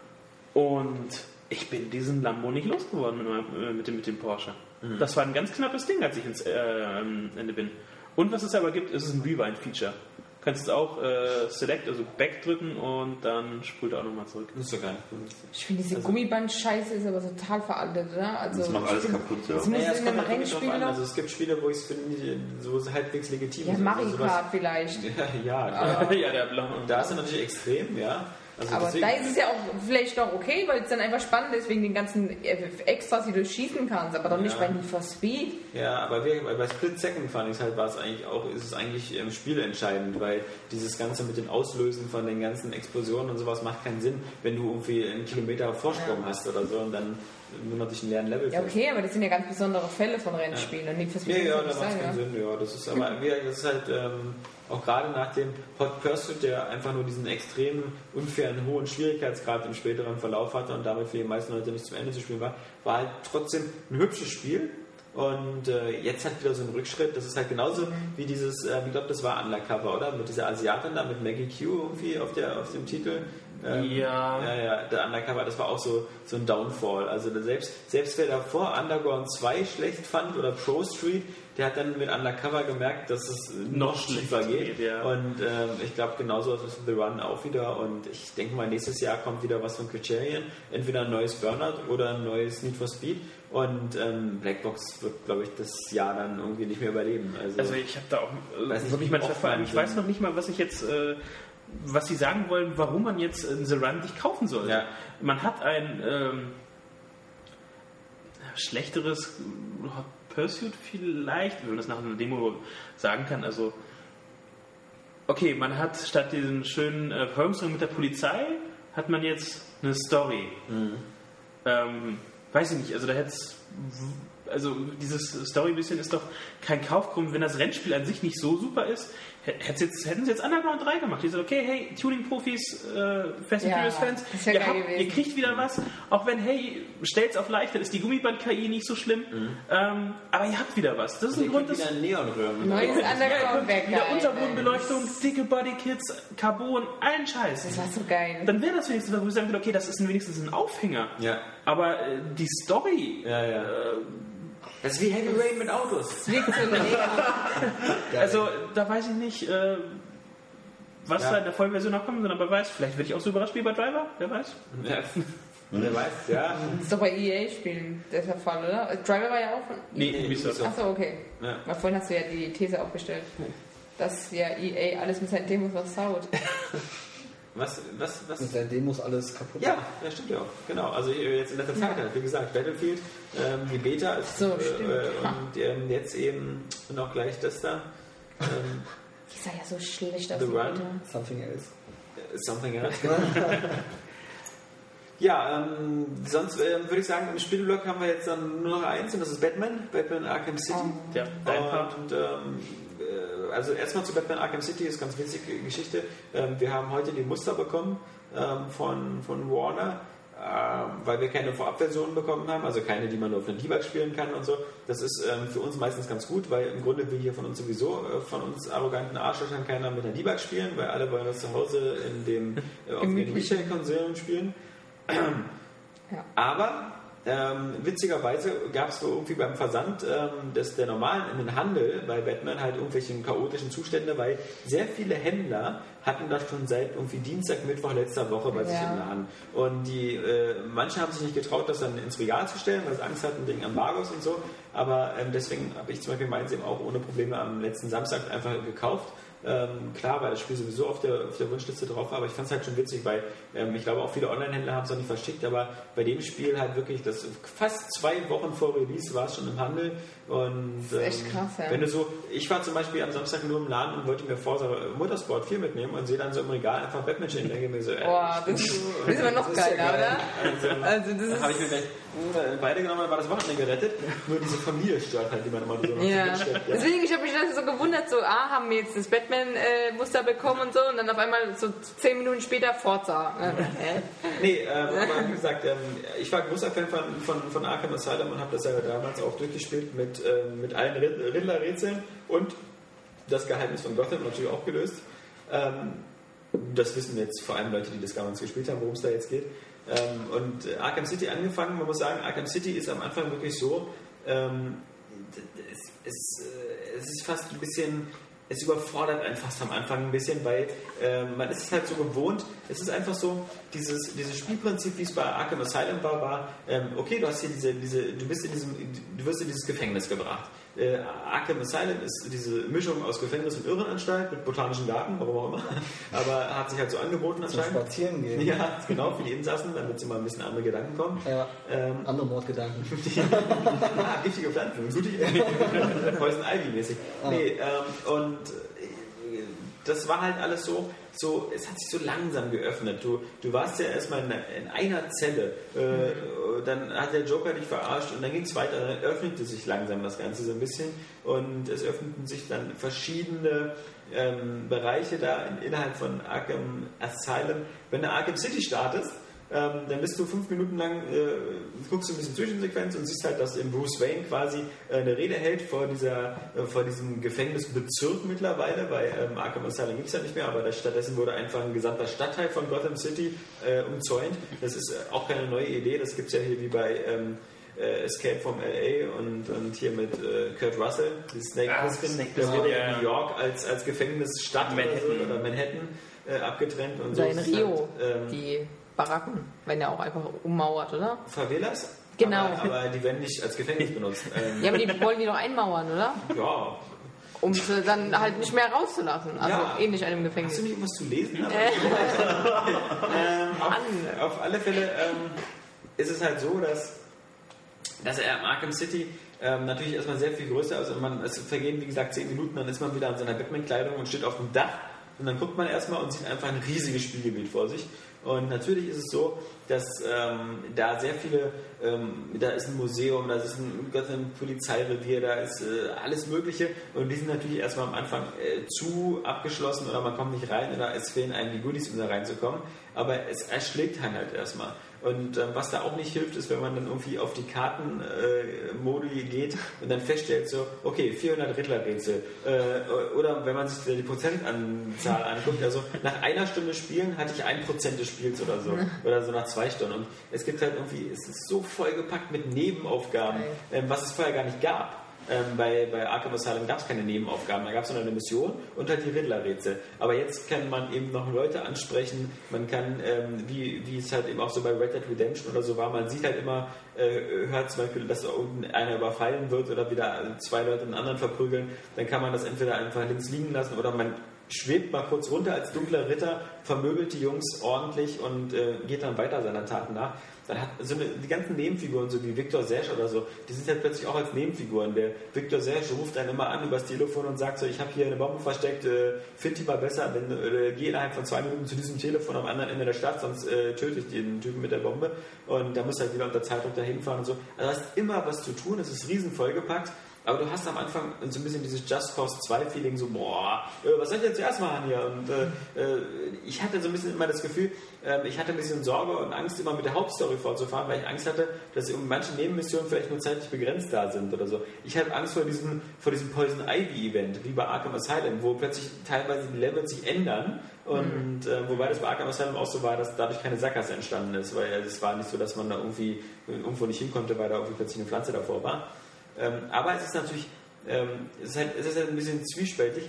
Und ich bin diesen Lambo nicht losgeworden mit dem Porsche. Mhm. Das war ein ganz knappes Ding, als ich ins Ende bin. Und was es aber gibt, ist ein Rewind-Feature. Du kannst jetzt auch Select, also Back drücken und dann spult er auch nochmal zurück. Das ist so geil. Ich finde, diese Gummiband-Scheiße ist aber total veraltet, oder? Also, Das macht alles kaputt, ja. Das muss Naja, in einem kommt natürlich Rennspiel drauf an. noch... Also es gibt Spiele, wo ich es finde, so halbwegs legitim Ja, sind. Mario Also Kart vielleicht. Ja, Ja, der Blau. da ist er natürlich extrem, ja. Also Aber deswegen, da ist es ja auch vielleicht noch okay, weil es dann einfach spannend ist, wegen den ganzen Extras, die du schießen kannst, aber doch nicht bei Need for Speed. ja, aber bei Split Second fand ich es halt, ist es eigentlich im Spiel entscheidend, weil dieses Ganze mit den Auslösen von den ganzen Explosionen und sowas macht keinen Sinn, wenn du irgendwie einen Kilometer Vorsprung hast oder so und dann nur noch durch einen leeren Level Ja, okay, aber das sind ja ganz besondere Fälle von Rennspielen und Need for Speed. Ja, muss da nicht macht es sein, keinen Sinn, ja. Das ist aber das ist halt auch gerade nach dem Hot Pursuit, der einfach nur diesen extremen, unfairen, hohen Schwierigkeitsgrad im späteren Verlauf hatte und damit für die meisten Leute nicht zum Ende zu spielen war halt trotzdem ein hübsches Spiel. Und jetzt hat wieder so ein Rückschritt. Das ist halt genauso wie dieses, ich glaube, das war Undercover, oder? Mit dieser Asiatin da, mit Maggie Q irgendwie auf dem Titel. Ja. Ja, der Undercover, das war auch so ein Downfall. Also selbst wer davor Underground 2 schlecht fand oder Pro Street, der hat dann mit Undercover gemerkt, dass es noch tiefer geht. Ja. Und ich glaube, genauso ist The Run auch wieder. Und ich denke mal, nächstes Jahr kommt wieder was von Criterion. Entweder ein neues Burnout oder ein neues Need for Speed. Und Blackbox wird, glaube ich, das Jahr dann irgendwie nicht mehr überleben. Also ich habe da auch weiß nicht, wirklich mal wie oft ich weiß noch nicht mal, was ich jetzt... was sie sagen wollen, warum man jetzt The Run nicht kaufen soll. Ja. Man hat ein schlechteres Hot Pursuit vielleicht, wenn man das nach einer Demo sagen kann. Also, okay, man hat statt diesen schönen Verfolgungsjagd mit der Polizei, hat man jetzt eine Story. Mhm. Weiß ich nicht, also da hätte es... Also dieses Story-bisschen ist doch kein Kaufgrund, wenn das Rennspiel an sich nicht so super ist. Hätten sie jetzt Underground 3 gemacht. Die sagen, okay, hey, Tuning-Profis, Fast and Furious-Fans, ihr kriegt wieder was. Auch wenn, hey, stellt's auf leicht, dann ist die Gummiband-KI nicht so schlimm. Aber ihr habt wieder was. Das ist ein Grund, dass... Neues Underground weg. Wieder Unterbodenbeleuchtung, dicke Bodykits, Carbon, allen Scheiß. Das war so geil. Dann wäre das wenigstens, wo ich sagen würde, okay, das ist wenigstens ein Aufhänger. Ja. Aber die Story... das ist wie Heavy Rain mit Autos. Also, da weiß ich nicht, was da in der Vollversion noch kommen soll, aber wer weiß, vielleicht werde ich auch so überrascht wie bei Driver, wer weiß. Ja. Wer weiß, ja. Das ist doch bei EA-Spielen der Fall, oder? Driver war ja auch von... Nee, Ubisoft. Achso, okay. Ja. Weil vorhin hast du ja die These aufgestellt, dass ja EA alles mit seinen Demos versaut. Was? Mit seinen Demos alles kaputt. Ja, das stimmt ja auch. Genau. Also jetzt in letzter Zeit, wie gesagt, Battlefield, die Beta ist so, stimmt. Und jetzt eben und auch gleich das da. Die sah ja so schlecht aus. The Run. Something else. Something else. Ja, sonst würde ich sagen, im Spielblock haben wir jetzt dann nur noch eins und das ist Batman Arkham City. Ja, dein Part. Und also erstmal zu Batman Arkham City ist ganz witzige Geschichte. Wir haben heute die Muster bekommen von Warner, weil wir keine Vorabversionen bekommen haben, also keine, die man nur auf einem Debug spielen kann und so. Das ist für uns meistens ganz gut, weil im Grunde will hier von uns sowieso, von uns arroganten Arschlöchern keiner mit einer Debug spielen, weil alle wollen das zu Hause auf den Retail-Konsolen spielen. Ja. Aber witzigerweise gab es irgendwie beim Versand der normalen in den Handel bei Batman halt irgendwelche chaotischen Zustände, weil sehr viele Händler hatten das schon seit irgendwie Dienstag, Mittwoch letzter Woche bei sich im Laden. Und manche haben sich nicht getraut, das dann ins Regal zu stellen, weil sie Angst hatten wegen Embargos und so. Aber deswegen habe ich zum Beispiel meins eben auch ohne Probleme am letzten Samstag einfach gekauft. Klar, weil das Spiel sowieso auf der Wunschliste drauf war, aber ich fand es halt schon witzig, weil ich glaube auch viele Online-Händler haben es noch nicht verschickt, aber bei dem Spiel halt wirklich, das fast 2 Wochen vor Release war es schon im Handel und das ist echt krass, ja. Wenn du so, ich war zum Beispiel am Samstag nur im Laden und wollte mir Forza Motorsport 4 mitnehmen und sehe dann so im Regal einfach Batman stehen und denke mir so, boah, das ist aber noch geiler, oder? Also das ist... habe ich mir gleich beide genommen, dann war das Wochenende gerettet, nur diese Familie stört halt, die man immer so noch steckt. Ja. Deswegen, ich habe mich dann so gewundert, so, haben wir jetzt das Batman-Muster bekommen und so und dann auf einmal so 10 Minuten später Forza. Nee, aber wie gesagt, ich war großer Fan von Arkham Asylum und habe das ja damals auch durchgespielt mit allen Riddler-Rätseln und das Geheimnis von Gotham natürlich auch gelöst. Das wissen jetzt vor allem Leute, die das damals gespielt haben, worum es da jetzt geht. Und Arkham City angefangen, man muss sagen, Arkham City ist am Anfang wirklich so, es ist fast ein bisschen, es überfordert einen fast am Anfang ein bisschen, weil man ist es halt so gewohnt, es ist einfach so, dieses Spielprinzip, wie es bei Arkham Asylum war, okay, du hast hier du wirst in dieses Gefängnis gebracht. Arkham Asylum ist diese Mischung aus Gefängnis und Irrenanstalt mit botanischen Garten, warum auch immer, aber hat sich halt so angeboten anscheinend. Zum Spazieren gehen. Ja, genau, für die Insassen, damit sie mal ein bisschen andere Gedanken kommen. Ja, andere Mordgedanken. Giftige Pflanzen, gute Idee. Poison Ivy mäßig. Nee, und das war halt alles so, es hat sich so langsam geöffnet. Du warst ja erstmal in einer Zelle, dann hat der Joker dich verarscht und dann ging es weiter, dann öffnete sich langsam das Ganze so ein bisschen und es öffneten sich dann verschiedene Bereiche da innerhalb von Arkham Asylum. Wenn du Arkham City startest, dann bist du 5 Minuten lang, guckst du ein bisschen Zwischensequenz und siehst halt, dass Bruce Wayne quasi eine Rede hält vor diesem Gefängnisbezirk mittlerweile. Bei Arkham Asylum gibt es ja nicht mehr, aber stattdessen wurde einfach ein gesamter Stadtteil von Gotham City umzäunt. Das ist auch keine neue Idee, das gibt es ja hier wie bei Escape from L.A. und hier mit Kurt Russell, die Snake Plissken, das wurde ja in New York als Gefängnisstadt oder Manhattan abgetrennt. Und oder in Rio, die Baracken werden ja auch einfach ummauert, oder? Favelas? Genau. Aber die werden nicht als Gefängnis benutzt. Ja, aber die wollen die doch einmauern, oder? Ja. Um sie dann halt nicht mehr rauszulassen. Also ähnlich einem Gefängnis. Hast du nicht was zu lesen? Auf alle Fälle ist es halt so, dass er Arkham City natürlich erstmal sehr viel größer ist. Also es vergehen, wie gesagt, 10 Minuten, dann ist man wieder an seiner Batman-Kleidung und steht auf dem Dach. Und dann guckt man erstmal und sieht einfach ein riesiges Spielgebiet vor sich. Und natürlich ist es so, dass da sehr viele, da ist ein Museum, da ist ein Polizeirevier, da ist alles Mögliche und die sind natürlich erstmal am Anfang zu abgeschlossen oder man kommt nicht rein oder es fehlen einem die Goodies, um da reinzukommen, aber es erschlägt halt erstmal. Und was da auch nicht hilft, ist, wenn man dann irgendwie auf die Kartenmodi geht und dann feststellt so, okay, 400 Riddler-Rätsel. Oder wenn man sich die Prozentanzahl anguckt, also nach 1 Stunde Spielen hatte ich 1% des Spiels oder so. Oder so nach 2 Stunden. Und es gibt halt irgendwie, es ist so vollgepackt mit Nebenaufgaben, was es vorher gar nicht gab. Bei Arkham Asylum gab es keine Nebenaufgaben, da gab es nur eine Mission und halt die Riddler-Rätsel. Aber jetzt kann man eben noch Leute ansprechen, man kann, wie es halt eben auch so bei Red Dead Redemption oder so war, man sieht halt immer, hört zum Beispiel, dass da unten einer überfallen wird oder wieder 2 Leute einen anderen verprügeln, dann kann man das entweder einfach links liegen lassen oder man schwebt mal kurz runter als dunkler Ritter, vermöbelt die Jungs ordentlich und geht dann weiter seiner Taten nach. Dann hat die ganzen Nebenfiguren, so wie Victor Sash oder so, die sind halt plötzlich auch als Nebenfiguren. Der Victor Sash ruft einen immer an übers Telefon und sagt so, ich habe hier eine Bombe versteckt, find die mal besser, geh innerhalb von 2 Minuten zu diesem Telefon am anderen Ende der Stadt, sonst töte ich den Typen mit der Bombe. Und da muss halt wieder unter Zeitdruck dahin fahren und so. Also du hast immer was zu tun, es ist riesen vollgepackt. Aber du hast am Anfang so ein bisschen dieses Just Cause 2 Feeling, so, boah, was soll ich jetzt zuerst machen hier? Und ich hatte so ein bisschen immer das Gefühl, ich hatte ein bisschen Sorge und Angst, immer mit der Hauptstory fortzufahren, weil ich Angst hatte, dass manche Nebenmissionen vielleicht nur zeitlich begrenzt da sind oder so. Ich hatte Angst vor diesem Poison Ivy Event, wie bei Arkham Asylum, wo plötzlich teilweise die Levels sich ändern. Und wobei das bei Arkham Asylum auch so war, dass dadurch keine Sackgasse entstanden ist, weil es war nicht so, dass man da irgendwo nicht hin konnte, weil da irgendwie plötzlich eine Pflanze davor war. Aber es ist natürlich, es ist halt ein bisschen zwiespältig.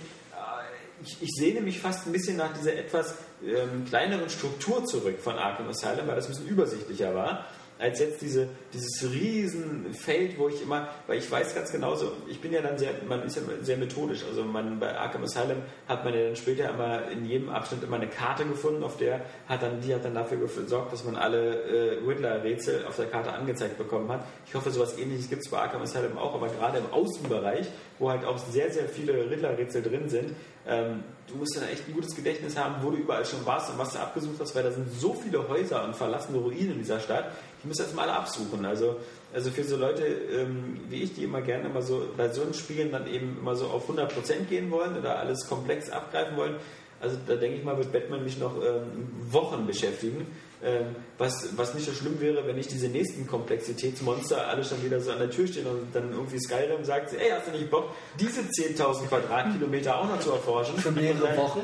Ich sehne mich fast ein bisschen nach dieser etwas kleineren Struktur zurück von Arkham Asylum, weil das ein bisschen übersichtlicher war, als jetzt dieses riesen Feld, wo ich immer, weil ich weiß ganz genau so, ich bin ja dann man ist ja sehr methodisch, also bei Arkham Asylum hat man ja dann später immer in jedem Abschnitt immer eine Karte gefunden, die hat dann dafür gesorgt, dass man alle Riddler-Rätsel auf der Karte angezeigt bekommen hat. Ich hoffe, sowas Ähnliches gibt es bei Arkham Asylum auch, aber gerade im Außenbereich, wo halt auch sehr, sehr viele Riddler-Rätsel drin sind, du musst dann echt ein gutes Gedächtnis haben, wo du überall schon warst und was du abgesucht hast, weil da sind so viele Häuser und verlassene Ruinen in dieser Stadt, die musst du erstmal alle absuchen. Also für so Leute wie ich, die immer gerne immer so bei so einem Spielen dann eben immer so auf 100% gehen wollen oder alles komplex abgreifen wollen, also da denke ich mal, wird Batman mich noch Wochen beschäftigen. Was nicht so schlimm wäre, wenn nicht diese nächsten Komplexitätsmonster alle schon wieder so an der Tür stehen und dann irgendwie Skyrim sagt, ey, hast du nicht Bock, diese 10.000 Quadratkilometer auch noch zu erforschen? Für mehrere Wochen.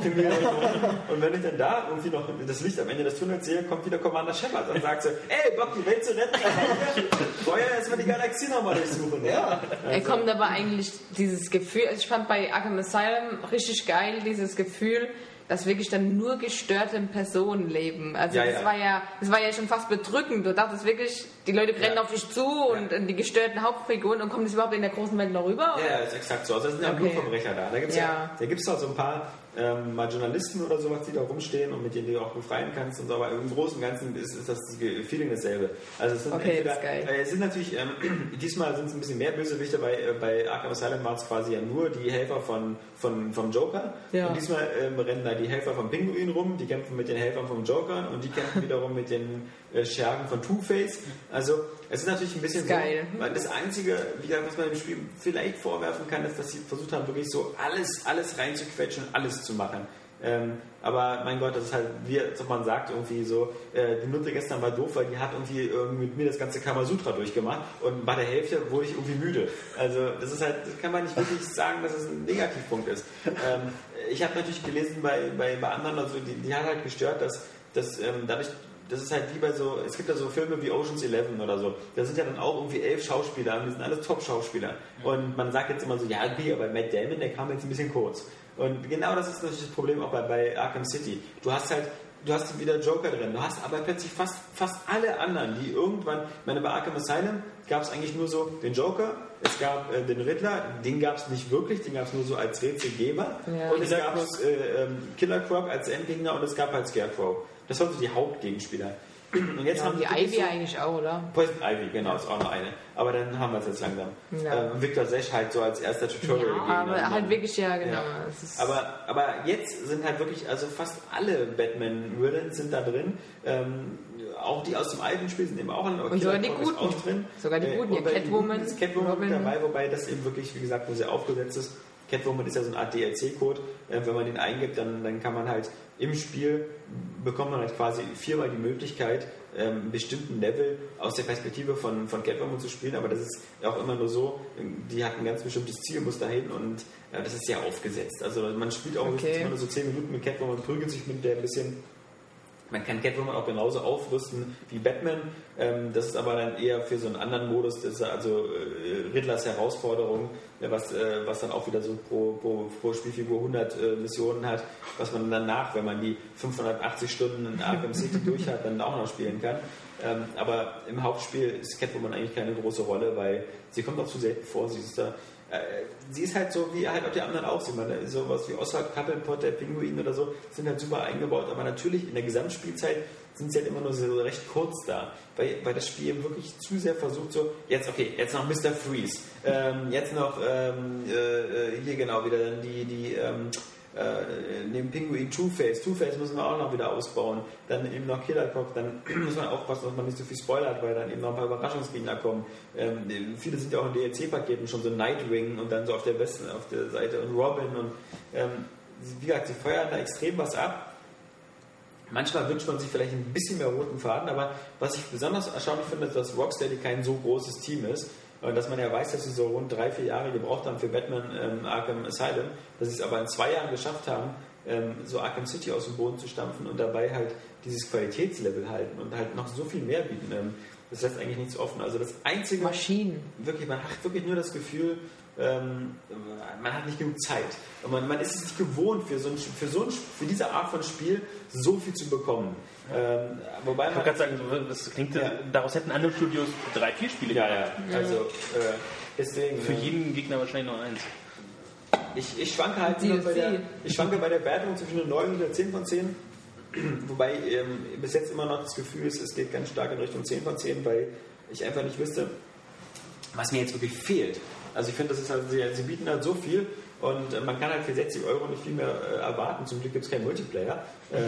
Und wenn ich dann da irgendwie noch das Licht am Ende des Tunnels sehe, kommt wieder Commander Shepard und sagt so, ey, Bock, die Welt zu retten, vorher erstmal die Galaxie nochmal durchsuchen. Ja. Er kommt aber eigentlich dieses Gefühl, also ich fand bei Arkham Asylum richtig geil, dieses Gefühl, dass wirklich dann nur gestörte Personen leben. Also das war ja schon fast bedrückend. Du dachtest wirklich, die Leute rennen auf dich zu und die gestörten Hauptfiguren und kommen das überhaupt in der großen Welt noch rüber? Ja, ist exakt so. Also da sind ja Blutverbrecher da. Da gibt es halt so ein paar mal Journalisten oder sowas, die da rumstehen und mit denen du auch befreien kannst und so, aber im Großen und Ganzen ist das Feeling dasselbe. Also es sind es sind natürlich, diesmal sind es ein bisschen mehr Bösewichte, bei Arkham Asylum waren es quasi ja nur die Helfer vom Joker und diesmal rennen da die Helfer vom Pinguin rum, die kämpfen mit den Helfern vom Joker und die kämpfen wiederum mit den Schergen von Two-Face. Also es ist natürlich ein bisschen geil. So, weil das Einzige, was man im Spiel vielleicht vorwerfen kann, ist, dass sie versucht haben, wirklich so alles reinzuquetschen und alles zu machen. Aber mein Gott, das ist halt, wie man sagt, irgendwie so, die Nutte gestern war doof, weil die hat irgendwie mit mir das ganze Kamasutra durchgemacht und bei der Hälfte wurde ich irgendwie müde. Also das ist halt, das kann man nicht wirklich sagen, dass es ein Negativpunkt ist. Ich habe natürlich gelesen bei anderen, also die hat halt gestört, dass dadurch, das ist halt wie bei so, es gibt ja so Filme wie Ocean's 11 oder so, da sind ja dann auch irgendwie 11 Schauspieler und die sind alles Top-Schauspieler. Und man sagt jetzt immer so, ja, okay, aber Matt Damon, der kam jetzt ein bisschen kurz. Und genau das ist natürlich das Problem auch bei Arkham City. Du hast wieder Joker drin, du hast aber plötzlich fast alle anderen, die irgendwann, ich meine, bei Arkham Asylum gab es eigentlich nur so den Joker, es gab den Riddler, den gab es nicht wirklich, den gab es nur so als Rätselgeber und es gab Killer Croc als Endgegner und es gab halt Scarecrow. Das waren so die Hauptgegenspieler. Und jetzt haben die Ivy so, eigentlich auch, oder? Poison Ivy, genau, ist auch noch eine. Aber dann haben wir es jetzt langsam. Ja. Victor Sesh halt so als erster Tutorial-Gegner. Ja, aber halt wirklich, genau. Ja. Aber jetzt sind halt wirklich, also fast alle Batman-Villains sind da drin. Auch die aus dem alten Spiel sind eben auch in und sogar die Guten. Auch drin. Sogar die Guten, Catwoman. Ist Catwoman mit dabei, wobei das eben wirklich, wie gesagt, nur sehr aufgesetzt ist. Catwoman ist ja so eine Art DLC-Code. Wenn man den eingibt, dann kann man halt im Spiel, bekommt man halt quasi 4-mal die Möglichkeit, einen bestimmten Level aus der Perspektive von Catwoman zu spielen, aber das ist auch immer nur so, die hat ein ganz bestimmtes Ziel, muss dahin und das ist sehr aufgesetzt. Also man spielt auch immer nur so 10 Minuten mit Catwoman, prügelt sich mit der ein bisschen. Man kann Catwoman auch genauso aufrüsten wie Batman. Das ist aber dann eher für so einen anderen Modus. Das ist also Riddlers Herausforderung, was dann auch wieder so pro Spielfigur 100 Missionen hat, was man danach, wenn man die 580 Stunden in Arkham City durch hat, dann auch noch spielen kann. Aber im Hauptspiel ist Catwoman eigentlich keine große Rolle, weil sie kommt auch zu selten vor. Sie ist halt so, wie halt auch die anderen auch sind. Sowas wie Oswald Cobblepot, der Pinguin oder so, sind halt super eingebaut. Aber natürlich in der Gesamtspielzeit sind sie halt immer nur so recht kurz da. Weil das Spiel eben wirklich zu sehr versucht, so, jetzt noch Mr. Freeze. Jetzt noch, hier genau, wieder dann die neben Pinguin Two-Face müssen wir auch noch wieder ausbauen. Dann eben noch Killer Croc, dann muss man aufpassen, dass man nicht so viel spoilert, weil dann eben noch ein paar Überraschungsgegner kommen. Viele sind ja auch in DLC-Paketen schon so Nightwing und dann so auf der Seite und Robin und wie gesagt, sie feuern da extrem was ab. Manchmal wünscht man sich vielleicht ein bisschen mehr roten Faden, aber was ich besonders erstaunlich finde, ist, dass Rocksteady kein so großes Team ist und dass man ja weiß, dass sie so rund 3-4 Jahre gebraucht haben für Batman Arkham Asylum, dass sie es aber in 2 Jahren geschafft haben, so Arkham City aus dem Boden zu stampfen und dabei halt dieses Qualitätslevel halten und halt noch so viel mehr bieten. Das lässt eigentlich nichts offen. Also das einzige... Maschinen. Wirklich, man hat wirklich nur das Gefühl, man hat nicht genug Zeit. Und man ist es nicht gewohnt, für diese Art von Spiel so viel zu bekommen. Wobei ich wollte gerade sagen, das klingt, daraus hätten andere Studios 3-4 Spiele gemacht. Also deswegen... Für jeden Gegner wahrscheinlich nur 1. Ich schwanke halt bei der Wertung zwischen einer 9 und einer 10 von 10. Wobei bis jetzt immer noch das Gefühl ist, es geht ganz stark in Richtung 10 von 10, weil ich einfach nicht wüsste, was mir jetzt wirklich fehlt. Also ich finde, das ist halt, sie bieten halt so viel und man kann halt für 60 € nicht viel mehr erwarten. Zum Glück gibt es keinen Multiplayer.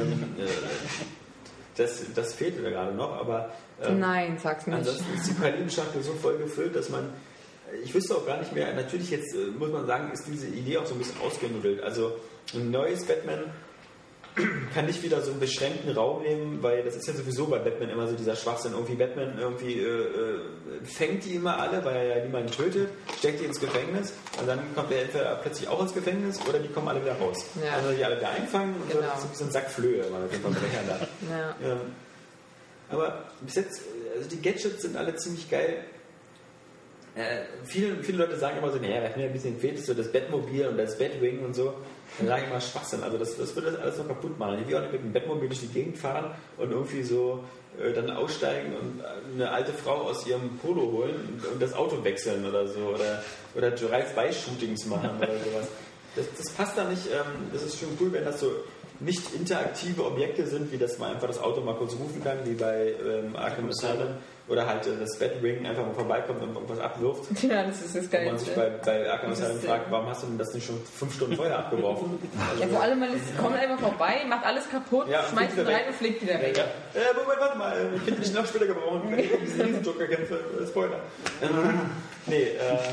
Das fehlt mir gerade noch, aber nein, sag's nicht. Ansonsten ist die Pralinenschachtel so voll gefüllt, dass man, ich wüsste auch gar nicht mehr, natürlich jetzt muss man sagen, ist diese Idee auch so ein bisschen ausgenudelt. Also ein neues Batman kann nicht wieder so einen beschränkten Raum nehmen, weil das ist ja sowieso bei Batman immer so dieser Schwachsinn. Irgendwie Batman fängt die immer alle, weil er ja niemanden tötet, steckt die ins Gefängnis und dann kommt er entweder plötzlich auch ins Gefängnis oder die kommen alle wieder raus. Ja. Also die alle wieder einfangen und genau. so, das ist so ein Sack Flöhe, mal mit den Verbrechern da. Ja. Aber bis jetzt, also die Gadgets sind alle ziemlich geil. Viele Leute sagen immer so, naja, was mir ein bisschen fehlt, ist so das Batmobil und das Batwing und so. Dann sage ich mal Schwachsinn. Also das würde das alles noch kaputt machen. Ich will auch nicht mit dem Batmobil durch die Gegend fahren und irgendwie so dann aussteigen und eine alte Frau aus ihrem Polo holen und das Auto wechseln oder so. Oder Drive-by-Shootings machen oder sowas. Das passt da nicht. Das ist schon cool, wenn das so nicht interaktive Objekte sind, wie dass man einfach das Auto mal kurz rufen kann, wie bei Arkham Asylum. Oder halt das Batwing einfach mal vorbeikommt und irgendwas abwirft. Ja, das ist das Geilste. Und man sich bei Arkham Asylum fragt, warum hast du denn das nicht schon 5 Stunden vorher abgeworfen? Also ja, vor allem, man kommt einfach vorbei, macht alles kaputt, ja, schmeißt ihn rein und fliegt wieder weg. Ja. Moment, warte mal, ich hätte mich noch später gebraucht, wenn ich diesen Riesenjoker kämpfe. Spoiler. Nee,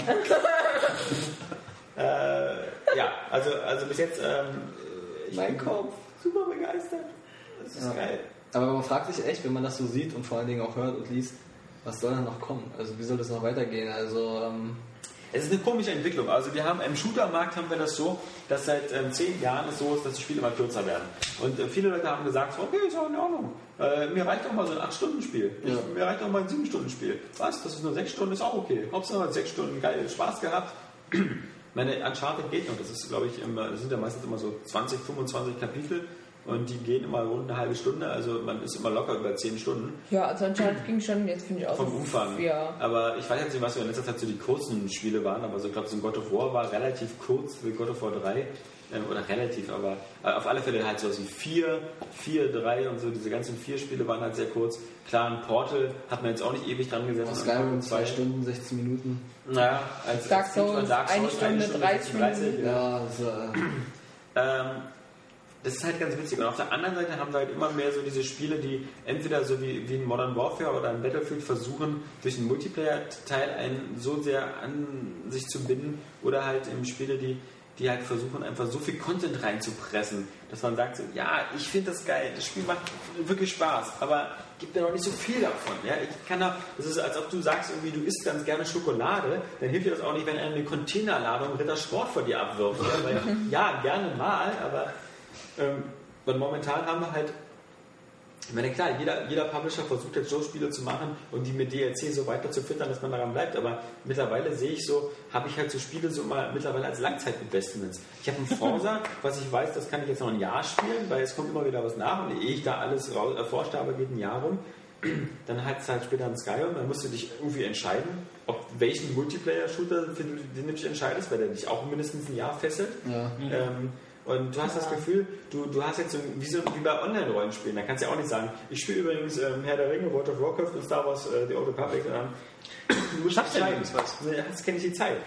ja, also bis jetzt, ich bin super begeistert. Das ist geil. Aber man fragt sich echt, wenn man das so sieht und vor allen Dingen auch hört und liest, was soll da noch kommen? Also wie soll das noch weitergehen? Also es ist eine komische Entwicklung. Also wir haben im Shooter-Markt haben wir das so, dass seit 10 Jahren es so ist, dass die Spiele immer kürzer werden. Und viele Leute haben gesagt, okay, ist auch in Ordnung. Mir reicht auch mal so ein 8-Stunden-Spiel. Ja. Mir reicht auch mal ein 7-Stunden-Spiel. Was? Das ist nur 6 Stunden, ist auch okay. Hauptsache 6 Stunden, geil, Spaß gehabt. Meine Uncharted geht noch. Das ist, glaube ich, das sind ja meistens immer so 20, 25 Kapitel. Und die gehen immer rund eine halbe Stunde, also man ist immer locker über 10 Stunden. Ja, also anscheinend ging schon, jetzt finde ich auch. Vom Umfang. Ja. Aber ich weiß jetzt nicht, was in letzter Zeit so die kurzen Spiele waren, aber so, ich glaube, so ein God of War war relativ kurz wie God of War 3. Oder relativ, aber auf alle Fälle halt so wie 4, 3 und so, diese ganzen 4 Spiele waren halt sehr kurz. Klar, ein Portal hat man jetzt auch nicht ewig dran gesetzt. Skyrim 2 Stunden, 16 Minuten. Naja, als Dark Souls, eine Stunde 30 Minuten. Ja, das ist halt ganz witzig. Und auf der anderen Seite haben wir halt immer mehr so diese Spiele, die entweder so wie in Modern Warfare oder in Battlefield versuchen, durch den Multiplayer-Teil einen so sehr an sich zu binden oder halt in Spiele, die halt versuchen, einfach so viel Content reinzupressen, dass man sagt, so, ja, ich finde das geil, das Spiel macht wirklich Spaß, aber gibt mir noch nicht so viel davon. Ja? Das ist, als ob du sagst, irgendwie, du isst ganz gerne Schokolade, dann hilft dir das auch nicht, wenn eine Containerladung Ritter Sport vor dir abwirft. Ja? Weil, ja, gerne mal, aber weil momentan haben wir halt, ich meine, klar, jeder Publisher versucht jetzt so Spiele zu machen und die mit DLC so weiter zu füttern, dass man daran bleibt, aber mittlerweile sehe ich so, habe ich halt so Spiele so mal mittlerweile als Langzeitinvestments. Ich habe ein Forza, was ich weiß, das kann ich jetzt noch ein Jahr spielen, weil es kommt immer wieder was nach und ehe ich da alles erforscht habe, geht ein Jahr rum. Dann halt später ein Skyrim, dann musst du dich irgendwie entscheiden, welchen Multiplayer-Shooter den du dich entscheidest, weil der dich auch mindestens ein Jahr fesselt. Ja. Und du hast das Gefühl, du hast jetzt so wie bei Online-Rollenspielen, da kannst du ja auch nicht sagen, ich spiele übrigens Herr der Ringe, World of Warcraft und Star Wars The Old Republic und dann du schaffst ja nirgends was. Jetzt kenne ich die Zeit.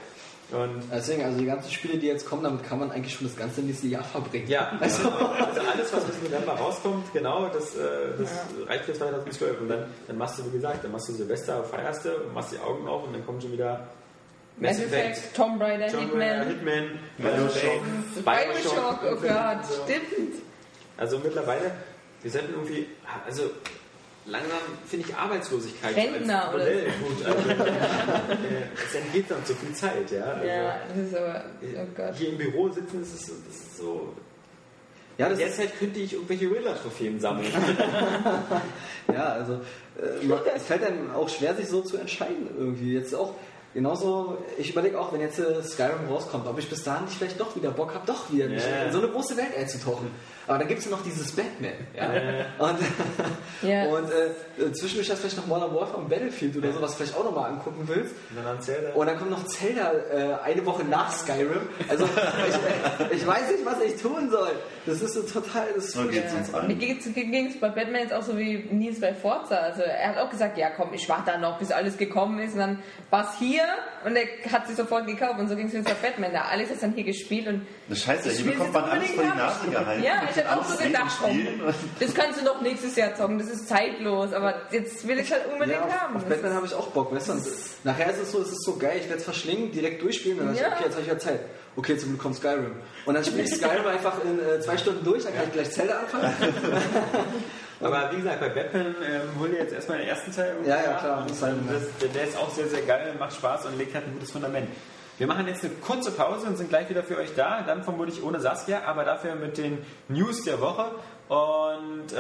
Und deswegen, also die ganzen Spiele, die jetzt kommen, damit kann man eigentlich schon das ganze nächste Jahr verbringen. Ja, also alles, was bis November rauskommt, genau, das reicht für 2012. Und dann machst du, wie gesagt, dann machst du Silvester, feierst du und machst die Augen auf und dann kommt schon wieder Mass Effect, Tomb Raider, Hitman, Bioshock, oh Gott, stimmt. Also mittlerweile, wir sollten irgendwie, also langsam finde ich Arbeitslosigkeit Rentner als Modell gut. Also, es entgeht dann zu viel Zeit, ja. Also, ja, das ist aber, oh Gott. Hier im Büro sitzen, das ist so. Ja, in der Zeit könnte ich irgendwelche Riddler-Trophäen sammeln. Ja, also es fällt einem auch schwer, sich so zu entscheiden irgendwie. Jetzt auch genauso, ich überlege auch, wenn jetzt Skyrim rauskommt, ob ich bis dahin nicht vielleicht doch wieder Bock habe, doch wieder in so eine große Welt einzutauchen. Aber dann gibt es ja noch dieses Batman. Ja? Und zwischendurch hast du vielleicht noch Modern Warfare und Battlefield oder so, was du vielleicht auch nochmal angucken willst. Und dann kommt noch Zelda eine Woche nach Skyrim. Also ich weiß nicht, was ich tun soll. Das ist so total... Mir ging es bei Batman jetzt auch so wie Nils bei Forza. Also er hat auch gesagt, ja komm, ich warte da noch, bis alles gekommen ist. Und dann war es hier und er hat sich sofort gekauft. Und so ging es jetzt bei Batman. Da Alex hat dann hier gespielt. Und das Scheiße, hier bekommt man alles vor die Nase gehalten. Ja, ich habe auch so gedacht, komm, das kannst du noch nächstes Jahr zocken, das ist zeitlos, aber jetzt will ich halt unbedingt haben. Auf Batman habe ich auch Bock, weißt du? Nachher ist es so geil, ich werde es verschlingen, direkt durchspielen, dann okay, jetzt habe ich ja Zeit. Okay, zum Glück kommt Skyrim. Und dann spiele ich Skyrim einfach in 2 Stunden durch, dann kann ich gleich Zelda anfangen. Aber wie gesagt, bei Batman hol dir jetzt erstmal den ersten Teil. Ja, klar. Der ist auch sehr, sehr geil, macht Spaß und legt halt ein gutes Fundament. Wir machen jetzt eine kurze Pause und sind gleich wieder für euch da. Dann vermutlich ohne Saskia, aber dafür mit den News der Woche. Und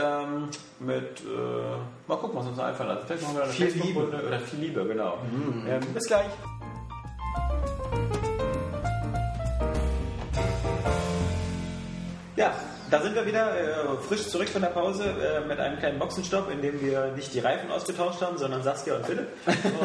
mal gucken, was uns noch einfallen lässt. Vielleicht machen wir eine viel Liebe. Oder viel Liebe, genau. Bis gleich. Ja, da sind wir wieder frisch zurück von der Pause mit einem kleinen Boxenstopp, in dem wir nicht die Reifen ausgetauscht haben, sondern Saskia und Philipp.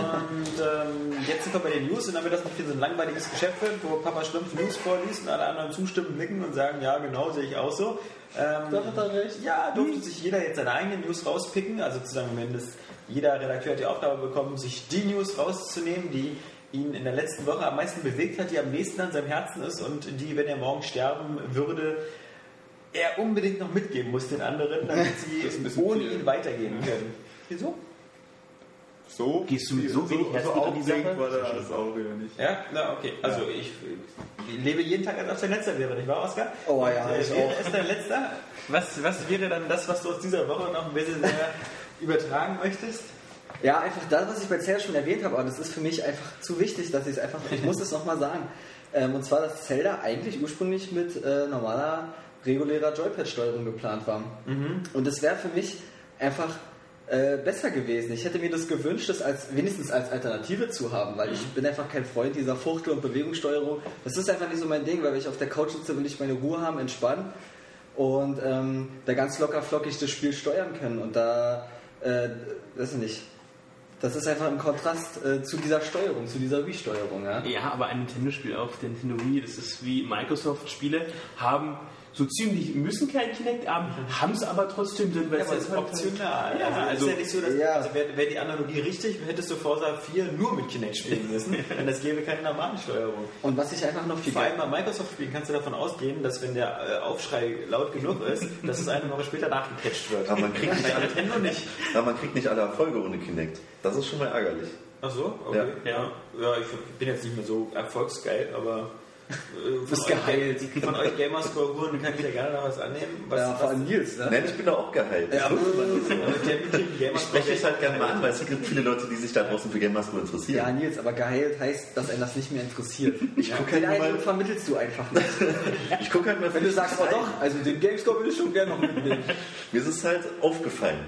Und jetzt sind wir bei den News und damit das nicht für so ein langweiliges Geschäft wird, wo Papa Schlumpf News vorliest und alle anderen zustimmen, nicken und sagen, ja genau, sehe ich auch so. Da hat er recht. Ja, durfte sich jeder jetzt seine eigenen News rauspicken, also sozusagen zumindest jeder Redakteur hat die Aufgabe bekommen, sich die News rauszunehmen, die ihn in der letzten Woche am meisten bewegt hat, die am nächsten an seinem Herzen ist und die, wenn er morgen sterben würde, er unbedingt noch mitgeben muss den anderen, damit sie ohne ihn weitergehen können. Wieso? So? Gehst du mit so wenig Herzblut an die Sache? War da alles auch wieder nicht. Ja, na okay. Also ich lebe jeden Tag, als ob es dein letzter wäre, nicht wahr, Oskar? Oh ja, ich auch. Ist dein letzter? Was wäre dann das, was du aus dieser Woche noch ein bisschen mehr übertragen möchtest? Ja, einfach das, was ich bei Zelda schon erwähnt habe, aber das ist für mich einfach zu wichtig, dass ich muss es nochmal sagen. Und zwar, dass Zelda eigentlich ursprünglich mit normaler regulärer Joypad-Steuerung geplant war. Und das wäre für mich einfach besser gewesen. Ich hätte mir das gewünscht, das wenigstens als Alternative zu haben, weil ich bin einfach kein Freund dieser Fuchtel- und Bewegungssteuerung. Das ist einfach nicht so mein Ding, weil wenn ich auf der Couch sitze, will ich meine Ruhe haben, entspannen und da ganz locker flockig das Spiel steuern können. Und da, weiß ich nicht, das ist einfach im Kontrast zu dieser Steuerung, zu dieser Wii-Steuerung. Ja, aber ein Nintendo-Spiel auf der Nintendo Wii, das ist wie Microsoft-Spiele, so ziemlich müssen kein Kinect haben es aber trotzdem drin, weil es ist optional. Also ist ja nicht so, dass wäre die Analogie richtig, hättest du Forza 4 nur mit Kinect spielen müssen, denn es gäbe keine normale Steuerung. Und was ich einfach noch viel vor allem bei Microsoft spielen kannst du davon ausgehen, dass wenn der Aufschrei laut genug ist, dass es eine Woche später nachgecatcht wird. Aber man kriegt nicht alle Erfolge ohne Kinect. Das ist schon mal ärgerlich. Ach so? Okay. Ja, ich bin jetzt nicht mehr so erfolgsgeil, aber von euch Gamerscore-Guren kann ich da gerne noch was annehmen. Vor allem Nils, ne? Nein, ich bin da auch geheilt. Ja, ich spreche es halt gerne mal an, weil es gibt viele Leute, die sich da draußen für Gamerscore interessieren. Ja, Nils, aber geheilt heißt, dass einen das nicht mehr interessiert. Ich gucke halt mal, vermittelst du einfach nicht. Ich gucke halt mal, wenn du sagst, oh doch, also den Gamescore will ich schon gerne noch mitnehmen. Mir ist es halt aufgefallen.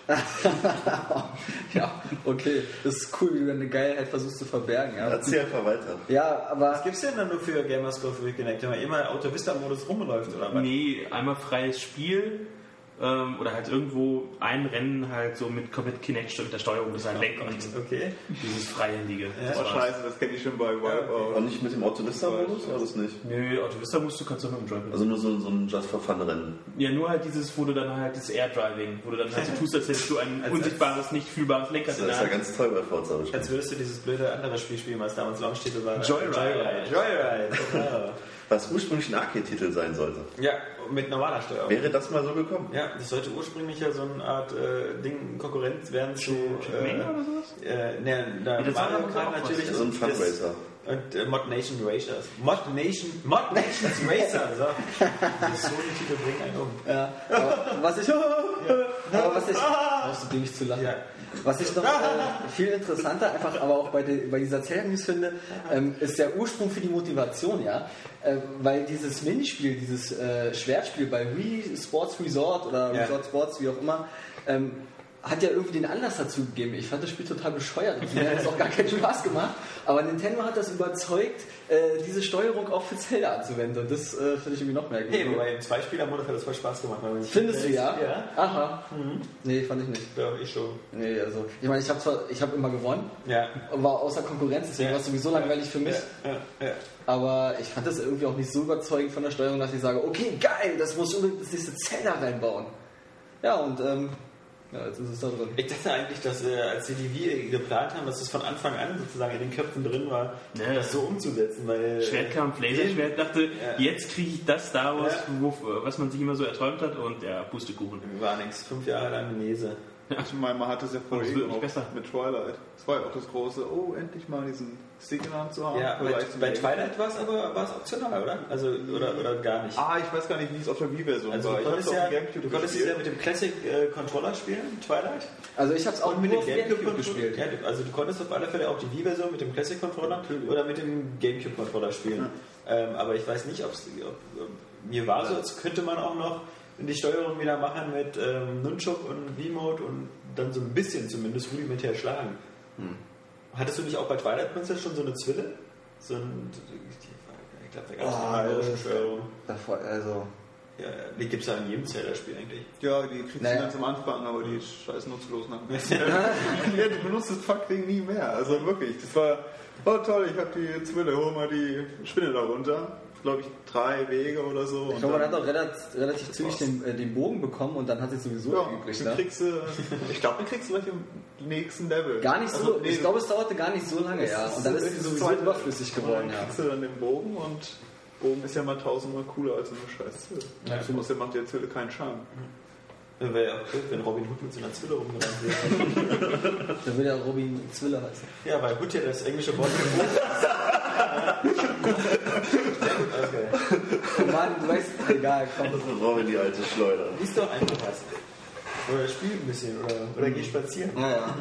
Ja, okay. Das ist cool, wie du deine Geilheit versuchst zu verbergen. Ja. Erzähl einfach weiter. Ja, aber... Was gibt's denn dann nur für Gamerscore für Kinect? Wenn man immer Auto-Vista-Modus rumläuft, oder was? Nee, einmal freies Spiel, oder halt irgendwo ein Rennen halt so mit komplett Kinect mit der Steuerung, das halt lenkt und dieses freihändige. Ja, scheiße, das kenne ich schon bei Wipeout. Und nicht mit dem Autovista-Modus oder das nicht? Nö, Autovista kannst du auch mit dem Joypad. Also nur so ein Just-for-Fun-Rennen. Ja, nur halt dieses, wo du dann halt das Air-Driving, wo du dann halt so tust, als hättest du ein unsichtbares, nicht fühlbares Lenkrad in der Hand. Das ist ja ganz toll bei Forza. Als würdest du dieses blöde andere Spiel spielen, was damals Launch-Titel war. Joyride. Genau. Was ursprünglich ein Arcade-Titel sein sollte. Ja, mit normaler Steuerung. Wäre das mal so gekommen? Ja, das sollte ursprünglich ja so eine Art Konkurrenz werden zu... Trackmania oder sowas? Da Mario Kart natürlich. So ein Funracer. Und Mod Nation Racers. Mod Nations Racer. So. Das so die Titel bringen einen um. Ja, aber was ich brauchst du dir nicht zu lachen. Ja. Was ich noch viel interessanter, einfach aber auch bei dieser Zelda-News finde, ist der Ursprung für die Motivation, ja. Weil dieses Minispiel, dieses Schwertspiel bei Wii Sports Resort oder Resort Sports, wie auch immer, hat ja irgendwie den Anlass dazu gegeben. Ich fand das Spiel total bescheuert. Mir hat das auch gar keinen Spaß gemacht. Aber Nintendo hat das überzeugt, diese Steuerung auch für Zelda anzuwenden. Und das finde ich irgendwie noch mehr gut. Nee, wobei im Zweispieler-Modus hat das voll Spaß gemacht. Findest du, ja? Ja. Aha. Nee, fand ich nicht. Ja, ich schon. Nee, also, ich meine, ich habe immer gewonnen. Ja. War außer Konkurrenz, deswegen war es sowieso langweilig für mich. Ja. Aber ich fand das irgendwie auch nicht so überzeugend von der Steuerung, dass ich sage, okay, geil, das muss unbedingt das nächste Zelda reinbauen. Ja, und ja, jetzt ist es da drin. Ich dachte eigentlich, dass als sie die Wii geplant haben, dass es von Anfang an sozusagen in den Köpfen drin war, das so umzusetzen. Weil Schwertkampf, Laserschwert, dachte, jetzt kriege ich das daraus, was man sich immer so erträumt hat, und Pustekuchen. War nichts. 5 Jahre lang Genese. Ja. Ich meine, man hatte es ja vorher besser mit Twilight. Das war ja auch das große, endlich mal diesen Stick in der Hand zu haben. Ja, bei Twilight war es optional, oder? Also, oder gar nicht? Ich weiß gar nicht, wie es auf der Wii-Version war. Du konntest es ja mit dem Classic-Controller spielen, Twilight? Also ich habe es auch mit nur dem GameCube gespielt. Ja, also du konntest auf alle Fälle auch die Wii-Version mit dem Classic-Controller oder mit dem GameCube-Controller spielen. Ja. Aber ich weiß nicht, ob mir war so, als könnte man auch noch die Steuerung wieder machen mit Nunchuk und V-Mode und dann so ein bisschen zumindest rudimentär schlagen. Hattest du nicht auch bei Twilight Princess schon so eine Zwille? Ich glaube, da gab es eine andere Steuerung. Also... Ja, die gibt es ja in jedem Zelda-Spiel eigentlich. Ja, die kriegst du ganz am Anfang, aber die ist scheiß nutzlos nachher. Ja, du benutzt das Fuck-Ding nie mehr. Also wirklich, das war toll, ich hab die Zwille, hol mal die Spinne da runter. Glaube ich, 3 Wege oder so. Ich glaube, man hat auch relativ zügig den Bogen bekommen und dann hat sich sowieso übrig. Ich glaube, den kriegst du gleich im nächsten Level. Gar nicht so, ich glaube, es dauerte gar nicht so lange, ja. Und dann ist sie sowieso überflüssig geworden, ja. Dann kriegst du dann den Bogen und Bogen ist ja mal 1000-mal cooler als eine scheiß Zwille. Ja, so macht der Zwille keinen Charme. Wäre ja auch cool, wenn Robin Hood mit so einer Zwille rumgerannt wäre. Dann würde ja Robin Zwille heißen. Ja, weil Hood ja das englische Wort für Hood ist. Sehr gut, okay. Oh Mann, du weißt, egal, komm. Robin, die alte Schleuder. Lies doch einfach was. Oder spiel ein bisschen, oder geh spazieren. Ja.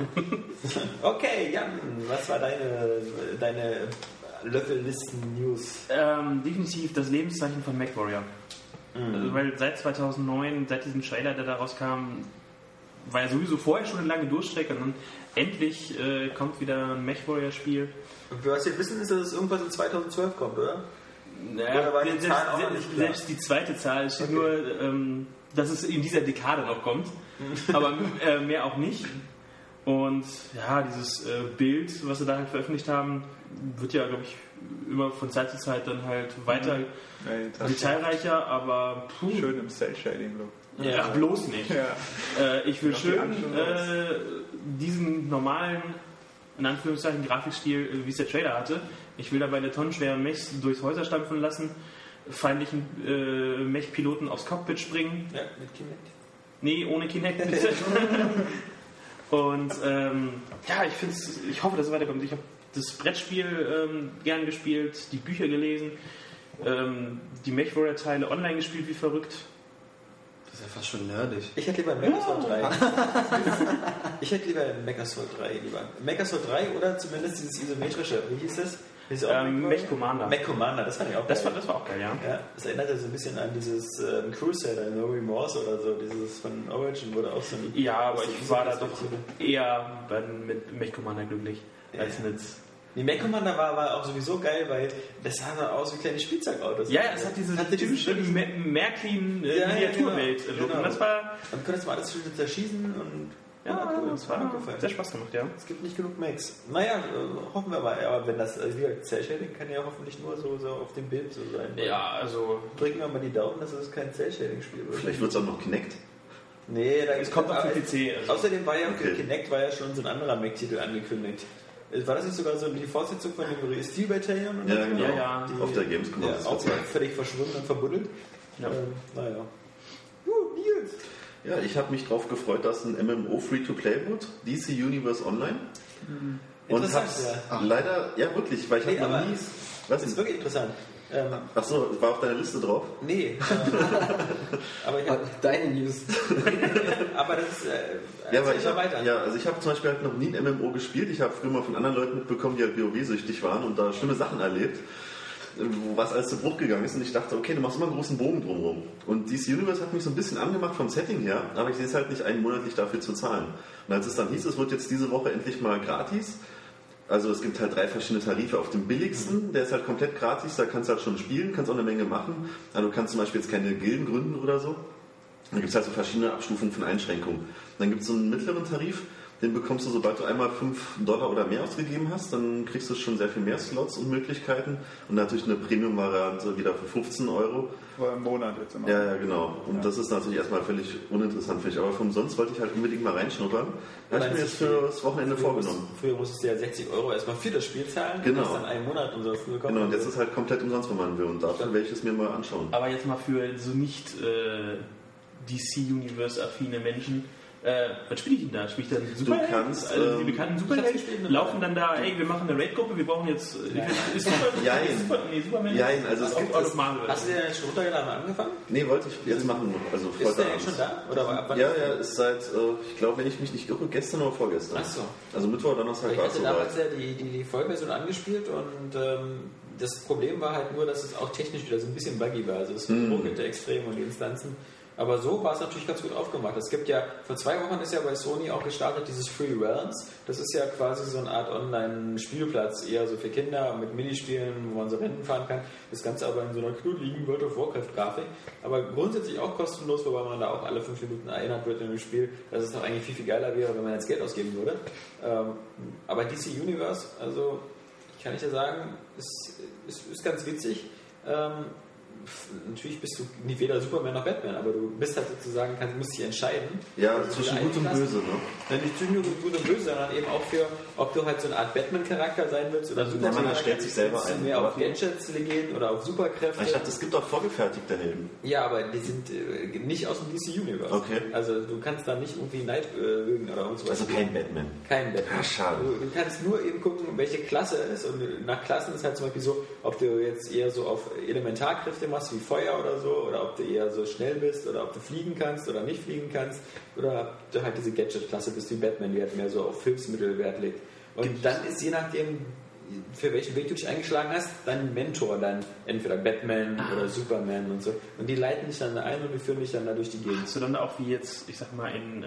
Okay, Jan, was war deine Löffellisten-News? Definitiv das Lebenszeichen von MechWarrior. Also, weil seit 2009, seit diesem Trailer, der da rauskam, war ja sowieso vorher schon eine lange Durchstrecke und dann endlich kommt wieder ein MechWarrior-Spiel. Und was wir wissen ist, dass es irgendwas in 2012 kommt, oder? Naja, selbst die zweite Zahl steht nur, dass es in dieser Dekade noch kommt, aber mehr auch nicht. Und ja, dieses Bild, was sie da halt veröffentlicht haben, wird ja, glaube ich, immer von Zeit zu Zeit dann halt weiter detailreicher, aber schön im Cell-Shading-Look. Ja, bloß nicht. Ja. Ich will schön diesen normalen, in Anführungszeichen, Grafikstil, wie es der Trailer hatte. Ich will dabei eine tonnenschwere Mechs durchs Häuser stampfen lassen, feindlichen Mech-Piloten aufs Cockpit springen. Ja, mit Kinect. Nee, ohne Kinect, bitte. Und ich hoffe, dass es weiterkommt. Ich habe das Brettspiel gern gespielt, die Bücher gelesen, die MechWarrior-Teile online gespielt wie verrückt. Das ist ja fast schon nerdig. Ich hätte lieber Mechasoul 3. Ich hätte lieber Mechasoul 3 lieber. Mechasoul 3 oder zumindest dieses isometrische. Wie hieß das? Mech Commander. Mech Commander, das fand ich auch geil. Das war auch geil, ja. Das erinnerte so ein bisschen an dieses Crusader, No Remorse oder so, dieses von Origin wurde auch so ein... Ja, aber ich war da doch eher mit Mech Commander glücklich, als mit Die Mech Commander war auch sowieso geil, weil das sah so aus wie kleine Spielzeugautos. Ja, es hat diese typische Märklin-Miniaturwelt. Genau. Das war... Dann konntest du mal alles schön zerschießen und... Ja, cool. Das war sehr Spaß gemacht, ja. Es gibt nicht genug Mechs. Naja, hoffen wir mal. Aber wenn das, wie gesagt, Cell-Shading kann ja hoffentlich nur so auf dem Bild so sein. Ja, also... Drücken wir mal die Daumen, dass es kein Cell-Shading-Spiel wird. Vielleicht wird es auch noch Kinect. Nee, es kommt auf den PC. Also. Außerdem war ja für Kinect war ja schon so ein anderer Mech-Titel angekündigt. War das nicht sogar so die Fortsetzung von dem Steel Battalion? Ja, genau. Ja. Auf der Gamescom. Ja, auch völlig verschwunden und verbuddelt. Ja. Naja. Nils! Ja, ich habe mich drauf gefreut, dass ein MMO Free-to-Play wird, DC Universe Online. Und hab's leider, ja wirklich, weil ich habe noch nie... Das ist wirklich interessant. Achso, war auf deiner Liste drauf? Nee. Aber ich habe deine News. Aber das ist... ja, aber ich habe zum Beispiel halt noch nie ein MMO gespielt. Ich habe früher mal von anderen Leuten mitbekommen, die halt WoW-süchtig waren und da schlimme Sachen erlebt, was alles zu Bruch gegangen ist. Und ich dachte, okay, du machst immer einen großen Bogen drumherum. Und DC Universe hat mich so ein bisschen angemacht vom Setting her, aber ich sehe es halt nicht ein, monatlich dafür zu zahlen. Und als es dann hieß, es wird jetzt diese Woche endlich mal gratis. Also es gibt halt 3 verschiedene Tarife. Auf dem billigsten, der ist halt komplett gratis, da kannst du halt schon spielen, kannst auch eine Menge machen. Also du kannst zum Beispiel jetzt keine Gilden gründen oder so. Dann gibt es halt so verschiedene Abstufungen von Einschränkungen. Dann gibt es so einen mittleren Tarif, den bekommst du, sobald du einmal $5 oder mehr ausgegeben hast, dann kriegst du schon sehr viel mehr Slots und Möglichkeiten. Und natürlich eine Premium-Variante wieder für 15 €. War im Monat jetzt immer. Ja, genau. Und das ist natürlich erstmal völlig uninteressant für mich. Aber von sonst wollte ich halt unbedingt mal reinschnuppern. Habe ich mir jetzt für das Wochenende vorgenommen. Früher musstest du ja 60 € erstmal für das Spiel zahlen. Genau. Und hast dann einen Monat umsonst bekommen. Genau, und jetzt ist es halt komplett umsonst, wenn man will. Und dafür werde ich es mir mal anschauen. Aber jetzt mal für so nicht DC-Universe-affine Menschen. Was spiele ich denn da? Spiele ich dann Superhelden? Kannst, also die bekannten Superhelden laufen dann da, ey, wir machen eine Raid-Gruppe, wir brauchen jetzt... Ist Superman? Nein, also es gibt... Hast du den schon runtergeladen und angefangen? Nee, wollte ich jetzt machen. Also ist der jetzt schon da? Oder ja, ist seit, ich glaube, wenn ich mich nicht irre, gestern oder vorgestern. Ach so. Also Mittwoch, Donnerstag war es so weit. Ich hatte damals ja die Vollversion angespielt und das Problem war halt nur, dass es auch technisch wieder so ein bisschen buggy war. Also es ruckelte extrem und die Instanzen. Aber so war es natürlich ganz gut aufgemacht. Es gibt ja, vor 2 Wochen ist ja bei Sony auch gestartet dieses Free Realms. Das ist ja quasi so eine Art Online-Spielplatz, eher so für Kinder mit Minispielen, wo man so Rennen fahren kann. Das Ganze aber in so einer knuddeligen World of Warcraft-Grafik. Aber grundsätzlich auch kostenlos, wobei man da auch alle 5 Minuten erinnert wird in dem Spiel, dass es doch eigentlich viel, viel geiler wäre, wenn man jetzt Geld ausgeben würde. Aber DC Universe, also ich kann nicht ja sagen, ist ganz witzig. Natürlich bist du nicht weder Superman noch Batman, aber du bist halt sozusagen, musst dich entscheiden. Ja, zwischen Gut und Böse, ne? Nicht zwischen Gut und Böse, sondern eben auch für, ob du halt so eine Art Batman-Charakter sein willst oder Superman. Man stellt sich selber ein. Mehr auf Gadgets gehen oder auf Superkräfte. Ich dachte, es gibt auch vorgefertigte Helden. Ja, aber die sind nicht aus dem DC-Universe. Okay. Also du kannst da nicht irgendwie Nightwing oder irgendwas. Also kein Batman. Kein Batman. Ja, schade. Du kannst nur eben gucken, welche Klasse es ist. Und nach Klassen ist halt zum Beispiel so, ob du jetzt eher so auf Elementarkräfte machst, wie Feuer oder so, oder ob du eher so schnell bist, oder ob du fliegen kannst oder nicht fliegen kannst, oder ob du halt diese Gadget-Klasse bist wie Batman, die halt mehr so auf Hilfsmittel Wert legt. Und dann ist je nachdem, für welchen Weg du dich eingeschlagen hast, dein Mentor dann entweder Batman oder Superman und so. Und die leiten dich dann ein und die führen dich dann da durch die Gegend. Hast du dann auch wie jetzt, ich sag mal, in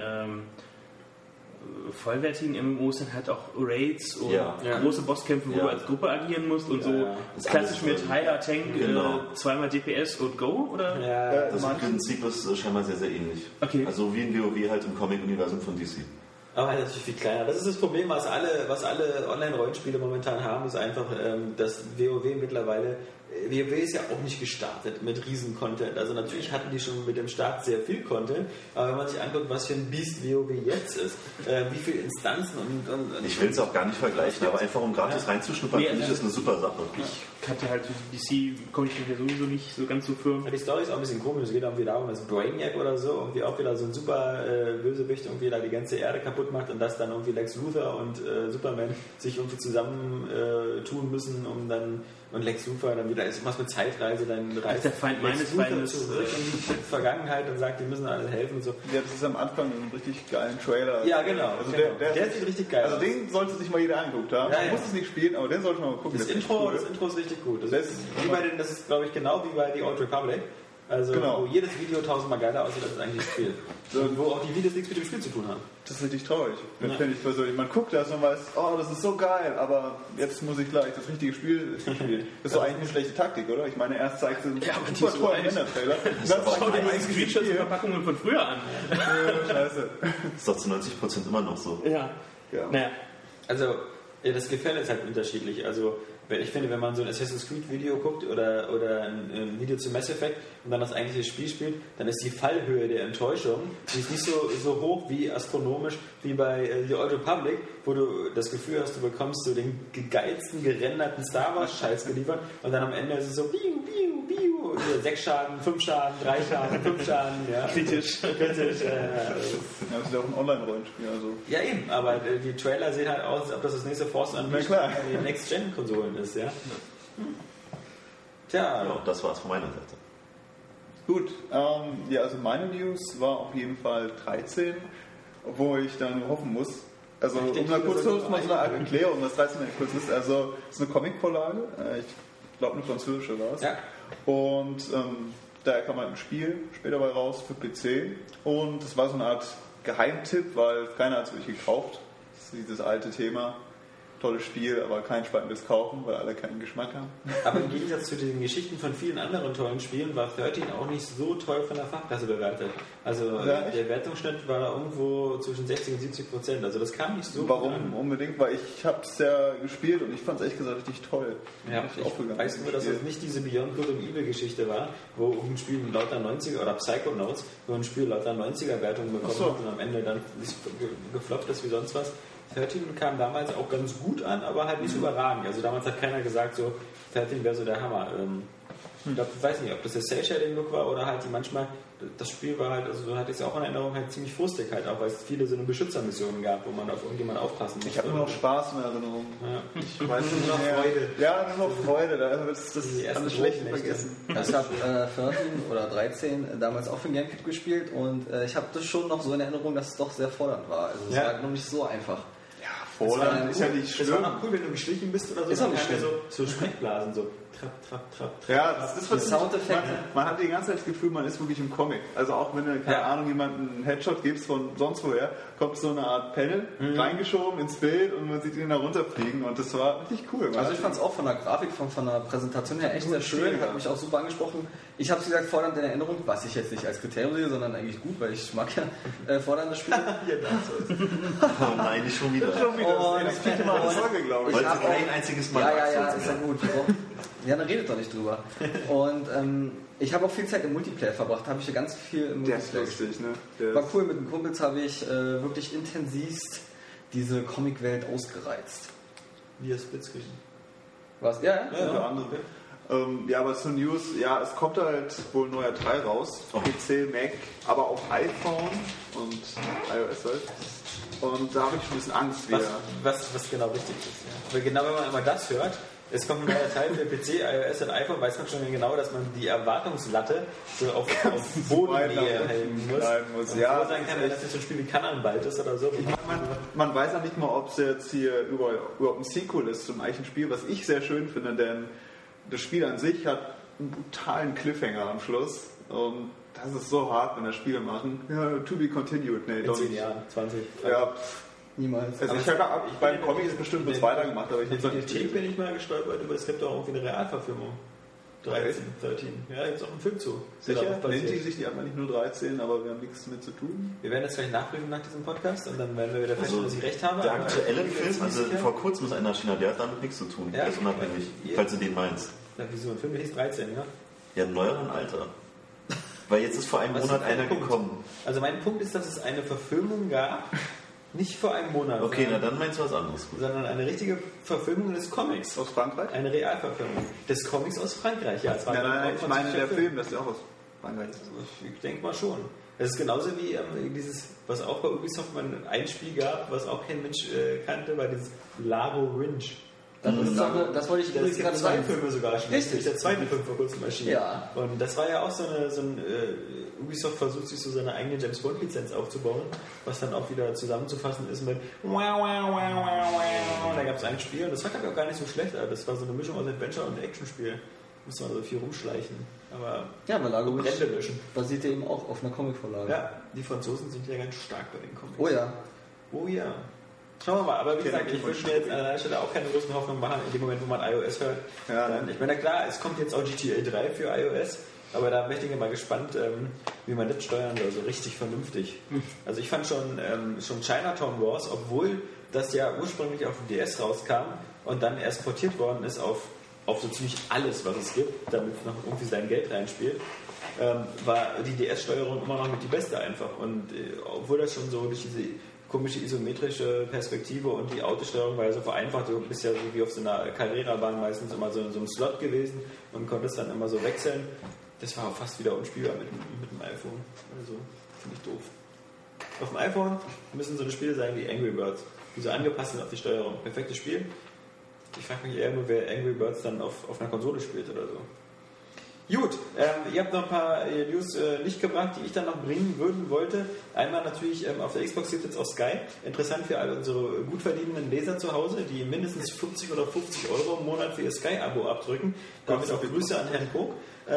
vollwertigen MMOs sind halt auch Raids oder große Bosskämpfe, wo du als Gruppe agieren musst und so klassisch mit Heiler, Tank, zweimal DPS und Go, oder? Ja, das Prinzip ist scheinbar sehr, sehr ähnlich. Okay. Also wie in WoW halt im Comic-Universum von DC. Aber halt natürlich viel kleiner. Das ist das Problem, was alle Online-Rollenspiele momentan haben, ist einfach, dass WoW mittlerweile, WoW ist ja auch nicht gestartet mit riesen Content. Also natürlich hatten die schon mit dem Start sehr viel Content, aber wenn man sich anguckt, was für ein Biest WoW jetzt ist, wie viele Instanzen und ich will es auch gar nicht vergleichen, aber einfach um gratis reinzuschnuppern, finde ich das eine super Sache. Ich kannte halt DC, komme ich ja sowieso nicht so ganz so firm. Ja, die Story ist auch ein bisschen komisch. Es geht irgendwie darum, dass Brainiac oder so irgendwie auch wieder so ein super Bösewicht irgendwie da die ganze Erde kaputt macht und dass dann irgendwie Lex Luthor und Superman sich irgendwie zusammen tun müssen, um dann und Lex Luthor dann wieder ist was mit Zeitreise, dann reist der Feind meines Feindes zurück in die Vergangenheit und sagt, die müssen alle helfen und so. Ja, das ist am Anfang ein richtig geilen Trailer. Ja, genau. Also genau. Der sieht richtig geil aus. Also den sollte sich mal jeder angeguckt haben. Ja, Man muss es nicht spielen, aber den sollte man mal gucken. Das Intro ist richtig gut. Das ist, glaube ich, genau wie bei The Old Republic. Also Genau. wo jedes Video 1000-mal geiler aussieht als das eigentliche Spiel. Und wo auch die Videos nichts mit dem Spiel zu tun haben. Das ist richtig traurig. Finde ich persönlich. Man guckt das und weiß, oh, das ist so geil, aber jetzt muss ich gleich das richtige Spiel spielen. Das ist doch eigentlich eine schlechte Taktik, oder? Ich meine, erst zeigt sie einen super tollen Render-Trailer. Schau dir die Screenshots und Verpackungen von früher an. Scheiße. Das ist doch zu 90% immer noch so. Ja. Naja. Also, ja, das Gefälle ist halt unterschiedlich. Also, ich finde, wenn man so ein Assassin's Creed Video guckt oder ein Video zu Mass Effect und dann das eigentliche Spiel spielt, dann ist die Fallhöhe der Enttäuschung, die ist nicht so hoch wie astronomisch wie bei The Old Republic, wo du das Gefühl hast, du bekommst so den gegeizten, gerenderten Star Wars Scheiß geliefert und dann am Ende ist es so 6 Schaden, 5 Schaden, 3 Schaden, 5 Schaden, ja. Kritisch. Ja, das ist ja auch ein Online-Rollenspiel. Also. Ja, eben, aber die Trailer sehen halt aus, als ob das nächste Force Unleashed für die Next-Gen-Konsolen ist, ja. Tja. Ja, das war's von meiner Seite. Gut, ja, also meine News war auf jeden Fall 13, wo ich dann hoffen muss. Also, um mal kurz mal so eine Erklärung, was 13 kurz ist. Also, es ist eine Comic-Vorlage. Ich glaube, eine französische war es. Ja. Und da kam halt ein Spiel später bei raus für PC. Und es war so eine Art Geheimtipp, weil keiner hat es wirklich gekauft. Das ist dieses alte Thema. Tolles Spiel, aber kein Schwein will es kaufen, weil alle keinen Geschmack haben. Aber im Gegensatz zu den Geschichten von vielen anderen tollen Spielen war 13 auch nicht so toll von der Fachklasse bewertet. Also der Wertungsschnitt war da irgendwo zwischen 60 und 70%. Also das kam nicht so gut an. Unbedingt? Weil ich habe es ja gespielt und ich fand es ehrlich gesagt richtig toll. Ja, ich weiß nur, dass es nicht diese Beyond Good and Evil Geschichte war, wo ein Spiel lauter 90er oder Psychonauts, wo ein Spiel lauter 90er Wertungen bekommen hat und am Ende dann nicht gefloppt ist wie sonst was. 13 kam damals auch ganz gut an, aber halt nicht überragend. Also damals hat keiner gesagt, so 13 wäre so der Hammer. Ich weiß nicht, ob das der Cell-Shading-Look war oder halt manchmal, das Spiel war halt, also so hatte ich es auch in Erinnerung, halt ziemlich frustig halt auch, weil es viele so eine Beschützermissionen gab, wo man auf irgendjemanden aufpassen musste. Ich habe nur noch Spaß in Erinnerung. Ja. Ich weiß nur noch Freude. Ja, nur noch Freude, da ist das alles schlecht vergessen. Ich habe 14 oder 13 damals auch für den Gamecube gespielt und ich habe das schon noch so in Erinnerung, dass es doch sehr fordernd war. Also es war noch nicht so einfach. Vorland ist ja nicht schlimm. Das war noch cool, wenn du geschlichen bist oder so. Ist auch nicht schlimm. So Sprechblasen, so trapp. Ja, das ist was Soundeffekte. Man hat die ganze Zeit das Gefühl, man ist wirklich im Comic. Also auch wenn du, keine Ahnung, jemanden einen Headshot gibst von sonst woher, kommt so eine Art Panel reingeschoben ins Bild und man sieht ihn da runterfliegen und das war richtig cool. Also ich fand es auch von der Grafik, von der Präsentation her echt sehr schön, hat mich auch super angesprochen. Ich habe es, wie gesagt, fordernd in Erinnerung, was ich jetzt nicht als Kriterium sehe, sondern eigentlich gut, weil ich mag ja fordernde Spiele. Oh nein, nicht schon wieder. Das kriegt immer eine Folge, glaube ich. Weil es kein einziges Mal Ja, ist ja gut. Ja, dann redet doch nicht drüber. Und ich habe auch viel Zeit im Multiplayer verbracht, habe ich ja ganz viel im Multiplayer. Der ist lustig, ne? War cool, mit den Kumpels habe ich wirklich intensivst diese Comicwelt ausgereizt. Wie das Splitscreen. Was? Ja. Unter anderem. Ja, aber zur News, ja, es kommt halt wohl ein neuer Teil raus. PC, Mac, aber auch iPhone und iOS halt. Und da habe ich ein bisschen Angst wieder. Was genau wichtig ist. Ja. Weil genau wenn man immer das hört, es kommt ein neuer Teil für PC, iOS und iPhone, weiß man schon genau, dass man die Erwartungslatte so auf Bodennähe hängen muss. Ja, sagen kann, dass das so ein Spiel wie Kanan bald ist oder so. Man weiß ja nicht mal, ob es jetzt hier überhaupt ein Sequel ist zum eigentlichen Spiel, was ich sehr schön finde, denn das Spiel an sich hat einen brutalen Cliffhanger am Schluss. Und das ist so hart, wenn das Spiele machen. Ja, to be continued. Nee, in 10 Jahren, 20. Ja, niemals. Also ich beim Comic ist bestimmt was weitergemacht, aber ich habe in der Bibliothek bin ich mal gestolpert, aber es gibt auch irgendwie eine Realverfilmung. 13. Ja, gibt es auch einen Film zu. Sicher? Nennt die sich die einfach nicht nur 13, aber wir haben nichts damit zu tun? Wir werden das gleich nachprüfen nach diesem Podcast und dann werden wir wieder feststellen, dass ich recht habe. Der aktuelle Film, also vor kurzem ist einer erschienen, der hat damit nichts zu tun. Ja? Der ist unabhängig, falls du den meinst. Ja, wieso? Ein Film, der hieß 13, ja? Ja, im neueren Alter. Weil jetzt ist vor einem Monat einer gekommen. Also mein Punkt ist, dass es eine Verfilmung gab, nicht vor einem Monat. Okay, na dann meinst du was anderes. Gut. Sondern eine richtige Verfilmung des Comics. Aus Frankreich? Eine Realverfilmung des Comics aus Frankreich, ja. Nein, ich meine der Film, das ist ja auch aus Frankreich. Ich denke mal schon. Das ist genauso wie dieses, was auch bei Ubisoft mal ein Spiel gab, was auch kein Mensch kannte, war dieses Lago Ringe. Das wollte ich übrigens gerade sagen. 2 Filme sogar schon. Richtig. Der zweite Film vor kurzem erschienen. Ja. Und das war ja auch so ein Ubisoft versucht sich so seine eigene James Bond Lizenz aufzubauen, was dann auch wieder zusammenzufassen ist mit und da gab es ein Spiel und das war glaube ich auch gar nicht so schlecht, aber das war so eine Mischung aus Adventure und Actionspiel. muss man so viel rumschleichen. Aber ja, weil Lago Brände löschen. basiert ja eben auch auf einer Comicvorlage. Ja, die Franzosen sind ja ganz stark bei den Comics. Oh ja. Oh ja. Schauen wir mal, aber wie gesagt, ich würde mir jetzt an der Stelle auch keine großen Hoffnungen machen, in dem Moment, wo man iOS hört. Ja. Dann, ich meine, klar, es kommt jetzt auch GTA 3 für iOS, aber da bin ich mal gespannt, wie man das steuern soll, so richtig vernünftig. Also ich fand schon Chinatown Wars, obwohl das ja ursprünglich auf dem DS rauskam und dann erst portiert worden ist auf so ziemlich alles, was es gibt, damit es noch irgendwie sein Geld reinspielt, war die DS-Steuerung immer noch mit die beste einfach. Und obwohl das schon so durch diese komische isometrische Perspektive und die Autosteuerung war ja so vereinfacht, du bist ja so wie auf so einer Carrera-Bahn meistens immer so in so einem Slot gewesen und konntest dann immer so wechseln. Das war auch fast wieder unspielbar mit dem iPhone. Also, finde ich doof. Auf dem iPhone müssen so eine Spiele sein wie Angry Birds, die so angepasst sind auf die Steuerung. Perfektes Spiel. Ich frage mich eher nur, wer Angry Birds dann auf einer Konsole spielt oder so. Gut, ihr habt noch ein paar News nicht gebracht, die ich dann noch bringen wollte. Einmal natürlich auf der Xbox gibt es jetzt auch Sky. Interessant für alle unsere gut verdienenden Leser zu Hause, die mindestens 40 oder 50 Euro im Monat für ihr Sky-Abo abdrücken. Damit auch Grüße an Herrn Krog.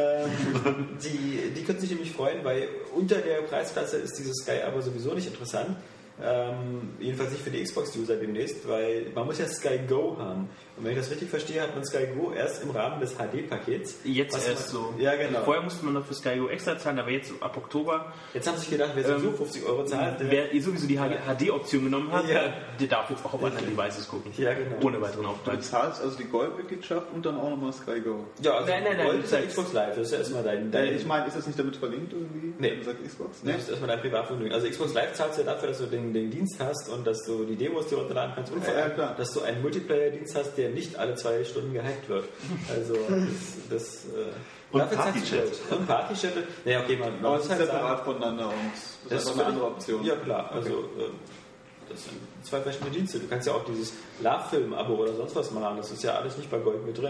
Die können sich nämlich freuen, weil unter der Preisklasse ist dieses Sky-Abo sowieso nicht interessant. Jedenfalls nicht für die Xbox-User demnächst, weil man muss ja Sky Go haben. Und wenn ich das richtig verstehe, hat man Sky Go erst im Rahmen des HD-Pakets. Jetzt erst so. Ja, genau. Vorher musste man noch für Sky Go extra zahlen, aber jetzt ab Oktober. Jetzt haben sie sich gedacht, wer sowieso 50 Euro zahlt. Wer sowieso die HD-Option genommen hat, ja, der darf jetzt auch auf anderen Devices gucken. Ja, genau. Ohne weiteren Aufpreis. Du zahlst also die Gold-Mitgliedschaft und dann auch nochmal Sky Go. Ja, also nein, Gold ist ja Xbox Live, das ist ja erstmal dein ich meine, ist das nicht damit verlinkt irgendwie? Nee. Wenn du sagst Xbox? Nee, das ist erstmal dein Privatvergnügen. Also Xbox Live zahlst du ja dafür, dass du den Dienst hast und dass du die Demos dir runterladen kannst und vor allem, dass du einen Multiplayer-Dienst hast, der nicht alle 2 Stunden gehackt wird. Also und Party-Chat. Und Party-Chat. Naja, okay, man aber es ist halt separat voneinander und das ist eine andere Option. Ja, klar. Also das sind 2 verschiedene Dienste. Du kannst ja auch dieses Love-Film-Abo oder sonst was machen. Das ist ja alles nicht bei Gold mit drin.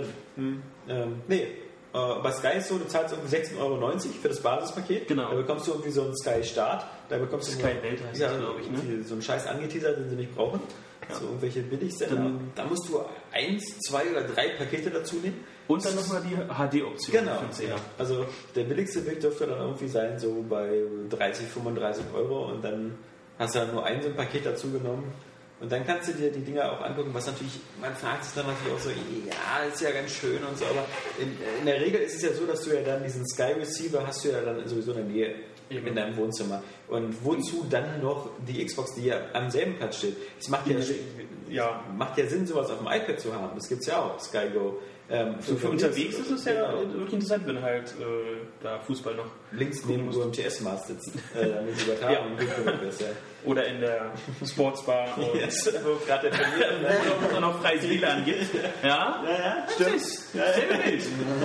Bei Sky ist so, du zahlst irgendwie 16,90 Euro für das Basispaket. Genau. Da bekommst du irgendwie so einen Sky Start. Da bekommst du Sky Welt heißt das, glaube ich. Ne? So einen Scheiß angeteasert, den sie nicht brauchen. Ja. So irgendwelche Billigsender. Da musst du 1, 2 oder 3 Pakete dazu nehmen. Und dann nochmal die HD-Option. Genau. Ja. Also der billigste Weg dürfte dann irgendwie sein, so bei 30, 35 Euro. Und dann hast du dann nur ein so ein Paket dazu genommen. Und dann kannst du dir die Dinger auch angucken, was natürlich, man fragt sich dann natürlich auch so, ja, ist ja ganz schön und so, aber in der Regel ist es ja so, dass du ja dann diesen Sky Receiver hast du ja dann sowieso in der Nähe in deinem Wohnzimmer. Und wozu dann noch die Xbox, die ja am selben Platz steht? Es macht ja Sinn, sowas auf dem iPad zu haben. Das gibt es ja auch, Sky Go. Für unterwegs ist es ja wirklich interessant, wenn halt da Fußball noch links neben dem UMTS-Mast sitzt, damit sie übertragen ist. Ja. Oder in der Sportsbar, wo gerade der Verlierer wo noch freies WLAN gibt. Ja, stimmt. Selbe Bild.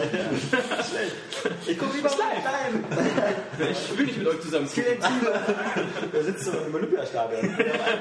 Ich gucke lieber live. Ich will nicht mit euch zusammen spielen. Da sitzt du im Olympiastadion.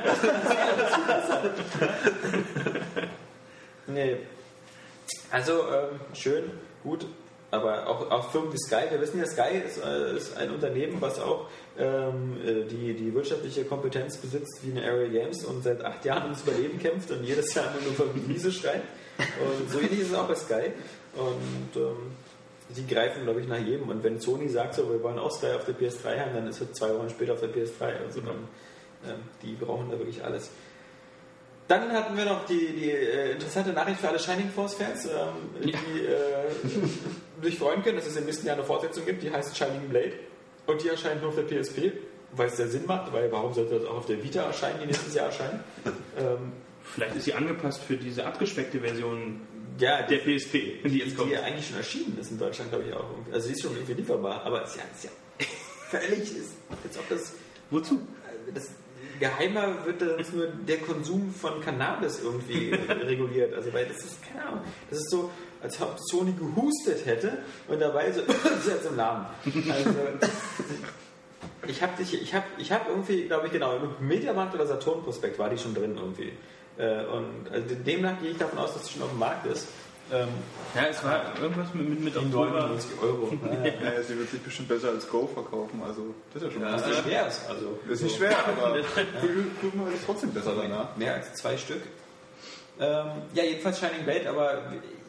Nee. Also schön, gut, aber auch Firmen wie Sky, wir wissen ja, Sky ist ein Unternehmen, was auch die wirtschaftliche Kompetenz besitzt wie eine Area Games und seit 8 Jahren ums Überleben kämpft und jedes Jahr nur von Miese schreit. Und so ähnlich ist es auch bei Sky. Und sie greifen, glaube ich, nach jedem. Und wenn Sony sagt, so, wir wollen auch Sky auf der PS3 haben, dann ist es 2 Wochen später auf der PS3. Also die brauchen da wirklich alles. Dann hatten wir noch die interessante Nachricht für alle Shining Force-Fans, die sich freuen können, dass es im nächsten Jahr eine Fortsetzung gibt, die heißt Shining Blade. Und die erscheint nur auf der PSP, weil es sehr Sinn macht, weil warum sollte das auch auf der Vita erscheinen, die nächstes Jahr erscheinen? Vielleicht ist sie angepasst für diese abgespeckte Version der PSP, die jetzt kommt. Die ja eigentlich schon erschienen ist in Deutschland, glaube ich auch. Also sie ist schon irgendwie lieferbar, aber es ist ja völlig, als ob das... Wozu? Geheimer wird das nur der Konsum von Cannabis irgendwie reguliert. Also, weil das ist, keine Ahnung, das ist so, als ob Sony gehustet hätte und dabei so, das ist jetzt im Namen. Also, ich habe irgendwie, glaube ich, genau, im Mediamarkt oder Saturn-Prospekt war die schon drin irgendwie. Und also demnach gehe ich davon aus, dass sie schon auf dem Markt ist. Ja, es war irgendwas mit Oktober. 99 Euro. Naja, sie wird sich bestimmt besser als Go verkaufen, also das ist ja schon das ist schwer. Also, das ist nicht schwer, aber fühlen wir uns trotzdem besser danach. Mehr als 2 Stück. Ja, jedenfalls Shining Blade, aber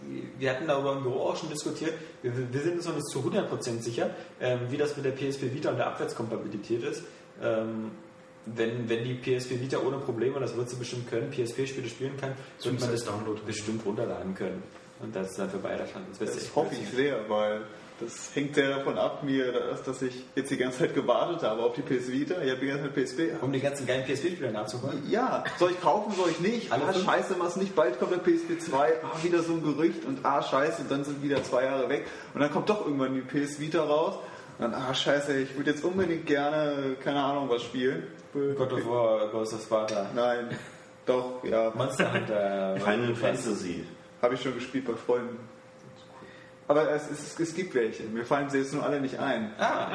wir hatten darüber im Büro auch schon diskutiert, wir sind uns noch nicht zu 100% sicher, wie das mit der PSP Vita und der Abwärtskompatibilität ist. Wenn die PSP Vita ohne Probleme, das wird sie bestimmt können, PSP-Spiele spielen kann, wird man das Download bestimmt runterladen können. Und das ist dann für beide Stand. Das hoffe ich sehr, weil das hängt sehr davon ab, dass ich jetzt die ganze Zeit gewartet habe auf die PS Vita. Ich habe die ganze Zeit PSP. Um die ganzen geilen PSP-Spieler nachzuholen? Ja, soll ich kaufen, soll ich nicht? Scheiße, was nicht, bald kommt der PSP 2, wieder so ein Gerücht und scheiße, und dann sind wieder 2 Jahre weg. Und dann kommt doch irgendwann die PS Vita raus. Und dann, scheiße, ich würde jetzt unbedingt gerne, keine Ahnung, was spielen. God of War, Ghost of Sparta. Nein, doch, ja. Monster Hunter. Final Fantasy. Habe ich schon gespielt bei Freunden. Aber es gibt welche. Mir fallen sie jetzt nur alle nicht ein.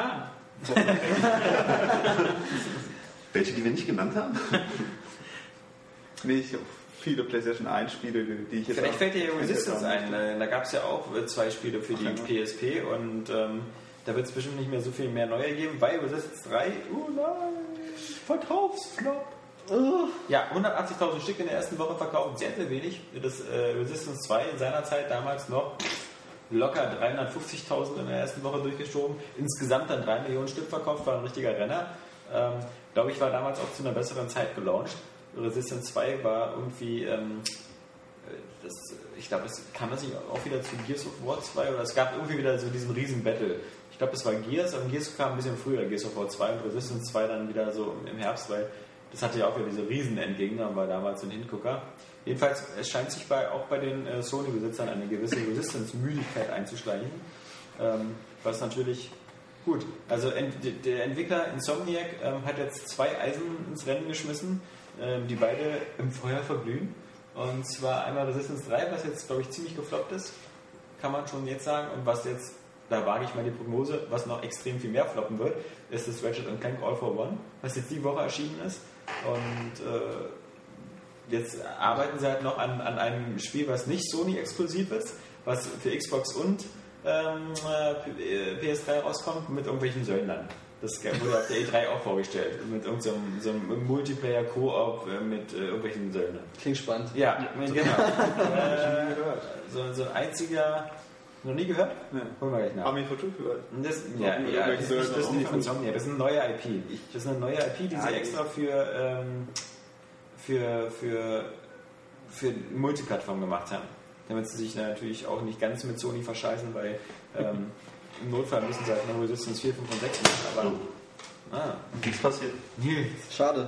Welche, die wir nicht genannt haben? Nee, ich habe viele PlayStation 1 Spiele, die ich jetzt... Vielleicht fällt dir Resistance ein. Da gab es ja auch 2 Spiele für die PSP und da wird es bestimmt nicht mehr so viel mehr neue geben, weil Resistance 3, nein, Verkaufsflop. Ja, 180.000 Stück in der ersten Woche verkauft, sehr, sehr wenig. Das Resistance 2 in seiner Zeit damals noch locker 350.000 in der ersten Woche durchgeschoben. Insgesamt dann 3 Millionen Stück verkauft, war ein richtiger Renner. Glaube ich, war damals auch zu einer besseren Zeit gelauncht. Resistance 2 war irgendwie, ich glaube, es kam das nicht auch wieder zu Gears of War 2 oder es gab irgendwie wieder so diesen riesen Battle. Ich glaube, es war Gears, aber Gears kam ein bisschen früher, Gears of War 2 und Resistance 2 dann wieder so im Herbst, weil das hatte ja auch wieder diese riesen Endgegner, war damals ein Hingucker. Jedenfalls, es scheint sich auch bei den Sony-Besitzern eine gewisse Resistance-Müdigkeit einzuschleichen, was natürlich gut. Also der Entwickler Insomniac hat jetzt 2 Eisen ins Rennen geschmissen, die beide im Feuer verglühen. Und zwar einmal Resistance 3, was jetzt, glaube ich, ziemlich gefloppt ist, kann man schon jetzt sagen. Und was jetzt, da wage ich mal die Prognose, was noch extrem viel mehr floppen wird, ist das Ratchet & Clank All for One, was jetzt die Woche erschienen ist. Und jetzt arbeiten sie halt noch an einem Spiel, was nicht Sony-exklusiv ist, was für Xbox und PS3 rauskommt, mit irgendwelchen Söldnern. Das wurde auf der E3 auch vorgestellt, mit irgendeinem so einem Multiplayer-Koop mit irgendwelchen Söldnern. Klingt spannend. Ja, genau. So ein einziger... Noch nie gehört? Nee. Holen wir gleich nach. Haben wir von gehört? Das ist nicht von Insomnia, das ist eine neue IP. Das ist eine neue IP, die sie extra für Multiplattform gemacht haben. Damit sie sich natürlich auch nicht ganz mit Sony verscheißen, weil im Notfall müssen sie halt noch Resistance 4, 5 und 6 machen. Aber nichts passiert. Schade.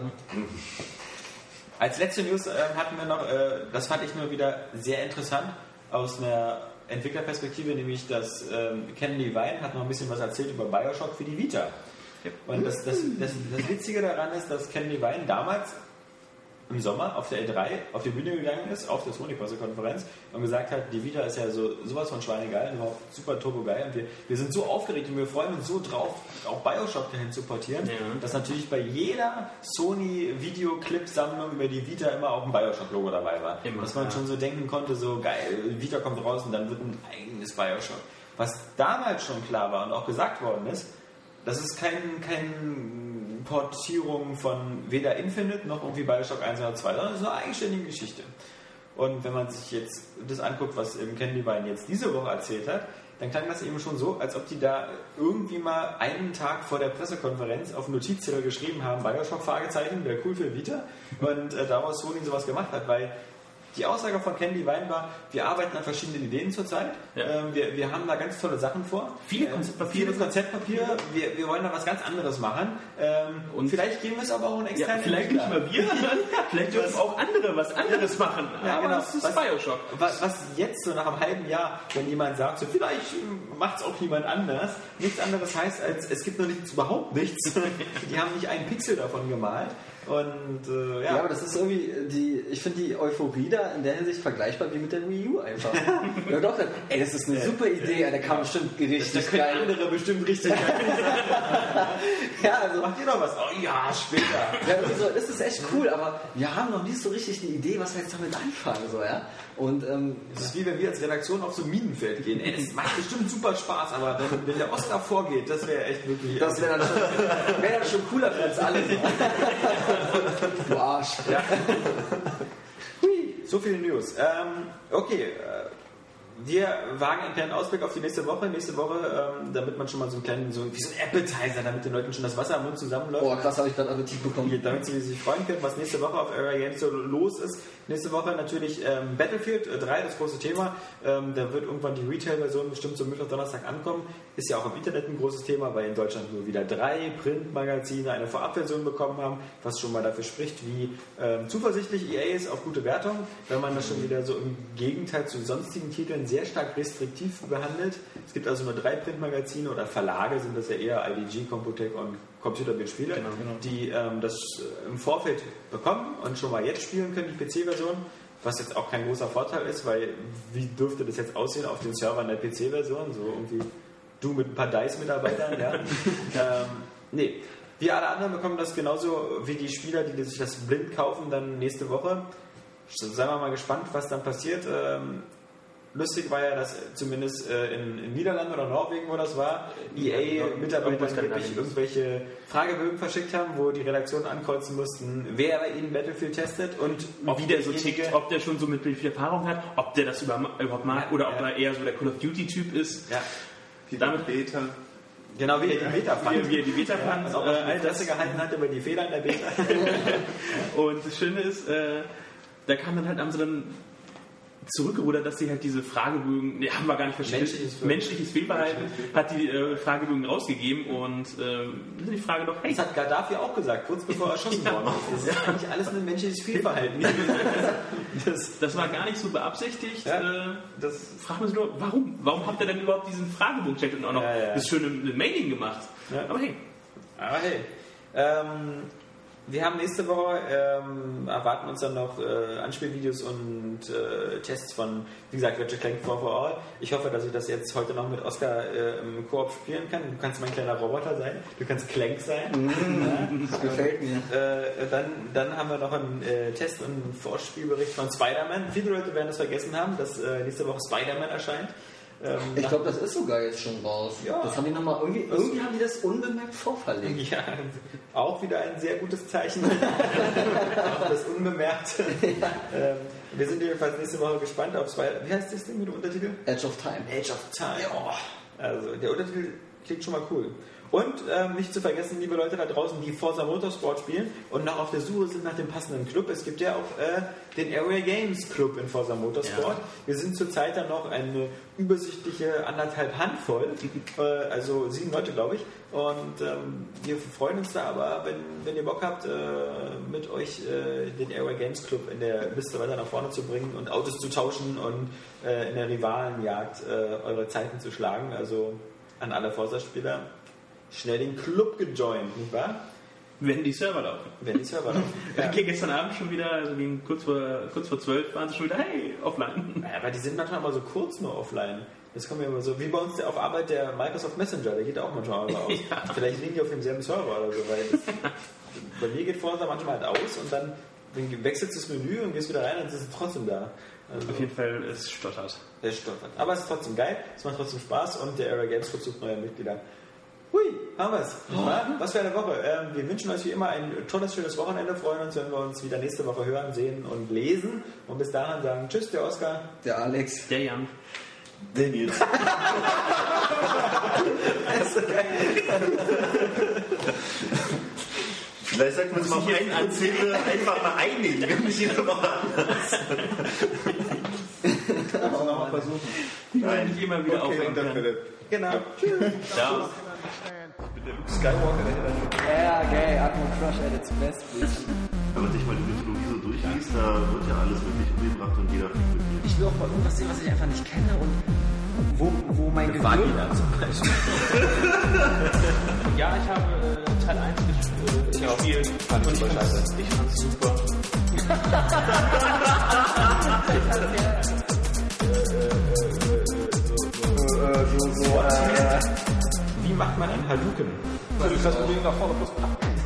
Als letzte News hatten wir noch, das fand ich nur wieder sehr interessant, aus einer Entwicklerperspektive, nämlich dass Ken Levine hat noch ein bisschen was erzählt über Bioshock für die Vita. Ja. Und das Witzige daran ist, dass Ken Levine damals im Sommer auf der E3 auf die Bühne gegangen ist, auf der Sony-Pressekonferenz und gesagt hat, die Vita ist ja sowas von schweinegeil, überhaupt super turbo geil und wir sind so aufgeregt und wir freuen uns so drauf, auch Bioshock dahin zu portieren, dass natürlich bei jeder Sony-Videoclip-Sammlung über die Vita immer auch ein Bioshock-Logo dabei war. Dass man schon so denken konnte, so geil, Vita kommt raus und dann wird ein eigenes Bioshock. Was damals schon klar war und auch gesagt worden ist, das ist kein Portierung von weder Infinite noch irgendwie Bioshock 1 oder 2, sondern es ist eine eigenständige Geschichte. Und wenn man sich jetzt das anguckt, was Ken Levine jetzt diese Woche erzählt hat, dann klang das eben schon so, als ob die da irgendwie mal einen Tag vor der Pressekonferenz auf Notizzettel geschrieben haben, Bioshock Fragezeichen, wäre cool für Vita, und daraus Sony sowas gemacht hat, weil die Aussage von Ken Levine war, wir arbeiten an verschiedenen Ideen zurzeit. Ja. Wir haben da ganz tolle Sachen vor. Viele Konzeptpapiere. Wir wollen da was ganz anderes machen. Und vielleicht geben wir es aber auch einen externen vielleicht nicht mal wir, vielleicht dürfen auch andere was anderes machen. Ja, genau. Das ist Bioshock. Was jetzt so nach einem halben Jahr, wenn jemand sagt, so vielleicht macht es auch jemand anders, nichts anderes heißt, als es gibt noch überhaupt nichts. Die haben nicht einen Pixel davon gemalt. Und ja, aber das ist irgendwie ich finde die Euphorie da in der Hinsicht vergleichbar wie mit der Wii U einfach. Ja, doch, ey, das ist eine super Idee, der kann bestimmt richtig geil. Andere bestimmt richtig geil. Ja, also macht ihr noch was? Oh ja, später. Ja, das ist echt cool, aber wir haben noch nicht so richtig die Idee, was wir jetzt damit anfangen, so, ja. Und das ist wie wenn wir als Redaktion auf so ein Minenfeld gehen. Ey, das macht bestimmt super Spaß, aber wenn der Oscar vorgeht, das wäre echt wirklich... Das wäre dann schon cooler für uns alle. Du Arsch. Ja. So viele News. Okay. wir wagen einen kleinen Ausblick auf die nächste Woche. Damit man schon mal so einen kleinen, wie so ein Appetizer, damit den Leuten schon das Wasser im Mund zusammenläuft. Boah, krass, habe ich gerade Appetit bekommen. Damit sie sich freuen können, was nächste Woche auf Area Games so los ist. Nächste Woche natürlich Battlefield 3, das große Thema. Da wird irgendwann die Retail-Version bestimmt so Mittwoch, Donnerstag ankommen. Ist ja auch im Internet ein großes Thema, weil in Deutschland nur wieder 3 Printmagazine eine Vorabversion bekommen haben, was schon mal dafür spricht, wie zuversichtlich EA ist auf gute Wertung, wenn man das schon wieder so im Gegenteil zu sonstigen Titeln sehr stark restriktiv behandelt. Es gibt also nur 3 Printmagazine oder Verlage, sind das ja eher IDG, Computec und Computerbildspiele, die das im Vorfeld bekommen und schon mal jetzt spielen können, die PC-Version, was jetzt auch kein großer Vorteil ist, weil wie dürfte das jetzt aussehen auf den Servern der PC-Version, so irgendwie du mit ein paar DICE-Mitarbeitern, ja. Nee, wir alle anderen bekommen das genauso wie die Spieler, die sich das blind kaufen, dann nächste Woche. Seien wir mal gespannt, was dann passiert. Lustig war ja, dass zumindest in Niederlanden oder Norwegen, wo das war, EA-Mitarbeiter irgendwelche Fragebögen verschickt haben, wo die Redaktionen ankreuzen mussten, wer bei ihnen Battlefield testet und wie der so tickt, ob der schon so mit viel Erfahrung hat, ob der das überhaupt mag oder ob er eher so der Call of Duty-Typ ist. Ja. Wie damit Beta. Genau, wie er die Beta fand. Wie er die Beta fand. Und auch Interesse gehalten hat über die Fehler in der Beta. Und das Schöne ist, da kam dann halt, haben sie dann zurückgerudert, dass sie halt diese Fragebögen, haben wir gar nicht verstanden. Menschliches Fehlverhalten hat die Fragebögen rausgegeben und die Frage doch, hey. Das hat Gaddafi auch gesagt, kurz bevor er erschossen worden ist. Das ist eigentlich alles ein menschliches Fehlverhalten. Das war gar nicht so beabsichtigt. Ja, das fragt man sich nur, warum? Warum habt ihr denn überhaupt diesen Fragebogen gecheckt und auch noch das schöne Mailing gemacht? Ja. Aber hey. Wir haben nächste Woche, erwarten uns dann noch Anspielvideos und Tests von, wie gesagt, Ratchet Clank 4 for All. Ich hoffe, dass ich das jetzt heute noch mit Oskar im Koop spielen kann. Du kannst mein kleiner Roboter sein, du kannst Clank sein. Das gefällt mir. Dann haben wir noch einen Test- und Vorspielbericht von Spider-Man. Viele Leute werden das vergessen haben, dass nächste Woche Spider-Man erscheint. Ich glaube, das ist sogar jetzt schon raus. Ja. Das haben die nochmal irgendwie haben die das unbemerkt vorverlegt. Ja, auch wieder ein sehr gutes Zeichen. Auch das unbemerkt. Wir sind jedenfalls nächste Woche gespannt auf wie heißt das Ding mit dem Untertitel? Edge of Time. Edge of Time. Ja. Also der Untertitel klingt schon mal cool. Und nicht zu vergessen, liebe Leute da draußen, die Forza Motorsport spielen und noch auf der Suche sind nach dem passenden Club. Es gibt ja auch den Area Games Club in Forza Motorsport. Ja. Wir sind zurzeit dann noch eine übersichtliche 1,5 Handvoll, also 7 Leute, glaube ich. Und wir freuen uns da aber, wenn ihr Bock habt, mit euch den Area Games Club in der Liste weiter nach vorne zu bringen und Autos zu tauschen und in der Rivalenjagd eure Zeiten zu schlagen. Also an alle Forza-Spieler. Schnell den Club gejoint, nicht wahr? Wenn die Server laufen. Ja. Okay, gestern Abend schon wieder, also gegen kurz vor 12 waren sie schon wieder, hey, offline. Ja, aber die sind manchmal mal so kurz nur offline. Das kommt ja immer so, wie bei uns auf Arbeit der Microsoft Messenger, der geht auch manchmal aus. Ja. Vielleicht liegen die auf demselben Server oder so, weil bei mir geht Forza manchmal halt aus und dann wechselst du das Menü und gehst wieder rein und es ist trotzdem da. Also, auf jeden Fall, es stottert. Aber es ist trotzdem geil, es macht trotzdem Spaß und der Area Games Club sucht neue Mitglieder. Hui, haben wir es. Was für eine Woche. Wir wünschen euch wie immer ein tolles, schönes Wochenende. Freuen uns, wenn wir uns wieder nächste Woche hören, sehen und lesen. Und bis dahin sagen Tschüss, der Oskar. Der Alex. Der Jan. Der Nils. Vielleicht sagt man es mal auf einen Erzähle einfach mal einigen. Wir müssen hier noch anders. Mal versuchen. Nein, nicht immer wieder aufhängen kann. Genau. Ciao. Skywalker dahinter. Ja, geil. Atmo Crush at its best. Wenn man sich mal die Mythologie so durchliest, da wird ja alles wirklich umgebracht und jeder fliegt mit mir. Ich will auch mal irgendwas sehen, was ich einfach nicht kenne und wo mein Vagina zum Beispiel. Ja, ich habe Teil 1 gespielt. Fand ich scheiße. Ich fand's super. Wie macht man einen Hadouken? Das ist das Problem nach vorne plus.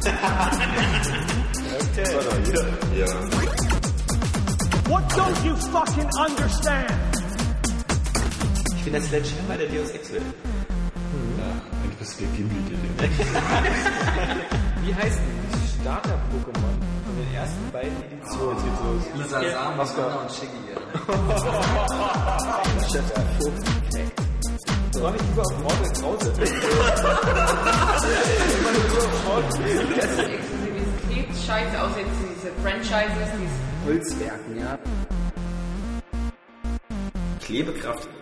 Okay. Ja. What don't you fucking understand? Ich bin der Sledgehammer der Deus Ex will. Eigentlich bist du der Gimli. Wie heißen die Starter-Pokémon von den ersten beiden Editionen? Lisa, Sam, Anna und Shiggy. Sportchef der Vogt-Effekt. Ich freue mich lieber auf Morgen Krause. Exklusivitätsscheiße, außer jetzt diese Franchises, diese Holzwerken, ja. Klebekraft